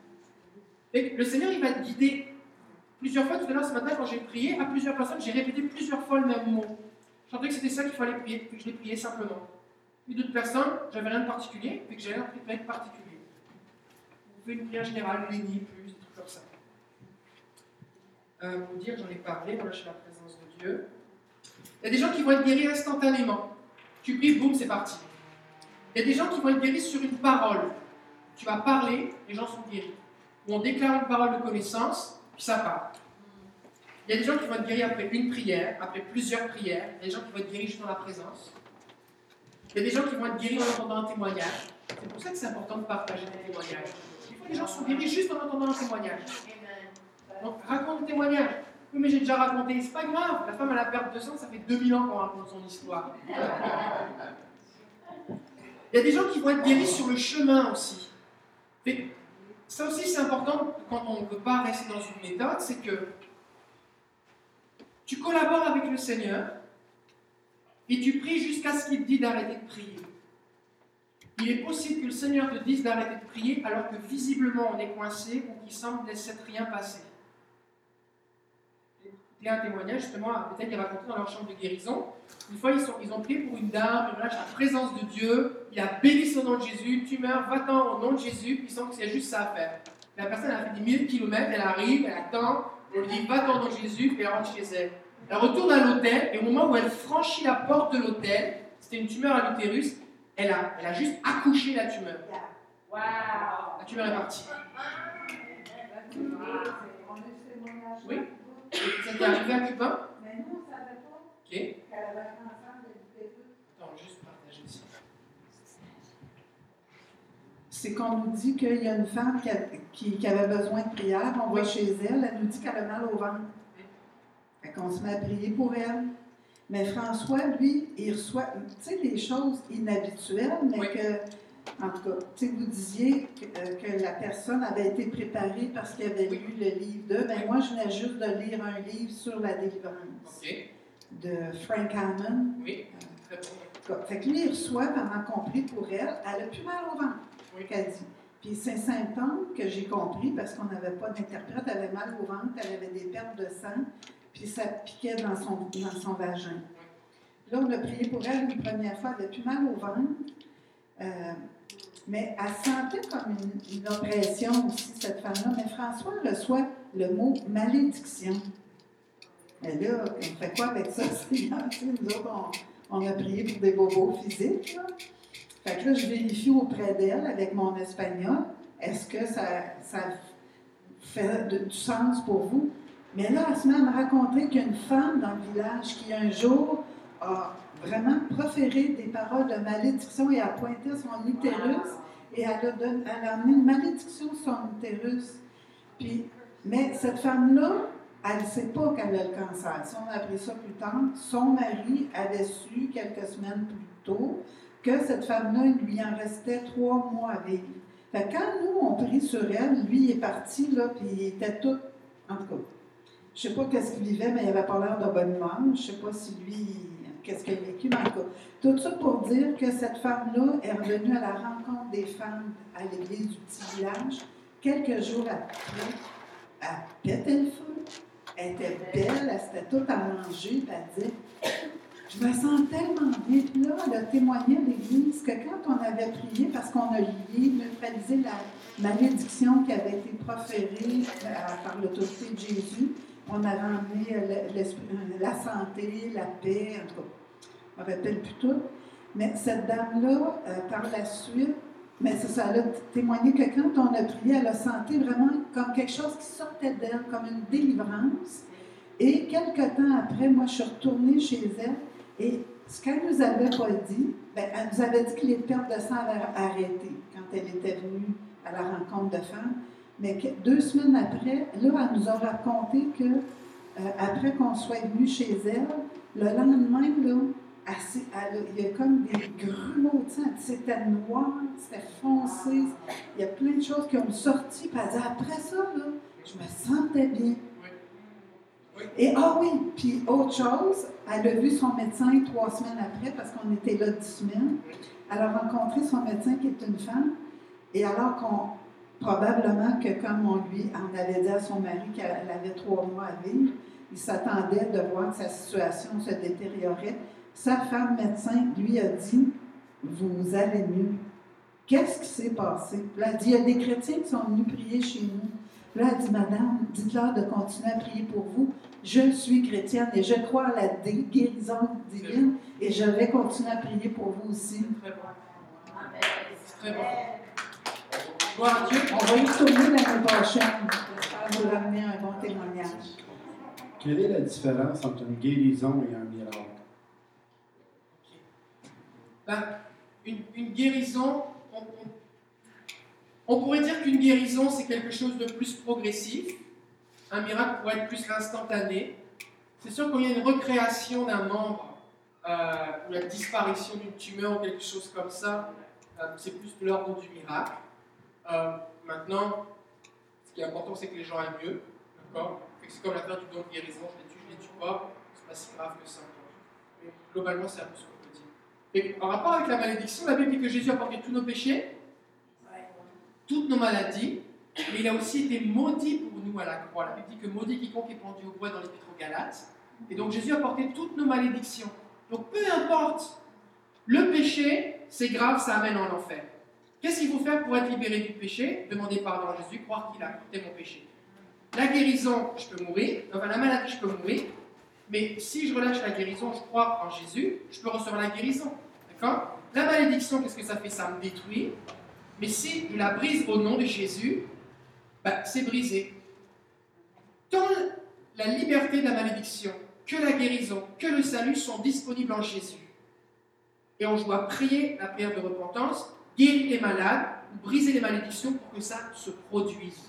Speaker 1: Et le Seigneur, il va te guider. Plusieurs fois, tout à l'heure, ce matin, quand j'ai prié, à plusieurs personnes, j'ai répété plusieurs fois le même mot. Je sentais que c'était ça qu'il fallait prier, puis je l'ai prié simplement. Puis d'autres personnes, j'avais rien de particulier, puis que j'avais rien de particulier. Vous pouvez une prière générale, Lénie, plus, des trucs comme ça. Vous dire, j'en ai parlé, voilà, je suis la présence de Dieu. Il y a des gens qui vont être guéris instantanément. Tu pries, boum, c'est parti. Il y a des gens qui vont être guéris sur une parole. Tu vas parler, les gens sont guéris. Ou on déclare une parole de connaissance, puis ça part. Il y a des gens qui vont être guéris après une prière, après plusieurs prières. Il y a des gens qui vont être guéris juste dans la présence. Il y a des gens qui vont être guéris en entendant un témoignage. C'est pour ça que c'est important de partager des témoignages. Des fois, les gens sont guéris juste en entendant un témoignage. Donc, raconte le témoignage. Oui, mais j'ai déjà raconté. C'est pas grave. La femme, elle a perdu 200, ça fait 2000 ans qu'on raconte son histoire. Il y a des gens qui vont être guéris sur le chemin aussi. Mais ça aussi, c'est important quand on ne peut pas rester dans une méthode, c'est que tu collabores avec le Seigneur et tu pries jusqu'à ce qu'il te dise d'arrêter de prier. Il est possible que le Seigneur te dise d'arrêter de prier alors que visiblement on est coincé ou qu'il semble ne laisser rien passer. C'était un témoignage, justement, peut-être il racontait dans leur chambre de guérison. Une fois, ils ont prié pour une dame, et voilà, la présence de Dieu, il a béni son nom de Jésus, tumeur, va-t'en au nom de Jésus, puis ils sentent que c'est juste ça à faire. La personne a fait des milliers de kilomètres, elle arrive, elle attend, on lui dit va-t'en au nom de Jésus, puis elle rentre chez elle. Elle retourne à l'hôtel, et au moment où elle franchit la porte de l'hôtel, c'était une tumeur à l'utérus, elle a juste accouché la tumeur.
Speaker 7: Wow!
Speaker 1: La tumeur est partie. Oui. Ça t'est arrivé à Cuba?
Speaker 2: Mais nous, on ne savait pas
Speaker 1: Ok.
Speaker 2: qu'elle avait un cancer de l'utérus.
Speaker 1: Attends, juste partager ça.
Speaker 2: C'est qu'on nous dit qu'il y a une femme qui avait besoin de prière, on va chez elle, elle nous dit qu'elle a mal au ventre. Fait qu'on se met à prier pour elle. Mais François, lui, il reçoit, tu sais, des choses inhabituelles, mais
Speaker 1: Oui.
Speaker 2: que, en tout cas, tu sais, vous disiez que la personne avait été préparée parce qu'elle avait lu le livre d'eux. Ben moi, je venais juste de lire un livre sur la délivrance
Speaker 1: Ok.
Speaker 2: de Frank Hammond.
Speaker 1: Oui. Très bon.
Speaker 2: En tout cas, fait que lui, il reçoit, pendant qu'on prie pour elle, elle a plus mal au ventre,
Speaker 1: Oui.
Speaker 2: qu'elle dit. Puis c'est symptômes que j'ai compris, parce qu'on n'avait pas d'interprète, elle avait mal au ventre, elle avait des pertes de sang, puis ça piquait dans son vagin. Là, on a prié pour elle une première fois, elle avait plus mal au ventre, mais elle sentait comme une oppression aussi, cette femme-là. Mais François reçoit le mot malédiction. Et là, on fait quoi avec ça? Nous autres, on a prié pour des bobos physiques, là. Fait que là, je vérifie auprès d'elle avec mon espagnol. Est-ce que ça fait du sens pour vous? Mais là, elle se met à me raconter qu'il y a une femme dans le village qui, un jour, a vraiment proféré des paroles de malédiction et a pointé son utérus et elle a amené une malédiction sur son utérus. Puis, mais cette femme-là, elle ne sait pas qu'elle a le cancer. Si on a appris ça plus tard, son mari avait su quelques semaines plus tôt que cette femme-là, il lui en restait 3 mois à vivre. Fait que quand nous, on prie sur elle, lui, il est parti, là, puis il était tout... En tout cas, je ne sais pas qu'est-ce qu'il vivait, mais il n'avait pas l'air de bonne humeur. Je ne sais pas si lui, qu'est-ce qu'il a vécu, mais en tout cas. Tout ça pour dire que cette femme-là est revenue à la rencontre des femmes à l'église du petit village. Quelques jours après, elle pétait le feu. Elle était belle, elle s'était toute à manger, puis elle disait « Je me sens tellement bien. » Puis là, elle a témoigné à l'église que quand on avait prié, parce qu'on a lié, neutralisé la malédiction qui avait été proférée par l'autorité de Jésus, on avait emmené la santé, la paix, en tout cas, je ne me rappelle plus tout. Mais cette dame-là, par la suite, mais c'est ça, elle a témoigné que quand on a prié, elle a senti vraiment comme quelque chose qui sortait d'elle, comme une délivrance. Et quelque temps après, moi, je suis retournée chez elle, et ce qu'elle nous avait pas dit, bien, elle nous avait dit que les pertes de sang avaient arrêté quand elle était venue à la rencontre de femmes. Mais 2 semaines après, là, elle nous a raconté que après qu'on soit venu chez elle, le lendemain, là, il y a comme des grumeaux, tu sais, c'était noir, c'était foncé, il y a plein de choses qui ont sorti, puis elle dit, après ça, là, je me sentais bien.
Speaker 1: Oui.
Speaker 2: Et oui, puis autre chose, elle a vu son médecin 3 semaines après, parce qu'on était là 10 semaines, elle a rencontré son médecin qui est une femme, et alors probablement que comme on lui en avait dit à son mari qu'elle avait 3 mois à vivre, il s'attendait de voir que sa situation se détériorait. Sa femme médecin lui a dit « Vous allez mieux. » Qu'est-ce qui s'est passé? Puis là, elle dit « Il y a des chrétiens qui sont venus prier chez nous. » Puis là, elle dit « Madame, dites-leur de continuer à prier pour vous. Je suis chrétienne et je crois à la guérison divine et je vais continuer à prier pour vous aussi. »
Speaker 1: Très bon. Très bon. Gloire à Dieu.
Speaker 2: On va y retourner l'année prochaine. J'espère vous ramener un bon témoignage.
Speaker 8: Quelle est la différence entre une guérison et un miracle?
Speaker 1: Ben, une guérison, on pourrait dire qu'une guérison, c'est quelque chose de plus progressif. Un miracle pourrait être plus instantané. C'est sûr qu'il y a une recréation d'un membre ou la disparition d'une tumeur ou quelque chose comme ça, c'est plus de l'ordre du miracle. Maintenant, ce qui est important, c'est que les gens aillent mieux. D'accord? C'est comme l'affaire du don de guérison, je ne les tue pas, c'est pas si grave que ça. Mais globalement, c'est un peu ce qu'on peut dire. Et en rapport avec la malédiction, la Bible dit que Jésus a porté tous nos péchés, toutes nos maladies, mais il a aussi été maudit pour nous à la croix. La Bible dit que maudit quiconque est pendu au bois dans l'Épître aux Galates. Et donc Jésus a porté toutes nos malédictions. Donc peu importe, le péché, c'est grave, ça amène en enfer. Qu'est-ce qu'il faut faire pour être libéré du péché? Demander pardon à Jésus, croire qu'il a porté mon péché. La guérison, je peux mourir. Enfin, la maladie, je peux mourir. Mais si je relâche la guérison, je crois en Jésus, je peux recevoir la guérison. D'accord? La malédiction, qu'est-ce que ça fait? Ça me détruit. Mais si je la brise au nom de Jésus, c'est brisé. Tant la liberté de la malédiction, que la guérison, que le salut sont disponibles en Jésus. Et on doit prier la prière de repentance, guérir les malades, ou briser les malédictions pour que ça se produise.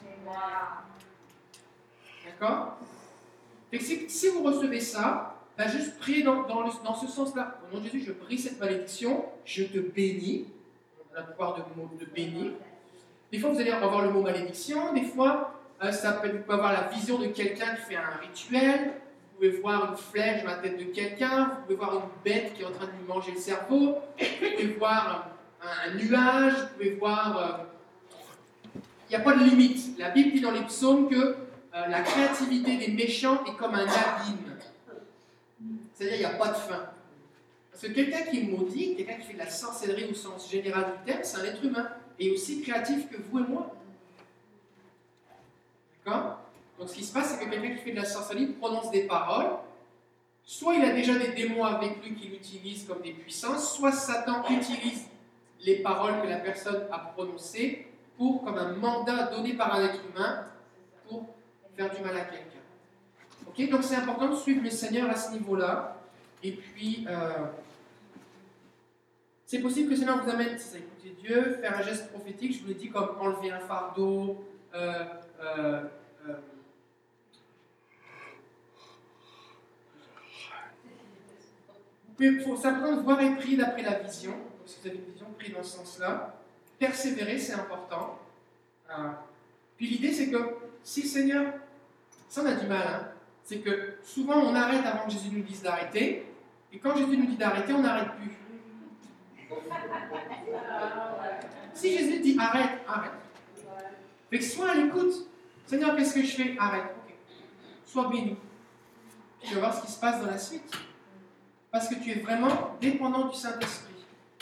Speaker 1: D'accord? Si vous recevez ça, juste priez dans ce sens-là. Au nom de Jésus, je brise cette malédiction, je te bénis. On a le pouvoir de bénir. Des fois, vous allez avoir le mot malédiction. Des fois, vous pouvez avoir la vision de quelqu'un qui fait un rituel. Vous pouvez voir une flèche dans la tête de quelqu'un. Vous pouvez voir une bête qui est en train de lui manger le cerveau. Vous pouvez voir un nuage. Vous pouvez voir... Il n'y a pas de limite. La Bible dit dans les psaumes que la créativité des méchants est comme un abîme. C'est-à-dire qu'il n'y a pas de fin. Parce que quelqu'un qui est maudit, quelqu'un qui fait de la sorcellerie au sens général du terme, c'est un être humain. Et aussi créatif que vous et moi. D'accord? Donc ce qui se passe, c'est que quelqu'un qui fait de la sorcellerie prononce des paroles. Soit il a déjà des démons avec lui qui l'utilisent comme des puissances, soit Satan utilise les paroles que la personne a prononcées comme un mandat donné par un être humain pour faire du mal à quelqu'un. Ok? Donc c'est important de suivre le Seigneur à ce niveau-là. Et puis, c'est possible que le Seigneur vous amène, si ça écoutez Dieu, faire un geste prophétique, je vous l'ai dit, comme enlever un fardeau, il faut simplement voir et prier d'après la vision. Donc, si vous avez une vision, priez dans ce sens-là. Persévérer, c'est important. Puis l'idée, c'est que si le Seigneur, ça on a du mal, hein, c'est que souvent on arrête avant que Jésus nous dise d'arrêter, et quand Jésus nous dit d'arrêter, on n'arrête plus. Si Jésus dit arrête, arrête. Fait que soit à l'écoute, Seigneur, qu'est-ce que je fais? Arrête. Ok. Sois béni. Puis tu vas voir ce qui se passe dans la suite. Parce que tu es vraiment dépendant du Saint-Esprit.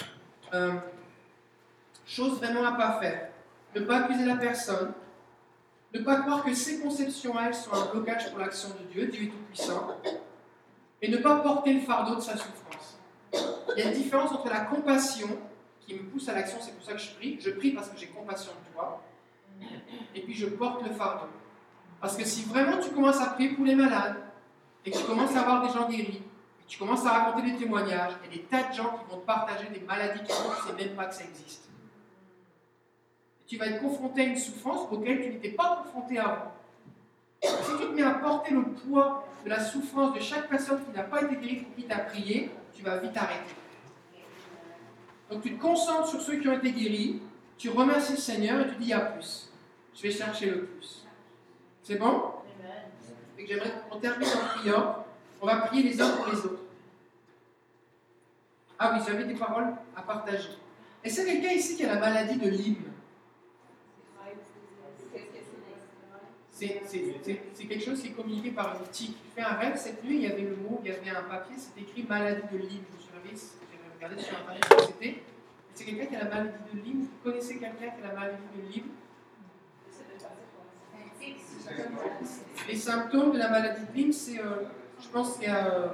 Speaker 1: Chose vraiment à ne pas faire. Ne pas accuser la personne. Ne pas croire que ses conceptions à elle sont un blocage pour l'action de Dieu. Dieu est tout-puissant. Et ne pas porter le fardeau de sa souffrance. Il y a une différence entre la compassion qui me pousse à l'action, c'est pour ça que je prie. Je prie parce que j'ai compassion de toi. Et puis je porte le fardeau. Parce que si vraiment tu commences à prier pour les malades, et que tu commences à avoir des gens guéris, et que tu commences à raconter des témoignages, il y a des tas de gens qui vont te partager des maladies qui font que tu ne sais même pas que ça existe. Et tu vas être confronté à une souffrance auquel tu n'étais pas confronté avant. Et si tu te mets à porter le poids de la souffrance de chaque personne qui n'a pas été guérie pour qui tu as prié, tu vas vite arrêter. Donc tu te concentres sur ceux qui ont été guéris, tu remercies le Seigneur et tu dis il y a plus. Je vais chercher le plus. C'est bon? Et que j'aimerais qu'on termine en priant. On va prier les uns pour les autres. Ah oui, j'avais des paroles à partager. Est-ce qu'il y a quelqu'un ici qui a la maladie de Lyme? C'est quelque chose qui est communiqué par une tique. J'ai fait un rêve cette nuit, il y avait le mot, il y avait un papier, c'était écrit maladie de Lyme. Je me suis regardé sur internet ce que c'était. C'est quelqu'un qui a la maladie de Lyme. Vous connaissez quelqu'un qui a la maladie de Lyme? Les symptômes de la maladie de Lyme, c'est, je pense qu'il y a...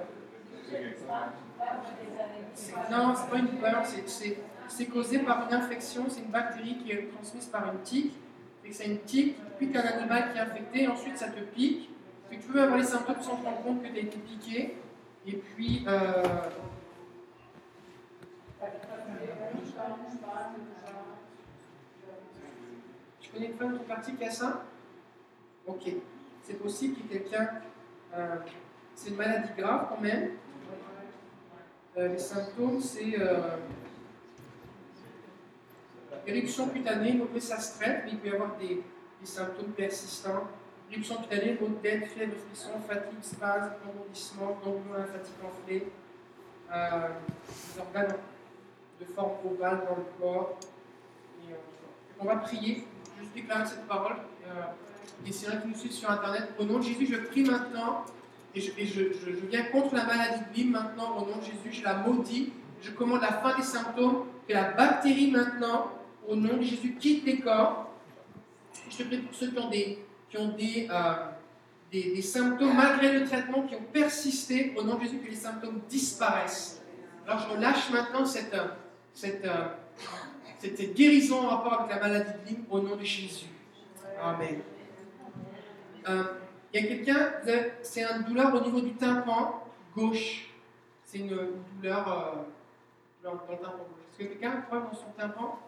Speaker 1: non, c'est pas une peur, c'est causé par une infection, c'est une bactérie qui est transmise par une tique. Et que c'est une tique qui pique un animal qui est infecté, ensuite ça te pique. Et tu peux avoir les symptômes sans te rendre compte que tu as été piqué. Et puis... Tu connais une femme de ton quartier qui a ça? Ok. C'est possible qu'il y ait quelqu'un... c'est une maladie grave quand même. Les symptômes, c'est... éruption cutanée, mauvaise ça se traite, mais il peut y avoir des symptômes persistants. Éruption cutanée, maux de tête, fièvre, frisson, fatigue, spasme, engourdissement, ganglion lymphatique enflé, des organes de forme ovale dans le corps. Et on va prier je vais juste déclarer cette parole. Et s'il y en a qui nous suivent sur Internet, au nom de Jésus, je prie maintenant et je viens contre la maladie de Lyme maintenant. Au nom de Jésus, je la maudis. Je commande la fin des symptômes. Que la bactérie maintenant, au nom de Jésus, quitte les corps. Je te prie pour ceux qui ont des symptômes malgré le traitement, qui ont persisté. Au nom de Jésus, que les symptômes disparaissent. Alors je relâche maintenant cette guérison en rapport avec la maladie de Lyme au nom de Jésus. Amen. Il y a quelqu'un, c'est une douleur au niveau du tympan gauche. C'est une douleur dans le tympan gauche. Est-ce que quelqu'un a un problème dans son tympan?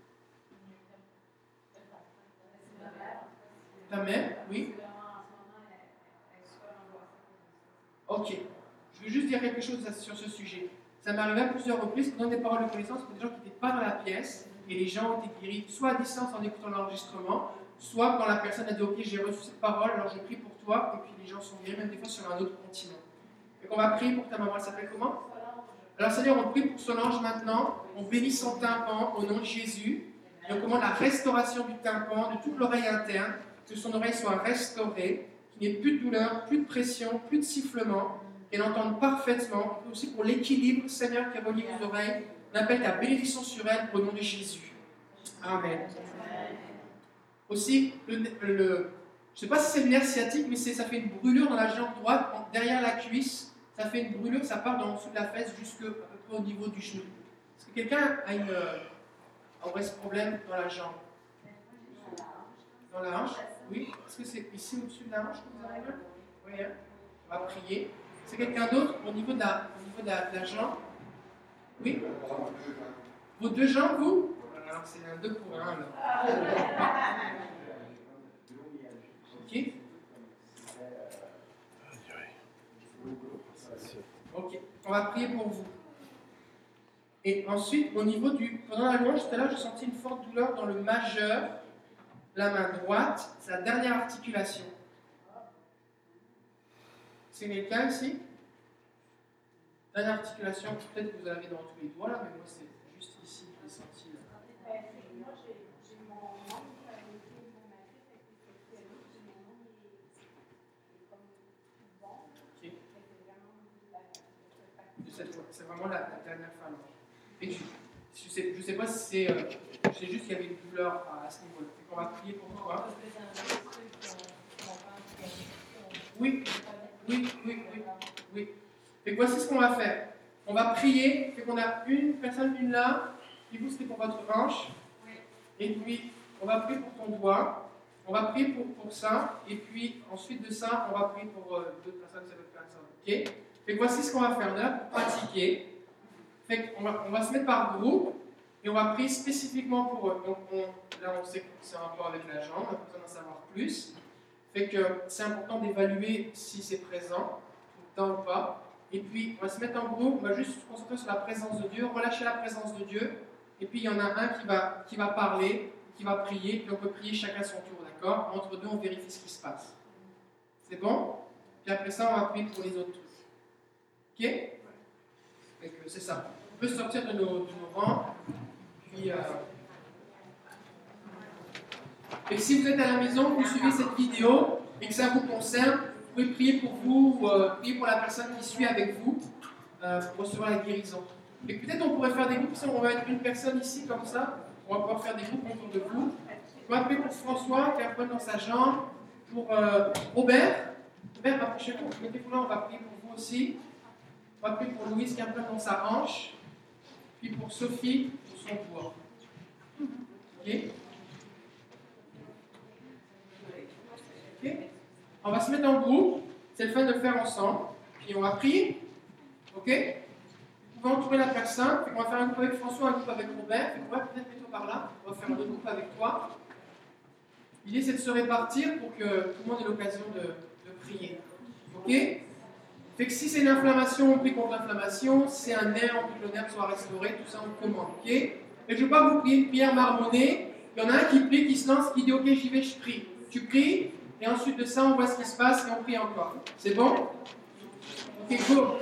Speaker 1: Ta mère? Oui. Ok. Je veux juste dire quelque chose sur ce sujet. Ça m'est arrivé à plusieurs reprises pour donner des paroles de connaissance pour des gens qui n'étaient pas dans la pièce et les gens ont été guéris soit à distance en écoutant l'enregistrement, soit quand la personne a dit ok, j'ai reçu cette parole, alors je prie pour toi, et puis les gens sont guéris, même des fois sur un autre continent. Et on va prier pour ta maman. Elle s'appelle comment? Alors Seigneur, on prie pour Solange maintenant, on bénit son tympan au nom de Jésus, et on commande la restauration du tympan, de toute l'oreille interne, que son oreille soit restaurée, qu'il n'y ait plus de douleur, plus de pression, plus de sifflement, qu'elle entende parfaitement, et aussi pour l'équilibre, Seigneur, qui relie vos oreilles, on appelle ta bénédiction sur elle au nom de Jésus. Amen. Aussi, je ne sais pas si c'est le nerf sciatique, mais ça fait une brûlure dans la jambe droite, derrière la cuisse. Ça fait une brûlure, ça part en dessous de la fesse jusqu'à peu près au niveau du genou. Est-ce que quelqu'un aurait ce problème dans la jambe? Dans la hanche? Oui. Est-ce que c'est ici au-dessus de la hanche que vous avez mal? Oui, hein? On va prier. C'est quelqu'un d'autre au niveau de la jambe? Oui. Vos deux jambes, vous? Alors, c'est un 2 pour 1, là. Ok. Ok, on va prier pour vous. Et ensuite, au niveau pendant la louange, tout à l'heure, j'ai senti une forte douleur dans le majeur, la main droite, c'est la dernière articulation. C'est quelqu'un ici? Dernière articulation, peut-être que vous l'avez dans tous les doigts là, mais moi c'est juste ici que je l'ai senti. Là.
Speaker 9: Moi, j'ai mon membre avec mon mari,
Speaker 1: c'est vraiment la dernière phalange. Et je sais pas si c'est. Je sais juste qu'il y avait une douleur à ce niveau-là. Et qu'on va prier pour toi. Oui. Et voici ce qu'on va faire. On va prier. Fait qu'on a une personne, là, qui vous, c'était pour votre hanche. Et puis, on va prier pour ton doigt. On va prier pour ça. Et puis, ensuite de ça, on va prier pour d'autres personnes, c'est votre personne. Ok? Fait que voici ce qu'on va faire. On est là pour pratiquer. Fait qu'on va se mettre par groupe. Et on va prier spécifiquement pour eux. Donc, là, on sait que c'est un rapport avec la jambe. On a besoin d'en savoir plus. Fait que c'est important d'évaluer si c'est présent, tout le temps ou pas. Et puis, on va se mettre en groupe, on va juste se concentrer sur la présence de Dieu, relâcher la présence de Dieu. Et puis, il y en a un qui va parler, qui va prier, puis on peut prier chacun son tour, d'accord? Entre deux, on vérifie ce qui se passe. C'est bon? Puis après ça, on va prier pour les autres trucs. Ok? Fait que c'est ça. On peut sortir de nos rangs. Puis, et si vous êtes à la maison, vous suivez cette vidéo et que ça vous concerne, vous pouvez prier pour vous ou prier pour la personne qui suit avec vous pour recevoir la guérison. Et peut-être on pourrait faire des groupes, si on va être une personne ici comme ça, on va pouvoir faire des groupes autour de vous. On va prier pour François qui a un problème dans sa jambe, pour Robert. Robert, rapprochez-vous, mettez-vous là, on va prier pour vous aussi. On va prier pour Louise qui a un problème dans sa hanche, puis pour Sophie, pour son doigt. Ok? Okay. On va se mettre en groupe, c'est le fun de le faire ensemble, puis on va prier. Ok? Vous pouvez entourer la personne, on va faire un groupe avec François, un groupe avec Robert, puis on va peut-être mettre par là, on va faire un autre groupe avec toi. L'idée c'est de se répartir pour que tout le monde ait l'occasion de prier. Ok? Fait que si c'est une inflammation, on prie contre l'inflammation, si c'est un nerf, on prie que le nerf soit restauré, tout ça on le commande. Ok? Et je ne vais pas vous prier une prière marmonnée, il y en a un qui prie, qui se lance, qui dit ok j'y vais, je prie. Tu pries. Et ensuite de ça, on voit ce qui se passe et on prie encore. C'est bon? Ok, go!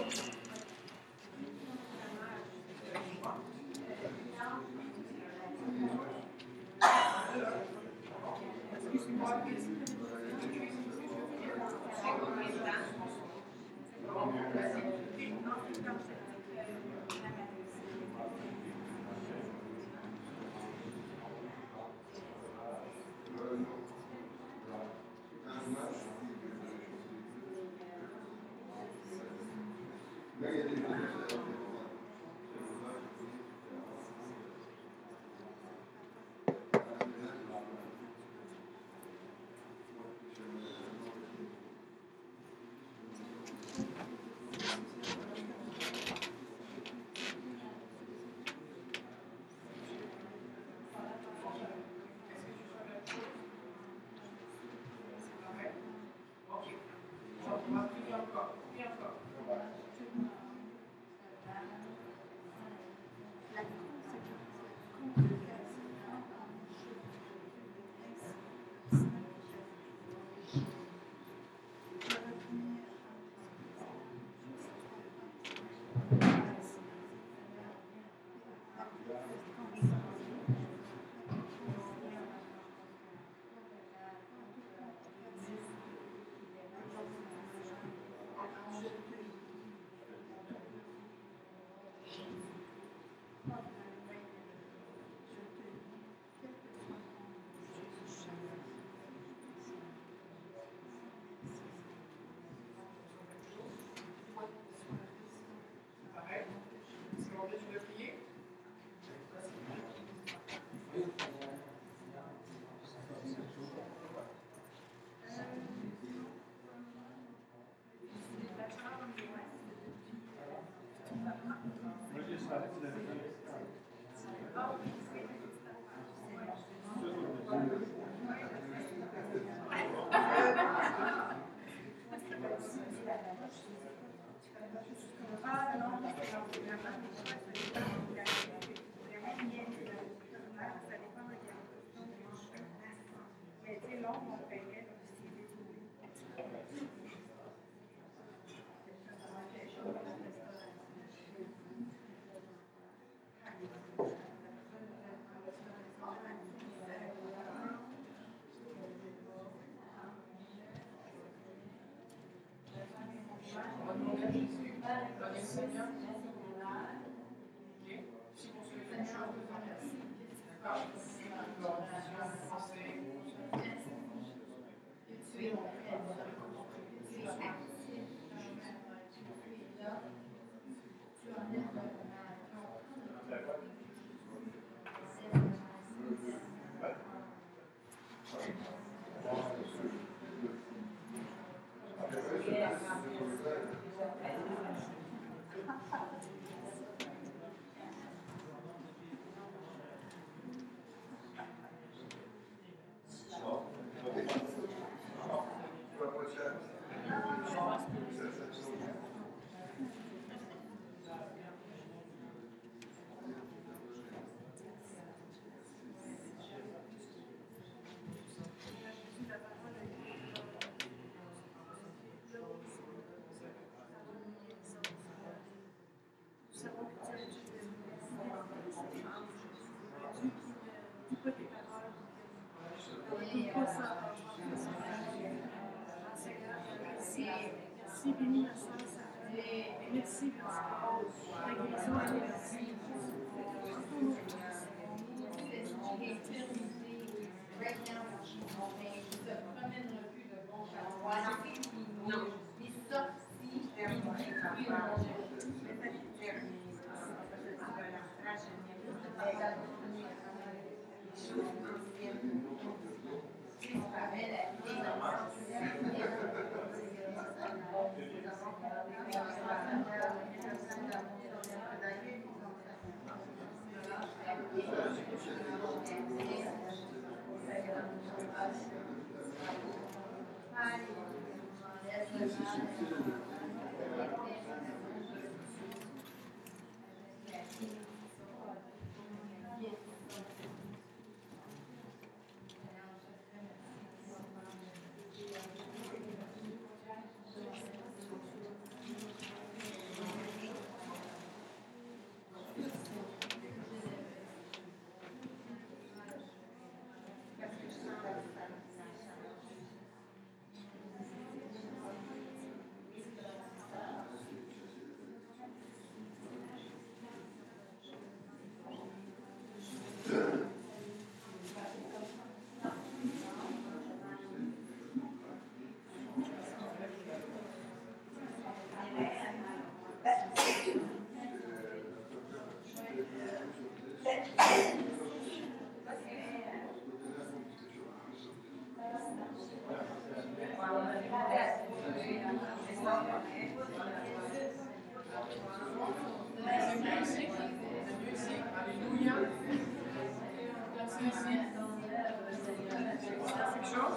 Speaker 1: Alléluia. Merci ici. Quelque chose?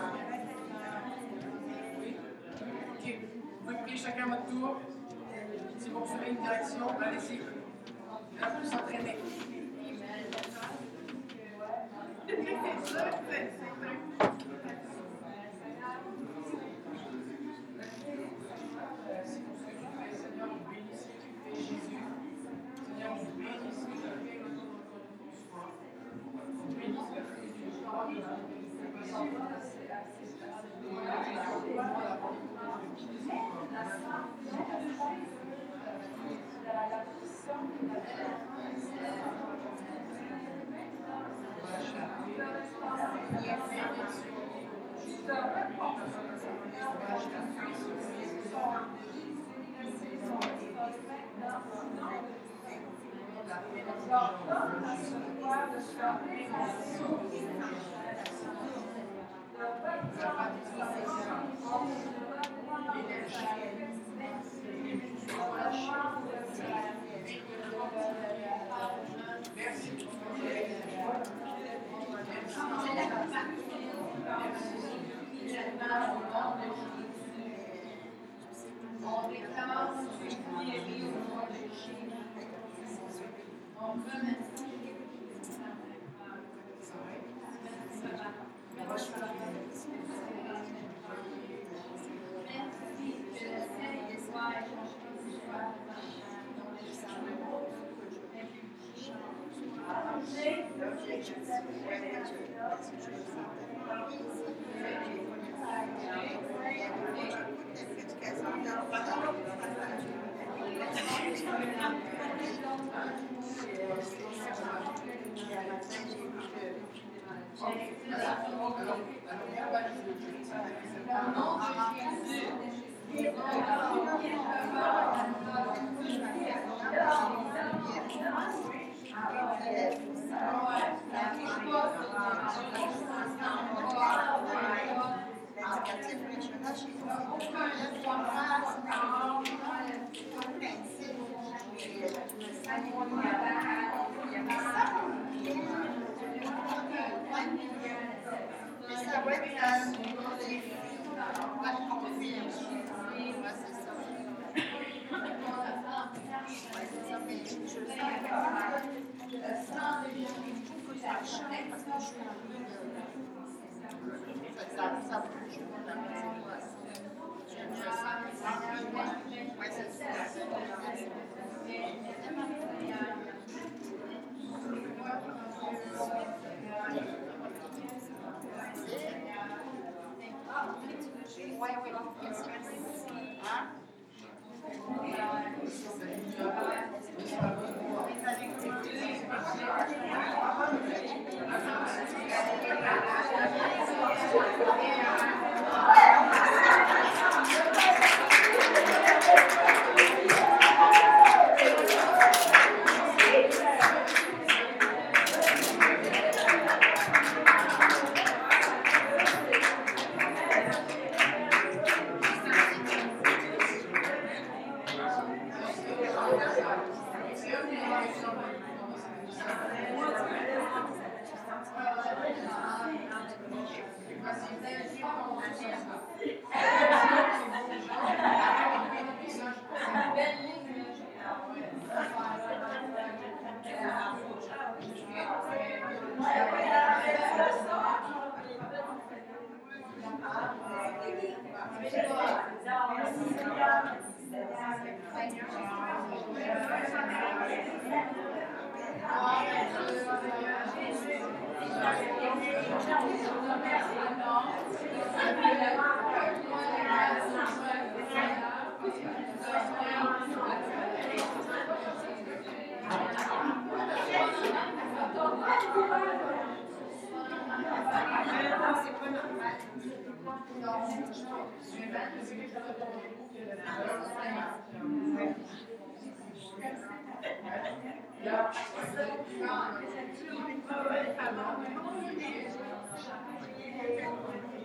Speaker 1: Oui. Ok. Vous pouvez prier chacun à votre tour. Si vous recevez une direction, allez-y. Là, vous s'entraînez. Seigneur, vous bénissez, tu fais Jésus. Seigneur, vous bénissez, tu fais le nom de ton soin. Vous bénissez, tu parles de la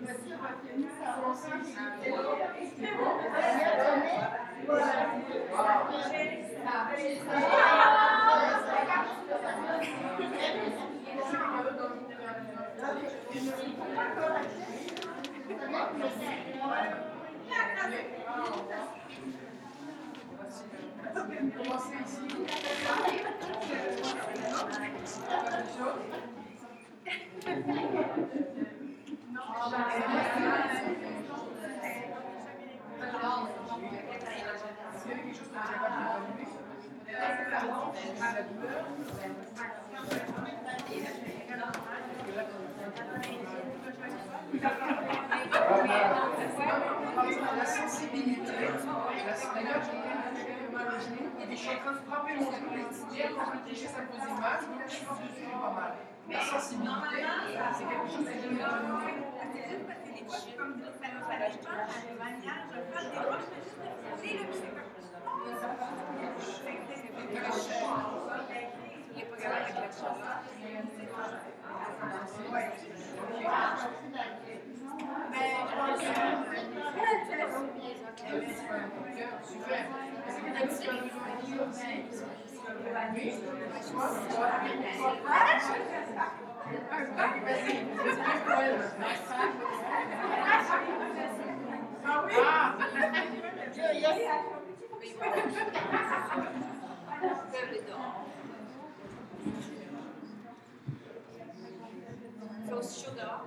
Speaker 1: Commencez ici. La sensibilité, d'ailleurs, j'ai mal au genou et je suis en train de frapper mon genou hier quand je réfléchis à cause des mains, je me suis frappé dessus pas mal. La sensibilité, c'est quelque chose que j'aime bien.
Speaker 9: C'est juste parce que des fois, c'est comme ça, ça lâche pas, la manière, je frappe des fois, je fais juste le pousser, là, puis c'est comme. Il est pas capable avec la chose. Mais je pense que.
Speaker 1: Super. Est-ce que tu as aussi un besoin aussi?
Speaker 9: C'est aussi chaud dehors.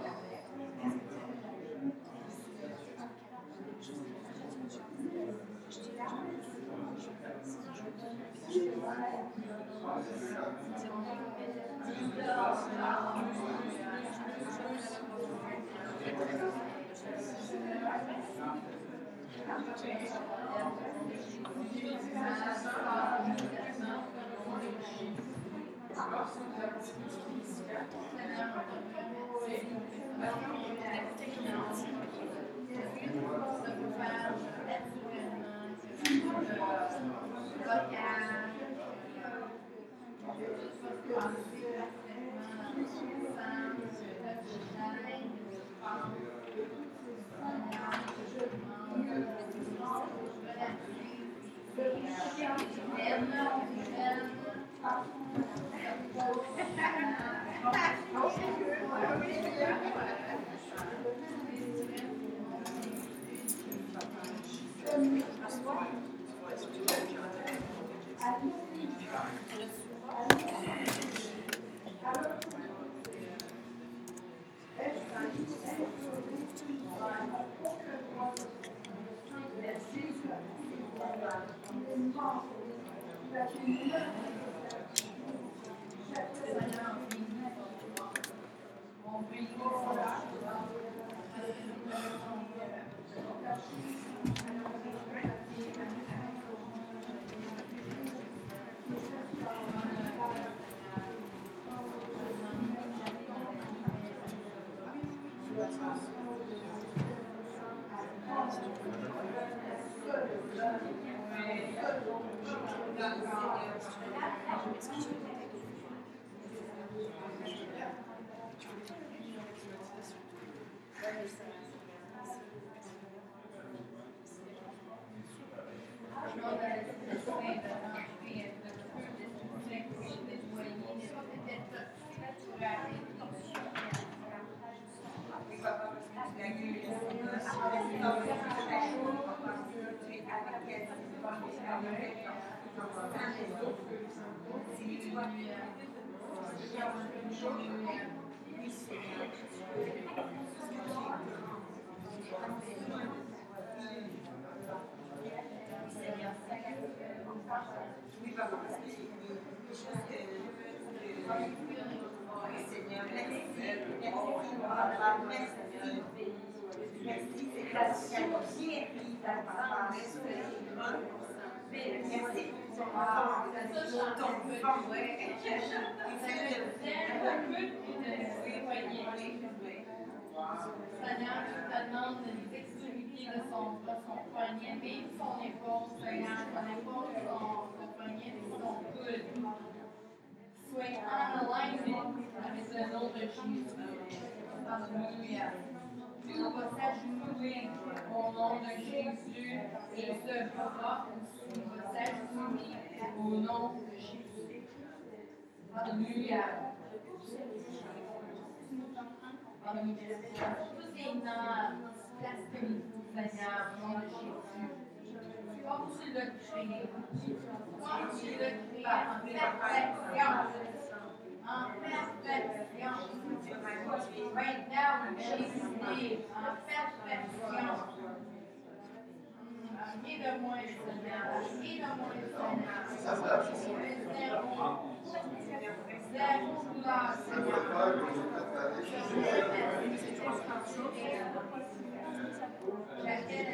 Speaker 10: Seigneur, je te demande de nous expliquer de son poignet, vive son épaule, Seigneur, son épaule, son poignet, son coude. Sois en alignment avec le nom de Jésus. Alléluia. On va s'agenouiller au nom de Jésus et se fera aussi. On va s'agenouiller au nom de Jésus. Alléluia. Tous les noms, blasphème-vous, Seigneur, au nom de Jésus. Comme tu l'as créé, comme tu l'as créé en perfection. En perfection. Right now, in Jesus' name, en perfection. Aide-moi, Seigneur. Aide-moi, Seigneur. Zéro gloire, Seigneur. J'appelle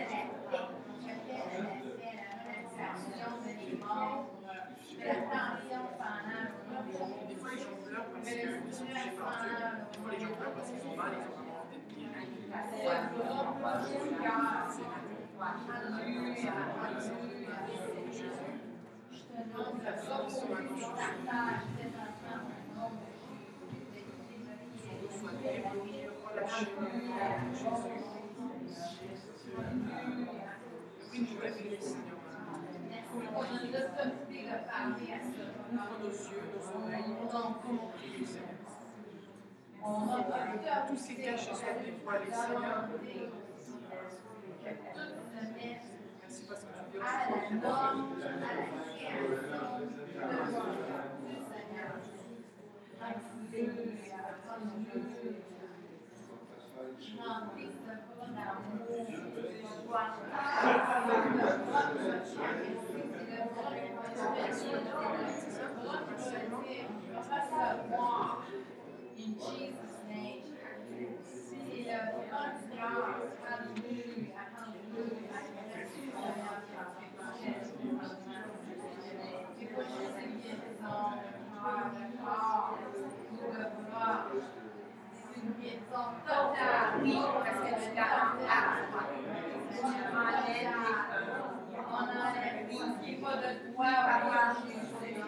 Speaker 10: l'insertion de les membres, de la tension pendant
Speaker 1: Des fois, les gens pleurent parce qu'ils sont touchés par Dieu. Des fois, les gens pleurent parce qu'ils ont mal, ils ont envie d'être guéris.
Speaker 10: Alléluia, alléluia. Je te demande de reposer sur ta tâche, tes enfants, au nom Merci pour notre l'autorité de parler à ça.
Speaker 1: Ouvre nos yeux, nos oreilles, comment prier, Seigneur.
Speaker 10: On a
Speaker 1: Tous ces cachets soient dévoilés, Seigneur. Merci parce que tu viens
Speaker 10: à la norme, à la création de Seigneur. Alléluia, alléluia. Je remplis ce bras d'amour, de joie. Recevoir in Jesus' name. C'est le bras de grâce. Alléluia, alléluia. Merci Seigneur. C'est pas juste une guérison de corps, ou de bras. C'est une guérison totale.
Speaker 7: Oui, parce que tu l'as
Speaker 10: On enlève tout ce qui n'est pas de toi, au nom de Jésus.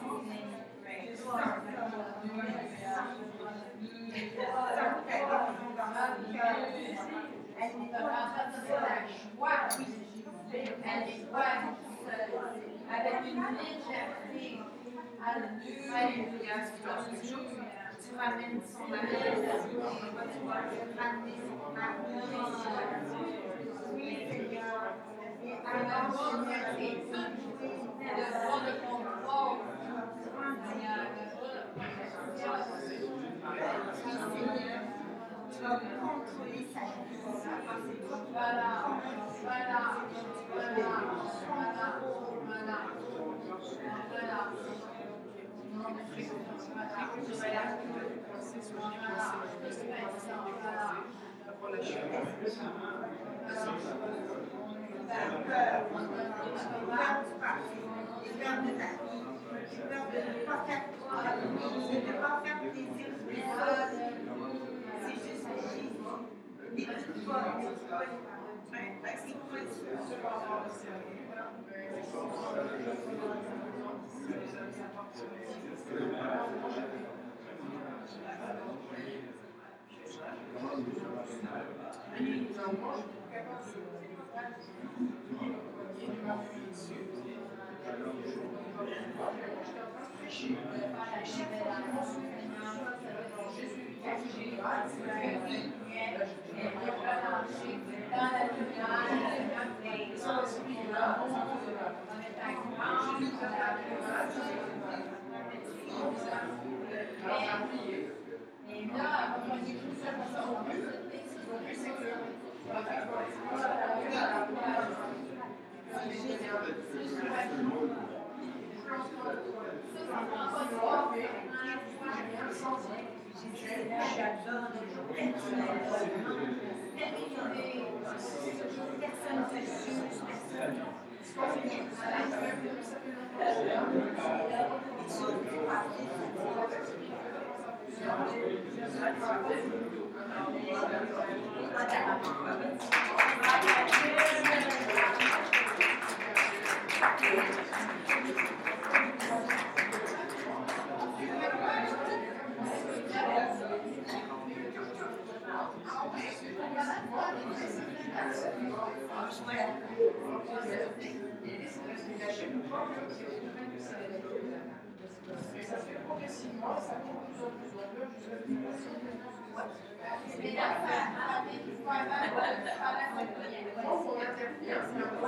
Speaker 10: Elle nous donne la joie, elle est joie avec une légèreté. Alléluia.
Speaker 7: tu ramènes son amour, tu vas ramener son amour. Oui, Seigneur.
Speaker 10: Alors, Seigneur, c'est tout le droit de contrôle. Seigneur, le droit de protection.
Speaker 7: Tu vas contrôler sa vie.
Speaker 10: Voilà, voilà, voilà.
Speaker 7: J'ai peur de ta vie. J'ai peur de ne pas faire plaisir aux personnes. C'est juste Jésus. N'écoute pas.
Speaker 10: Et là, on va dire tout ça pour ça.
Speaker 7: Personne ne te juge,
Speaker 10: Thank you.
Speaker 1: Ça se fait progressivement, ça monte de plus en plus d'ampleur jusqu'à ce que
Speaker 10: Mais là, ça arrive une fois avant,
Speaker 1: on intervient, c'est un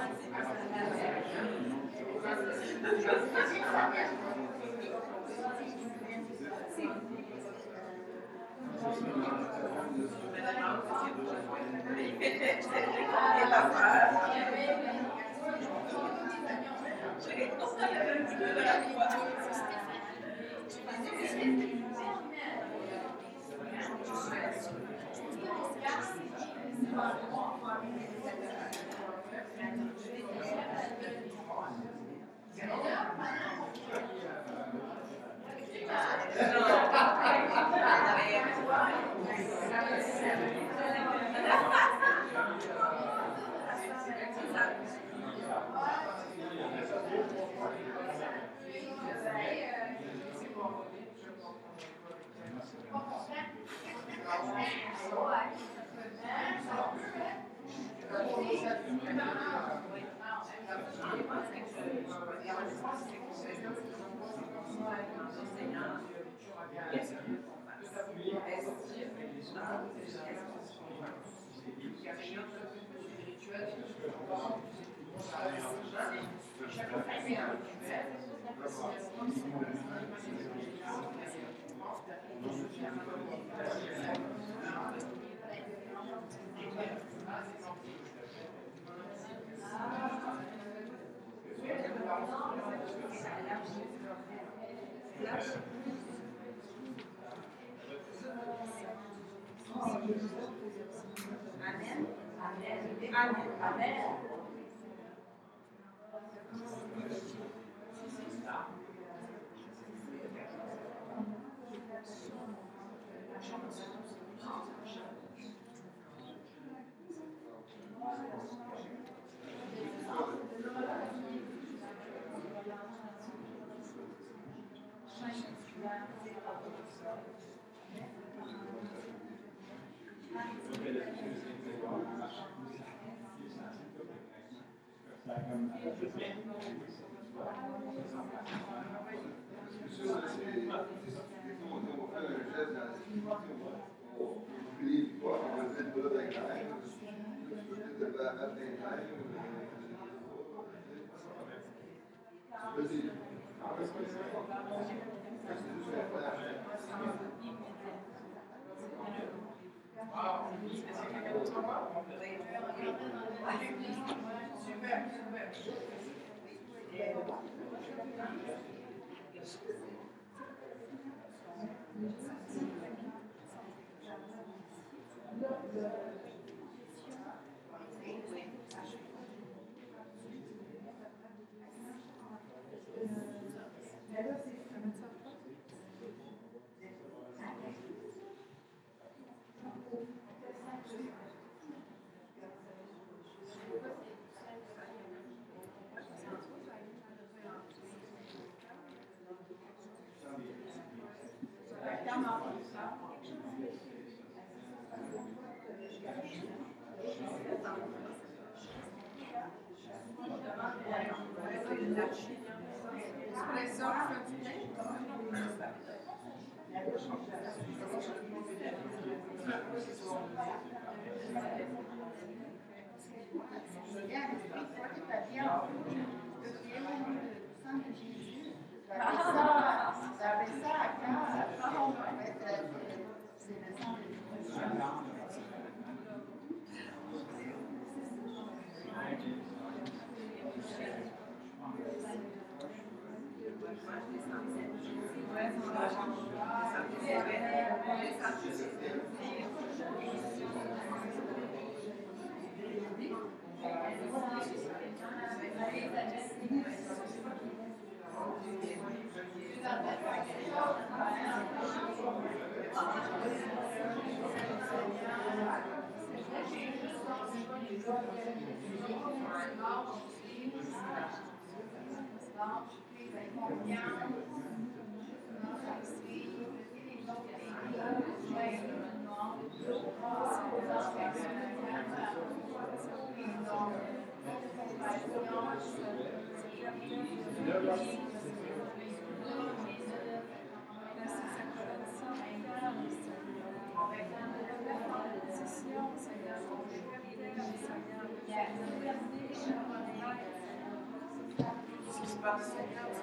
Speaker 1: Ce qui se passe.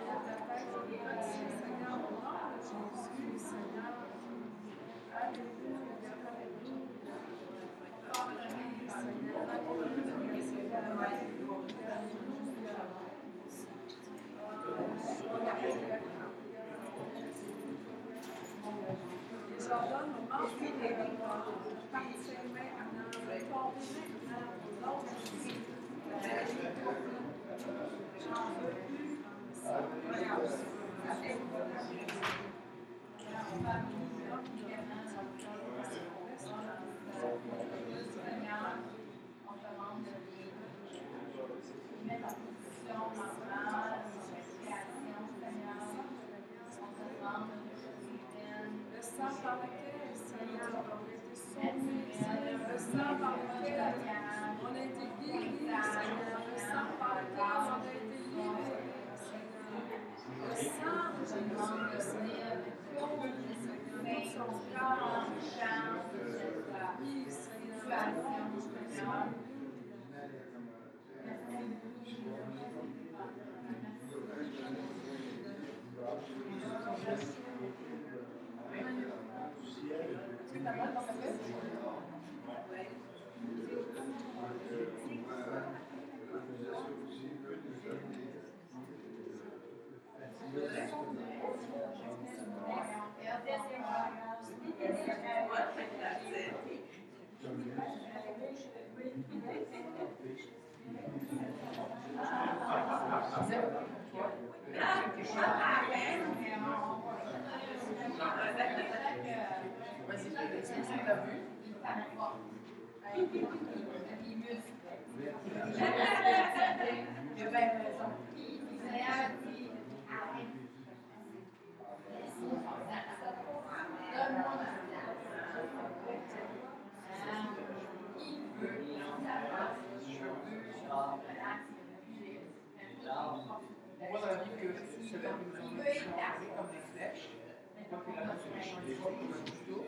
Speaker 1: On voit dans la Bible que ce verbe nous en est comme des flèches. On voit que la note se change des fois comme un couteau.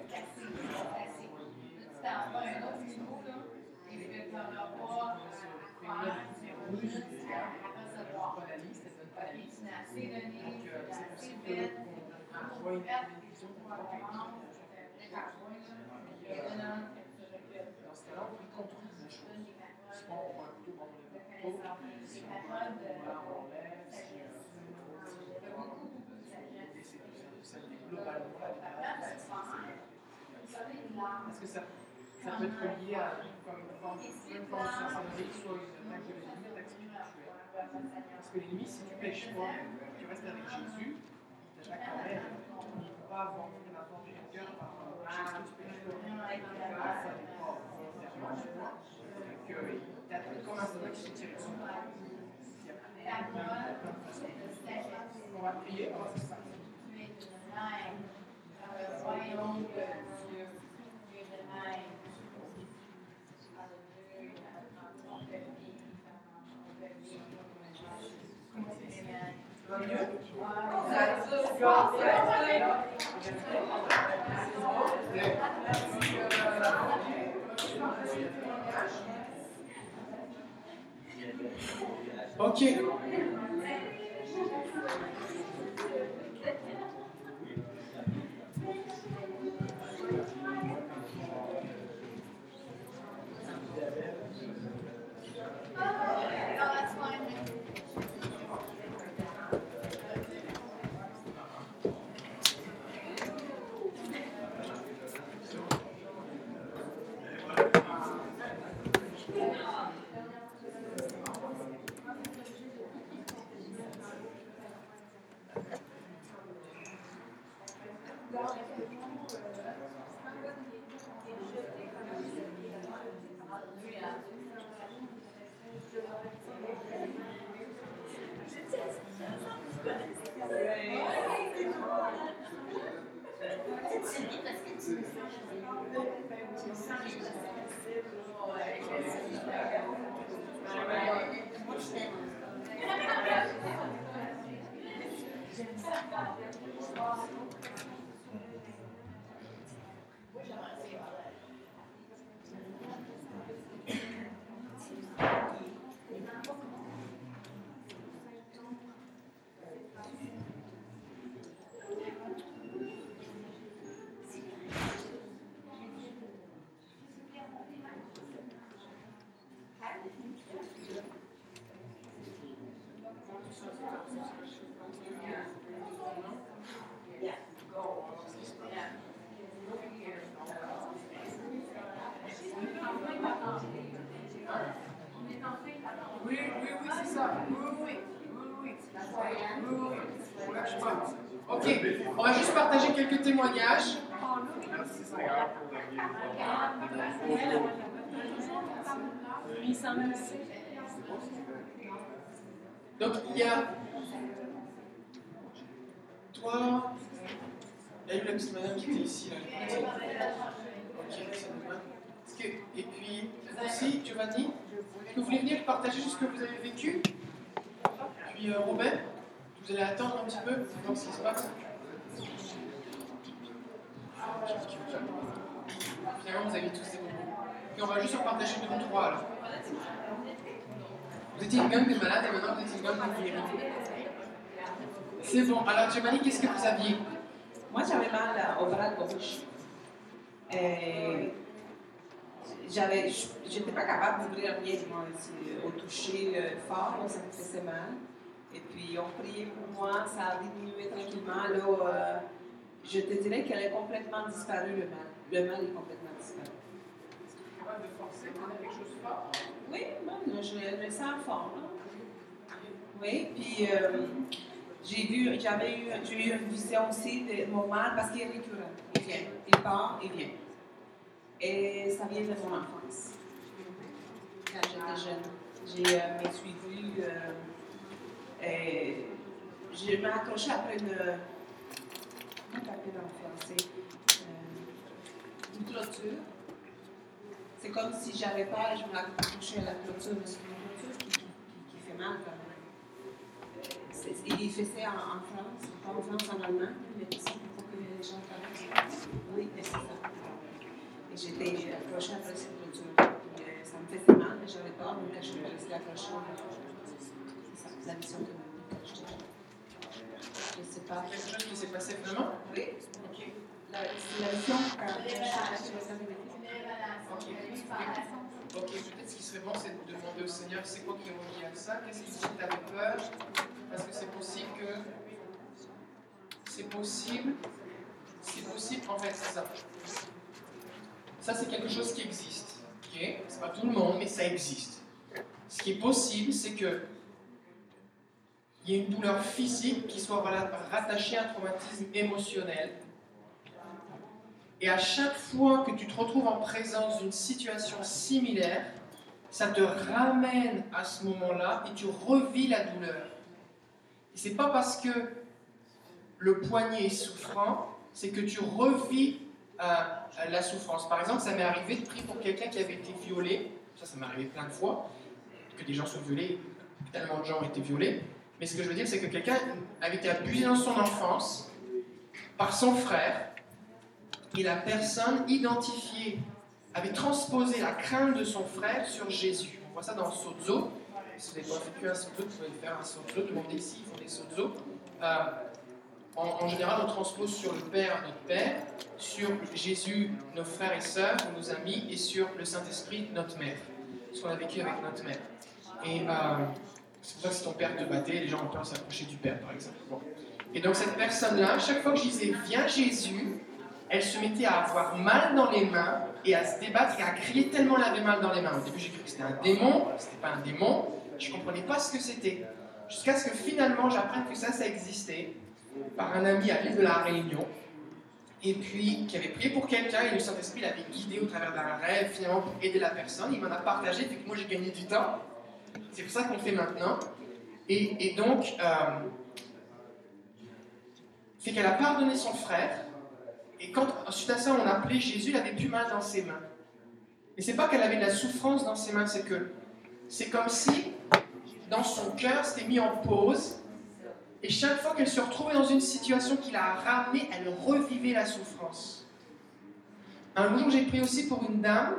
Speaker 1: Pas la liste, elle donne pas la liste. Donc c'est possible qu'on voit une vision qu'on voit quelque chose. Dans ce cas-là, on peut contrôler la chose. Soit on voit un couteau pendant les couteaux, si on l'enlève, c'est globalement la est-ce que ça peut être lié à comme une forme de sorcellerie, soit une attaque de l'ennemi, une attaque spirituelle? Parce que l'ennemi, si tu pêches pas, tu restes avec Jésus, il t'attaque quand même. Il ne peut pas avoir une rapport de cœur par rapport à Jésus, tu pêches pas. Ça n'est pas volontairement sur toi. Donc, il t'attaque comme un soldat qui se tire dessus. Il y a plein de façons. On va prier, on va se faire. Ok.
Speaker 6: système.
Speaker 1: Oui, c'est ça. Oui. Ok, on va juste partager quelques témoignages. Donc il y a toi, il y a eu la petite madame qui était ici là. Ok, c'est bien. Et puis vous aussi, Giovanni, est-ce que vous voulez venir partager ce que vous avez vécu? Puis Robert, vous allez attendre un petit peu pour voir ce qui se passe. Finalement, vous avez tous des moments. Puis on va juste en partager 2 ou 3 alors. Vous étiez une gang de malades et maintenant vous êtes une gang de guéris. C'est bon. Alors Giovanni, qu'est-ce que vous aviez?
Speaker 11: Moi, j'avais mal au bras gauche. J'étais pas capable d'ouvrir rien, moi, au toucher fort, ça me faisait mal. Et puis, on priait pour moi, ça a diminué tranquillement. Là, je te dirais qu'elle est complètement disparue, le mal. Le mal est complètement disparu.
Speaker 1: Est-ce que tu es capable de forcer quand quelque chose fort?
Speaker 11: Oui, bon, je le sens fort. Là. Oui, puis j'ai eu une vision aussi de mon mal parce qu'il est récurrent. Il vient, il part, il vient. Et ça vient de mon enfance. Quand j'étais jeune, j'ai suivi. Je m'ai accrochée après une clôture. C'est comme si j'avais peur et je m'accrochais à la clôture. Mais c'est une clôture qui fait mal quand même. Il fait ça en France, pas en France, en Allemagne, mais c'est ça pour que les gens connaissent. Oui, c'est ça. Et j'étais accrochée après cette clôture. Ça me faisait mal, mais j'avais peur, donc je suis restée accrochée. C'est ça, la mission que je t'ai. Je ne sais pas.
Speaker 1: Quelque chose qui s'est passé vraiment?
Speaker 11: Oui.
Speaker 1: Ok.
Speaker 11: C'est la mission quand je suis
Speaker 1: Ok, peut-être ce qui serait bon, c'est de demander au Seigneur, c'est quoi qui est relié à ça? Qu'est-ce qui fait que tu avais peur? Parce que c'est possible que... C'est possible, en fait, c'est ça. Ça, c'est quelque chose qui existe. Okay? C'est pas tout le monde, mais ça existe. Ce qui est possible, c'est que il y ait une douleur physique qui soit rattachée à un traumatisme émotionnel. Et à chaque fois que tu te retrouves en présence d'une situation similaire, ça te ramène à ce moment-là et tu revis la douleur. Et c'est pas parce que le poignet est souffrant, c'est que tu revis la souffrance. Par exemple, ça m'est arrivé de prier pour quelqu'un qui avait été violé. Ça m'est arrivé plein de fois, que des gens soient violés, tellement de gens ont été violés. Mais ce que je veux dire, c'est que quelqu'un avait été abusé dans son enfance par son frère, et la personne identifiée avait transposé la crainte de son frère sur Jésus. On voit ça dans Sozo. Si vous n'avez pas fait qu'un Sozo, vous pouvez faire un Sozo. Tout le monde ici, ils font des Sozo. En général, on transpose sur le Père, notre Père, sur Jésus, nos frères et sœurs, nos amis, et sur le Saint-Esprit, notre Mère. Ce qu'on a vécu avec notre Mère. Et c'est pour ça que si ton père te battait, les gens ont peur de s'approcher du Père, par exemple. Bon. Et donc cette personne-là, chaque fois que je disais « Viens Jésus », elle se mettait à avoir mal dans les mains et à se débattre et à crier tellement elle avait mal dans les mains. Au début, j'ai cru que c'était un démon, c'était pas un démon, je ne comprenais pas ce que c'était. Jusqu'à ce que finalement, j'apprenne que ça existait par un ami à l'île de la Réunion, et puis qui avait prié pour quelqu'un et le Saint-Esprit l'avait guidé au travers d'un rêve, finalement, pour aider la personne. Il m'en a partagé, fait que moi j'ai gagné du temps. C'est pour ça qu'on le fait maintenant. Et donc, c'est qu'elle a pardonné son frère. Et quand, suite à ça, on a appelé Jésus, il avait plus mal dans ses mains. Mais c'est pas qu'elle avait de la souffrance dans ses mains, c'est que c'est comme si dans son cœur, s'était mis en pause. Et chaque fois qu'elle se retrouvait dans une situation qui la ramenait, elle revivait la souffrance. Un jour, j'ai prié aussi pour une dame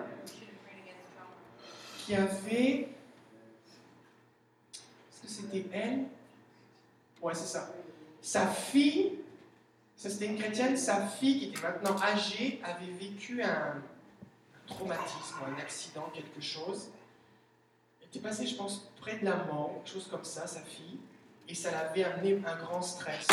Speaker 1: qui avait... Est-ce que c'était elle? Ouais, c'est ça. Sa fille, ça c'était une chrétienne, sa fille qui était maintenant âgée, avait vécu un traumatisme, un accident, quelque chose. Elle était passée, je pense, près de la mort, quelque chose comme ça, sa fille, et ça l'avait amené un grand stress.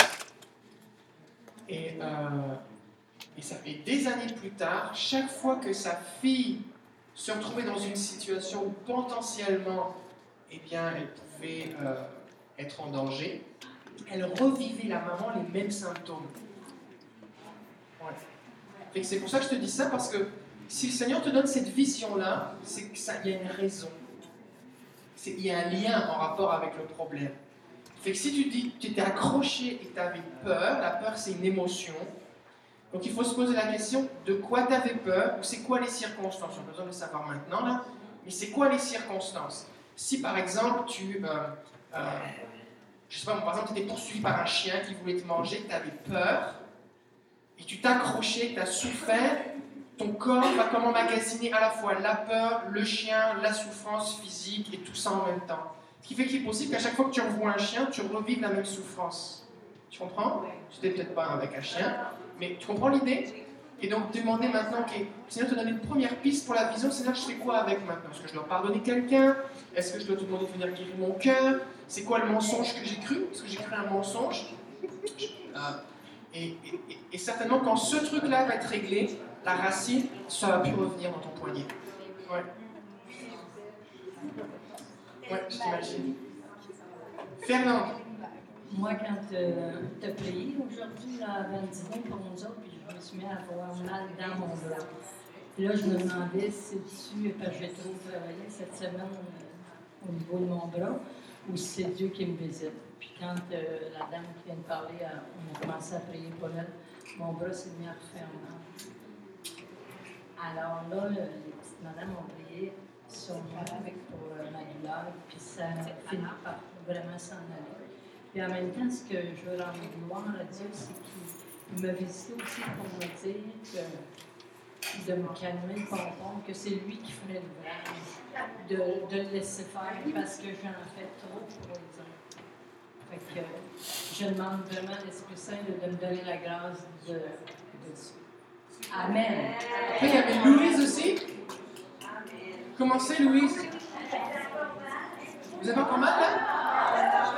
Speaker 1: Et ça fait des années plus tard, chaque fois que sa fille se retrouvait dans une situation où potentiellement, eh bien, elle pouvait être en danger, elle revivait la maman les mêmes symptômes. Ouais. Et c'est pour ça que je te dis ça, parce que si le Seigneur te donne cette vision-là, c'est qu'il y a une raison. Il y a un lien en rapport avec le problème. Fait que si tu dis que tu étais accroché et que tu avais peur, la peur c'est une émotion, donc il faut se poser la question de quoi tu avais peur, ou c'est quoi les circonstances. On a besoin de le savoir maintenant là, mais c'est quoi les circonstances? Si par exemple tu... je sais pas, par exemple, tu étais poursuivi par un chien qui voulait te manger, tu avais peur, et tu t'accrochais, tu as souffert, ton corps va comme emmagasiner à la fois la peur, le chien, la souffrance physique, et tout ça en même temps. Ce qui fait qu'il est possible qu'à chaque fois que tu revois un chien, tu revives la même souffrance. Tu comprends? Tu n'étais peut-être pas avec un chien, mais tu comprends l'idée? Et donc, demander maintenant, ok, le Seigneur te donne une première piste pour la vision, Seigneur, je fais quoi avec maintenant? Est-ce que je dois pardonner quelqu'un? Est-ce que je dois te demander de venir guérir mon cœur? C'est quoi le mensonge que j'ai cru? Est-ce que j'ai cru un mensonge? Et certainement, quand ce truc-là va être réglé, la racine, ça va plus revenir dans ton poignet. Ouais. Ouais, je t'imagine. Fernande.
Speaker 12: Moi, quand tu as prié aujourd'hui, avant le dîner pour nous autres, puis je me suis mis à avoir mal dans mon bras. Puis là, je me demandais si tu, parce que j'ai trop travaillé cette semaine au niveau de mon bras, ou si c'est Dieu qui me visite. Puis quand la dame qui vient de parler, on a commencé à prier pour elle, mon bras s'est mis à refaire mal. Alors là, les petites madames ont prié sur moi pour ma douleur, puis ça finit par vraiment s'en aller. Puis en même temps, ce que je veux rendre gloire à Dieu, c'est qu'il m'a visité aussi pour me dire de me calmer le pompon, que c'est lui qui ferait l'ouvrage, de le laisser faire parce que j'en fais trop pour les autres. Fait que je demande vraiment à l'Esprit Saint de me donner la grâce de Dieu. Amen.
Speaker 1: Après, il y avait Louise aussi. Comment c'est, Louise? Vous avez encore mal, là?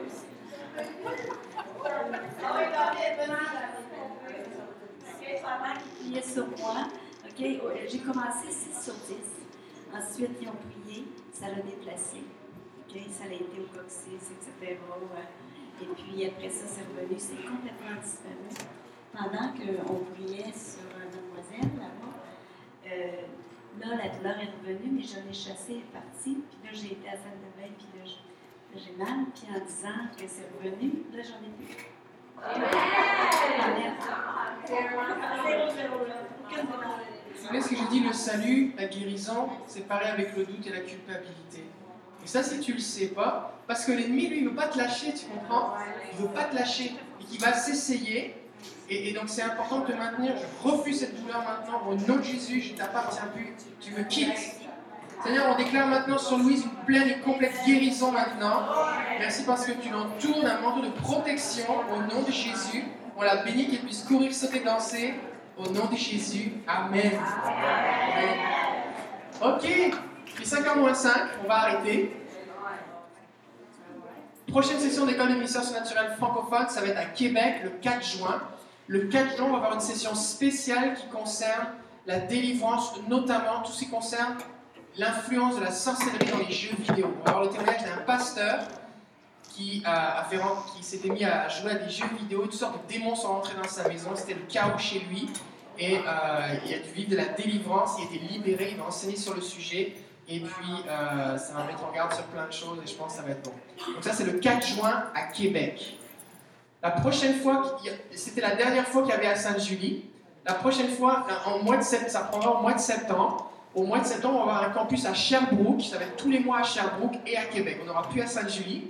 Speaker 13: Qui priait sur moi. Okay. J'ai commencé 6 sur 10. Ensuite, ils ont prié. Ça l'a déplacé. Okay. Ça a été au coccyx, etc. Et puis après ça, c'est revenu. C'est complètement disparu. Pendant qu'on priait sur mademoiselle, là-bas, là, la douleur est revenue, mais je l'ai chassée, elle est partie. Puis là, j'ai été à la salle de bain, puis là, j'ai mal. Puis en disant que c'est revenu, là, j'en ai plus.
Speaker 1: Vous savez ce que je dis, le salut, la guérison, c'est pareil avec le doute et la culpabilité. Et ça, si tu le sais pas, parce que l'ennemi, lui, il veut pas te lâcher, tu comprends? Il veut pas te lâcher, et qu'il va s'essayer. Et donc c'est important de te maintenir. Je refuse cette douleur maintenant. Au nom de Jésus, je ne t'appartiens plus. Tu me quittes. Seigneur, on déclare maintenant sur Louise une pleine et complète guérison maintenant. Merci parce que tu l'entoures d'un manteau de protection. Au nom de Jésus, on la bénit qu'elle puisse courir, sauter, danser. Au nom de Jésus. Amen. Amen. Ok. Il est 5h moins 5. On va arrêter. Prochaine session d'école de ministère surnaturel francophone, ça va être à Québec le 4 juin. Le 4 juin, on va avoir une session spéciale qui concerne la délivrance, notamment tout ce qui concerne l'influence de la sorcellerie dans les jeux vidéo. On va avoir le témoignage d'un pasteur qui s'était mis à jouer à des jeux vidéo. Toutes sortes de démons sont rentrés dans sa maison. C'était le chaos chez lui. Et il a dû vivre de la délivrance. Il a été libéré. Il va enseigner sur le sujet. Et puis, ça va mettre en garde sur plein de choses. Et je pense que ça va être bon. Donc ça, c'est le 4 juin à Québec. La prochaine fois, c'était la dernière fois qu'il y avait à Sainte-Julie. La prochaine fois, ça prendra au mois de septembre. au mois de septembre, on va avoir un campus à Sherbrooke. Ça va être tous les mois à Sherbrooke et à Québec. On n'aura plus à Sainte-Julie.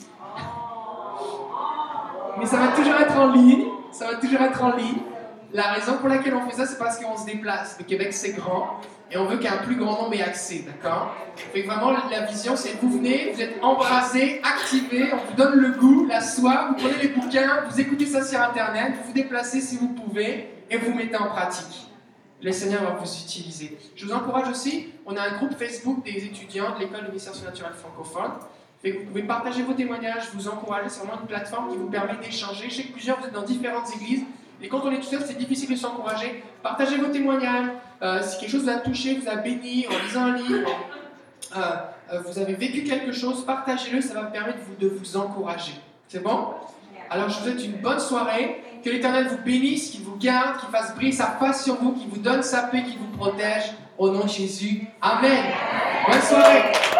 Speaker 1: Mais ça va toujours être en ligne. Ça va toujours être en ligne. La raison pour laquelle on fait ça, c'est parce qu'on se déplace. Le Québec, c'est grand. Et on veut qu'un plus grand nombre ait accès, d'accord? Fait que vraiment, la vision, c'est que vous venez, vous êtes embrasés, activés, on vous donne le goût, la soif, vous prenez les bouquins, vous écoutez ça sur Internet, vous vous déplacez si vous pouvez, et vous mettez en pratique. Le Seigneur va vous utiliser. Je vous encourage aussi, on a un groupe Facebook des étudiants de l'école d'initiation naturelle francophone. Fait que vous pouvez partager vos témoignages, vous encourager, c'est vraiment une plateforme qui vous permet d'échanger. Je sais que plusieurs, vous êtes dans différentes églises, et quand on est tout seul, c'est difficile de s'encourager. Partagez vos témoignages. Si quelque chose vous a touché, vous a béni en lisant un livre, vous avez vécu quelque chose, partagez-le, ça va me permettre de vous encourager. C'est bon? Alors je vous souhaite une bonne soirée. Que l'Éternel vous bénisse, qu'il vous garde, qu'il fasse briller sa face sur vous, qu'il vous donne sa paix, qu'il vous protège. Au nom de Jésus. Amen. Bonne soirée.